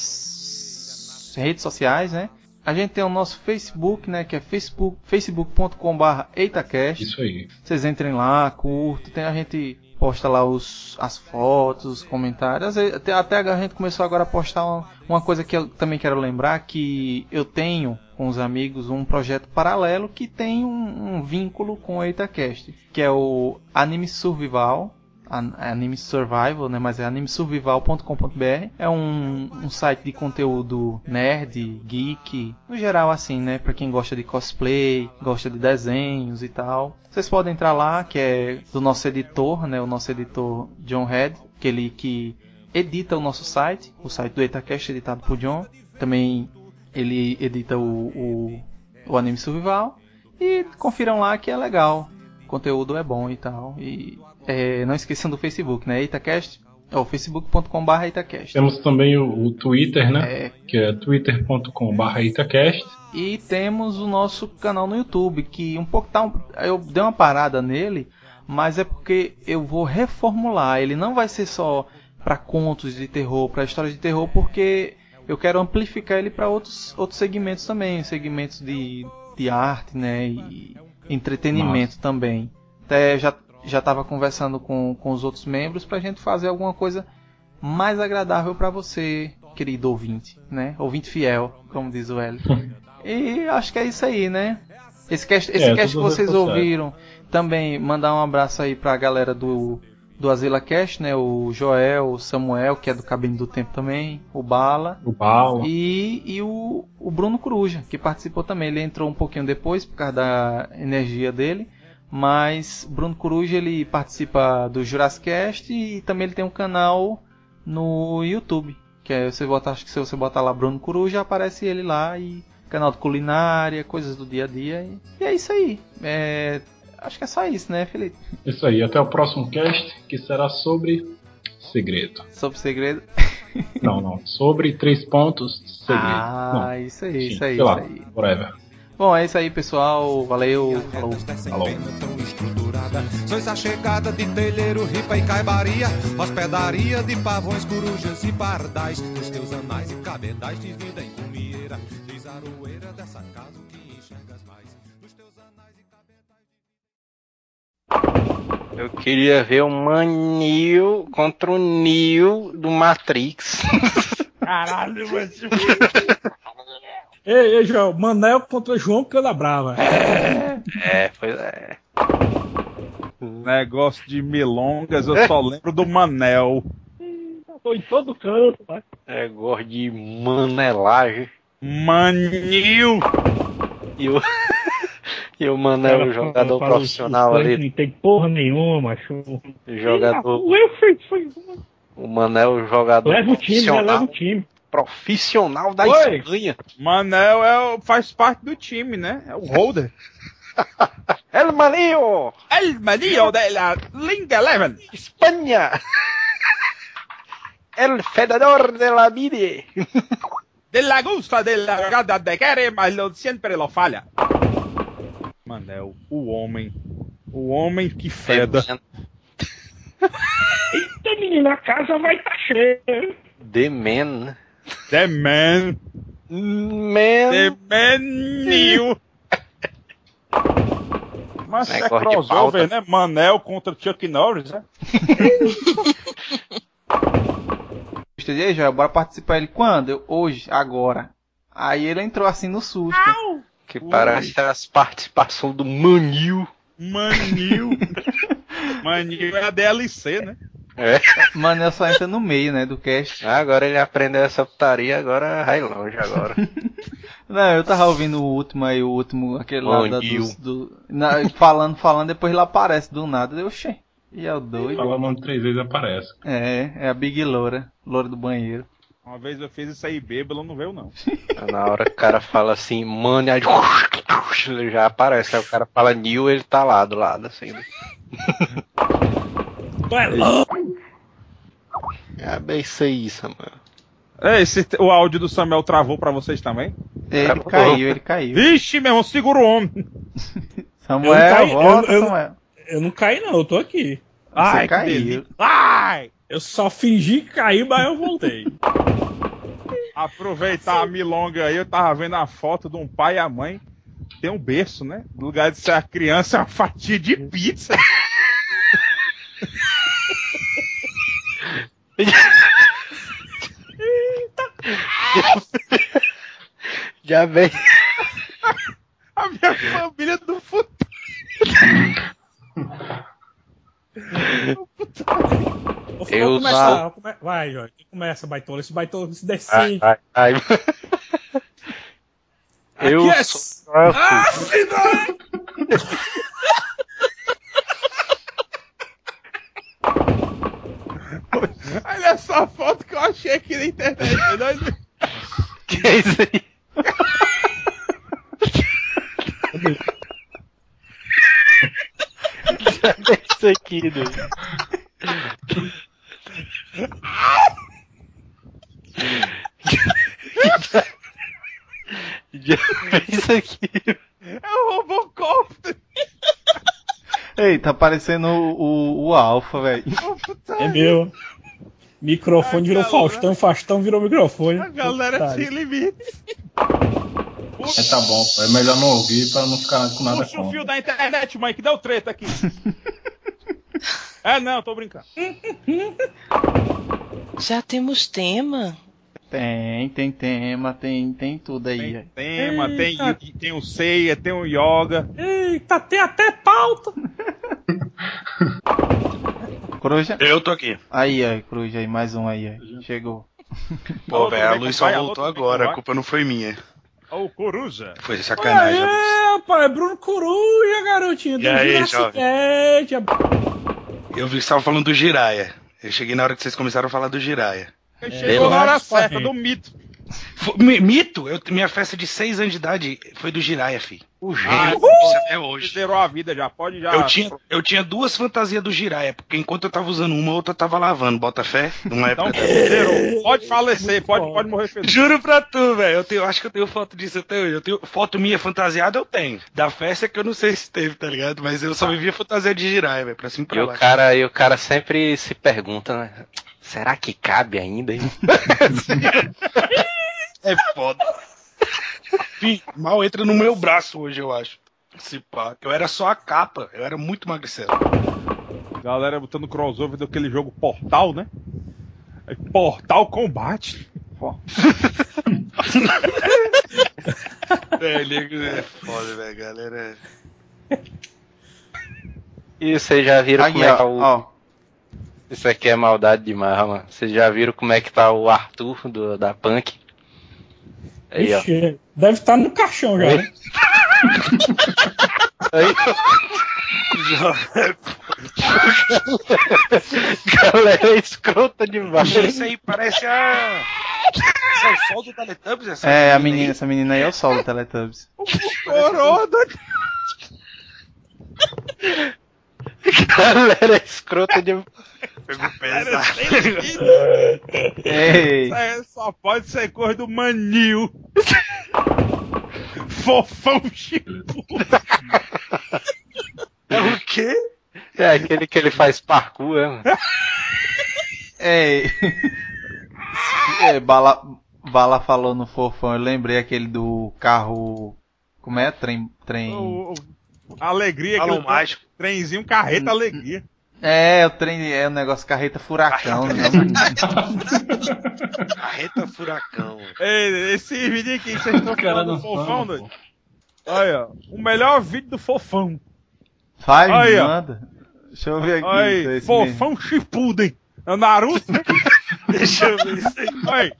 nossas redes sociais, né? A gente tem o nosso Facebook, né? Que é facebook.com/EitaCast. Isso aí. Vocês entrem lá, curtem, a gente posta lá as fotos, os comentários. Até a gente começou agora a postar uma coisa que eu também quero lembrar, que eu tenho com os amigos um projeto paralelo que tem um vínculo com o EitaCast, que é o Anime Survival. Anime Survival, né? Mas é animesurvival.com.br. É um site de conteúdo nerd, geek, no geral assim, né? Pra quem gosta de cosplay, gosta de desenhos e tal. Vocês podem entrar lá, que é do nosso editor, né? O nosso editor John Head, aquele que edita o nosso site, o site do EitaCast editado por John. Também ele edita o Anime Survival. E confiram lá que é legal. O conteúdo é bom e tal. E não esqueçam do Facebook, né? EitaCast, facebook.com/EitaCast. Temos também o Twitter, né? Que é twitter.com/EitaCast. E temos o nosso canal no YouTube, que eu dei uma parada nele, mas é porque eu vou reformular. Ele não vai ser só para contos de terror, para histórias de terror, porque eu quero amplificar ele para outros segmentos também, segmentos de arte, né? E entretenimento também. Até já estava conversando com os outros membros pra gente fazer alguma coisa mais agradável para você, querido ouvinte, né? Ouvinte fiel, como diz o Hélio. E acho que é isso aí, né? Esse cast que vocês ouviram, também mandar um abraço aí pra galera do Azila Cast, né? O Joel, o Samuel, que é do Cabine do Tempo também, o Bala. E o Bruno Coruja, que participou também. Ele entrou um pouquinho depois por causa da energia dele. Mas Bruno Coruja, ele participa do Jurassic Cast e também ele tem um canal no YouTube, que é acho que se você botar lá Bruno Coruja, aparece ele lá, e canal de culinária, coisas do dia a dia, e é isso aí. Acho que é só isso, né, Felipe? Isso aí, até o próximo cast, que será sobre segredo. Sobre segredo? Não, sobre 3 pontos segredo. Isso aí, isso aí. Whatever. Bom, é isso aí, pessoal. Valeu. Falou. Sois a chegada de telheiro, ripa e caibaria, hospedaria de pavões, corujas e pardais. Os teus anais e cabedais dividem comieira, diz a aroeira dessa casa o que enxergas mais. Os teus anais e cabedais. Eu queria ver o Manil contra o Neo do Matrix. Caralho, mano. Ei, João, Manel contra João Canabrava. Pois é. Negócio de milongas, eu só lembro do Manel. Tô em todo canto, pai. Negócio de manelagem. Manil! E o Manel, o jogador profissional ali. Não tem porra nenhuma, macho. Jogador. O Manel, o jogador leva o time. Profissional da Espanha. Manel faz parte do time, né? É o holder. El Manillo de la Liga Eleven. Espanha. El fedador de la vida. De la gusta de la jugada de querer, mas sempre lo falha. Manel, o homem que feda. Eita, menina, a casa vai estar cheia. The Man. New. Mas é crossover, né? Manel contra Chuck Norris, né? E aí, Joel, bora participar ele quando? Hoje, agora. Aí ele entrou assim no susto. Que parece as participações do Manil. Manil é a DLC, né? Manel só entra no meio, né, do cast. Agora ele aprendeu essa putaria, agora vai longe agora. Não, eu tava ouvindo o último, aquele lá falando, depois ele aparece do nada. Eu, oxê, e é o doido. Fala o nome 3 vezes aparece. É a Big Loura do banheiro. Uma vez eu fiz isso aí bêbado, não veio não. Na hora que o cara fala assim, mano, aí já aparece. Aí o cara fala New, ele tá lá do lado, assim. Vai louco! É bem isso aí, Samuel. O áudio do Samuel travou pra vocês também? Ele caiu. Vixe, meu irmão, segura o homem. Samuel, volta, Samuel. Eu não caí não, eu tô aqui. Você caiu. Ai! Eu só fingi que caí, mas eu voltei. Aproveitar a milonga aí, eu tava vendo a foto de um pai e a mãe. Tem um berço, né? No lugar de ser a criança, é uma fatia de pizza. Já vem. A minha família do futuro. Eu começar. Vai, Jorge. Começa, baitola. Esse baitola se decide. Ai. Eu sou. Olha só a foto que eu achei aqui na internet. Que é isso aí? Já é isso aqui, doido. Já fez aqui. É o Robocop. Ei, tá parecendo o Alpha, velho. É meu. Microfone virou Faustão, Faustão virou microfone. A galera sem limite. Tá bom, pô. É melhor não ouvir pra não ficar com nada. Puxa o fio da internet, mãe, que deu treta aqui. Não, tô brincando. Já temos tema? Tem tema, tem tudo aí. Tem tema, tem o Ceia, tem o Yoga. Eita, tem até pauta. Coruja? Eu tô aqui. Aí, Coruja, aí, mais um aí. Chegou. Pô, velho, a luz só voltou agora, a culpa não foi minha. Ô, Coruja. Foi sacanagem. Pai, Bruno Coruja, garotinho. E aí, jovem? Eu vi que você tava falando do Jiraya. Eu cheguei na hora que vocês começaram a falar do Jiraya. Chegou na hora certa, do mito. Mito? Minha festa de 6 anos de idade foi do Jiraya, fi. O gênio. Isso até hoje. Zerou a vida já, pode já. Eu tinha 2 fantasias do Jiraya, porque enquanto eu tava usando uma, a outra eu tava lavando. Bota fé? Numa época zerou. Pode falecer, pode morrer feliz. Juro pra tu, velho. Eu acho que eu tenho foto disso até hoje. Eu tenho foto minha fantasiada, eu tenho. Da festa que eu não sei se teve, tá ligado? Mas eu só vivia fantasia de Jiraya, velho. Pra cima e pra baixo. E o cara sempre se pergunta, né? Será que cabe ainda, hein? É foda. Fim, mal entra no meu braço hoje, eu acho. Se pá, eu era só a capa, eu era muito magricelo. Galera botando crossover daquele jogo Portal, né? Portal Combate. É foda, velho, galera. E vocês já viram como é que o... Isso aqui é maldade demais, mano. Vocês já viram como é que tá o Arthur da Punk? Aí, ixi, ó. Deve estar no caixão já, né? Aí, galera escrota demais. Isso aí parece a... Isso é o sol do Teletubbies? Essa menina aí é o sol do Teletubbies. O Coroda. Galera escrota demais. Pegou pesado. Ei. Só pode ser coisa do Manil. Fofão Chico. É o quê? É aquele que ele faz parkour, mano. Ei. Bala falou no Fofão, eu lembrei aquele do carro. Como é? Trem. Alegria, Alô, mágico. Trenzinho, carreta, alegria. O trem é o negócio carreta furacão, né? Carreta furacão. Ei, esse vídeo aqui que vocês estão falando do Fofão, doido. Olha, o melhor vídeo do Fofão. Vai, manda. Deixa eu ver aqui. Olha, Fofão Shippuden. É o Naruto? Deixa eu ver isso aí. Olha.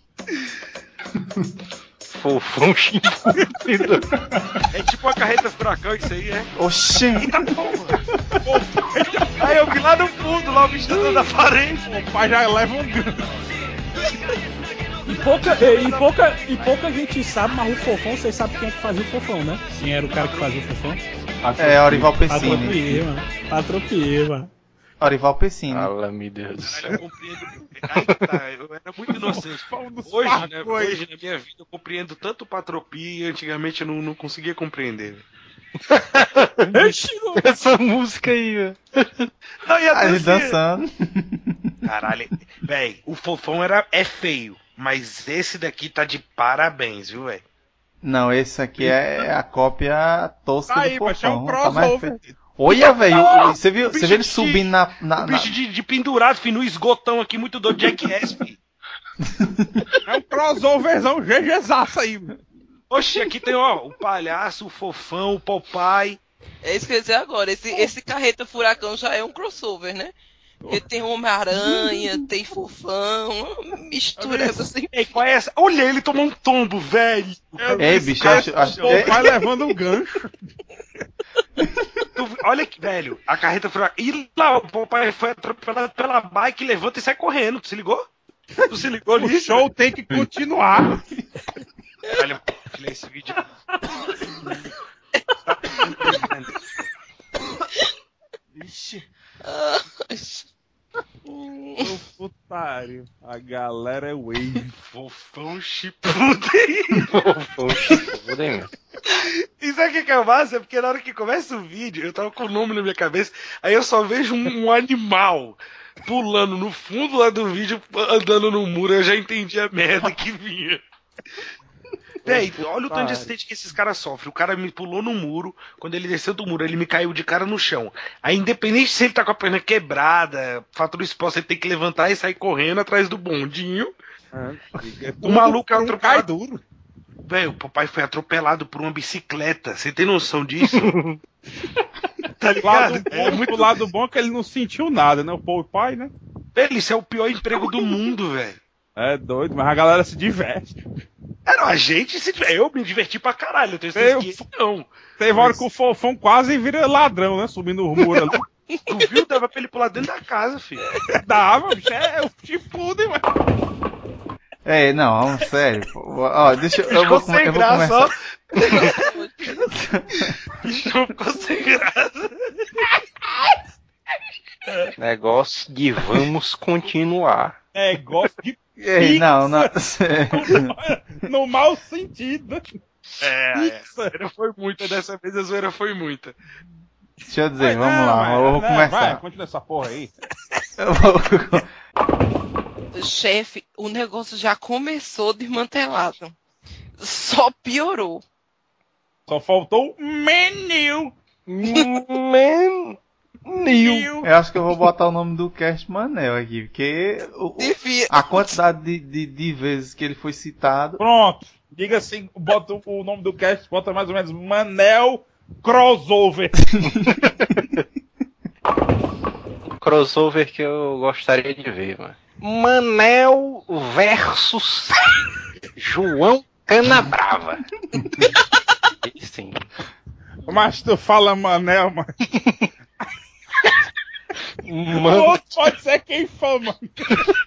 Fofão Shippuden. É tipo uma carreta furacão isso aí, é? Oxê. Eita porra. Aí eu vi lá no fundo, lá o bicho da parede. O pai já leva um gancho. E pouca gente sabe, mas o Fofão, vocês sabem quem é que fazia o Fofão, né? Quem era o cara que fazia o Fofão? Orival Pessini. Patropieva. Orival Pessini. Fala, meu Deus do céu. Eu compreendo. Aí tá, eu era era muito inocente. Hoje, né, hoje, na minha vida, eu compreendo tanto Patropi e antigamente eu não conseguia compreender. Essa música aí, velho. Aí dançando. Caralho, velho, o Fofão é feio, mas esse daqui tá de parabéns, viu, velho? Não, esse aqui é a cópia tosca do Fofão. Mas é um crossover. Olha, velho, você viu ele subindo na... O bicho de pendurado, filho, no esgotão aqui, muito doido, Jackass, filho. É um crossoverzão GGzaço aí, mano. Oxe, aqui tem, ó, o Palhaço, o Fofão, o Popeye. É isso que eu ia dizer agora, esse Carreta Furacão já é um crossover, né? Porque tem Homem-Aranha, tem Fofão, mistura essa assim. Ei, qual é essa? Olha, ele tomou um tombo, velho. Ei, bicho, acho vai levando um gancho. Olha que, velho, a carreta furacão. E lá, o Popeye foi atropelado pela bike, levanta e sai correndo. Tu se ligou? Tu se ligou nisso? O show tem que continuar. Olha, esse vídeo. Ixi. Putário. A galera é wave. Fofão chipudem. Fofão chipudem. E sabe o que é massa? É porque na hora que começa o vídeo, eu tava com o nome na minha cabeça, aí eu só vejo um animal pulando no fundo lá do vídeo, andando no muro, eu já entendi a merda que vinha. Véi, olha o tanto de acidente que esses caras sofrem. O cara me pulou no muro, quando ele desceu do muro, ele me caiu de cara no chão. Aí, independente se ele tá com a perna quebrada, fatura exposta, ele tem que levantar e sair correndo atrás do bondinho. O maluco é atropelado. Duro. Velho, o papai foi atropelado por uma bicicleta. Você tem noção disso? Tá ligado? O lado bom é que ele não sentiu nada, né? O Popeye, né? Velho, isso é o pior emprego do mundo, velho. É doido, mas a galera se diverte. Não, a gente se diverte. Eu me diverti pra caralho. Eu tenho certeza que não. Teve hora que o Fofão quase vira ladrão, né? Subindo o muro ali. Tu viu? Dava pra ele pular dentro da casa, filho. Dava, bicho. É o chipudem, mano. É, não, sério. Ó, deixa eu vou graça, ó. Bicho ficou sem graça. Negócio de vamos continuar. Negócio de Ei, não. No mau sentido. A zoeira foi muita, dessa vez a zoeira foi muita. Deixa eu dizer, vamos lá, eu vou começar. Vai, continua essa porra aí. Chefe, o negócio já começou desmantelado. Só piorou. Só faltou o menu. Eu acho que eu vou botar o nome do cast Manel aqui, porque a quantidade de vezes que ele foi citado. Pronto, diga assim, bota o nome do cast, bota mais ou menos Manel Crossover. Crossover que eu gostaria de ver, mano. Manel versus João Canabrava. Sim. Mas tu fala Manel, mano. O outro pode ser quem for, mano.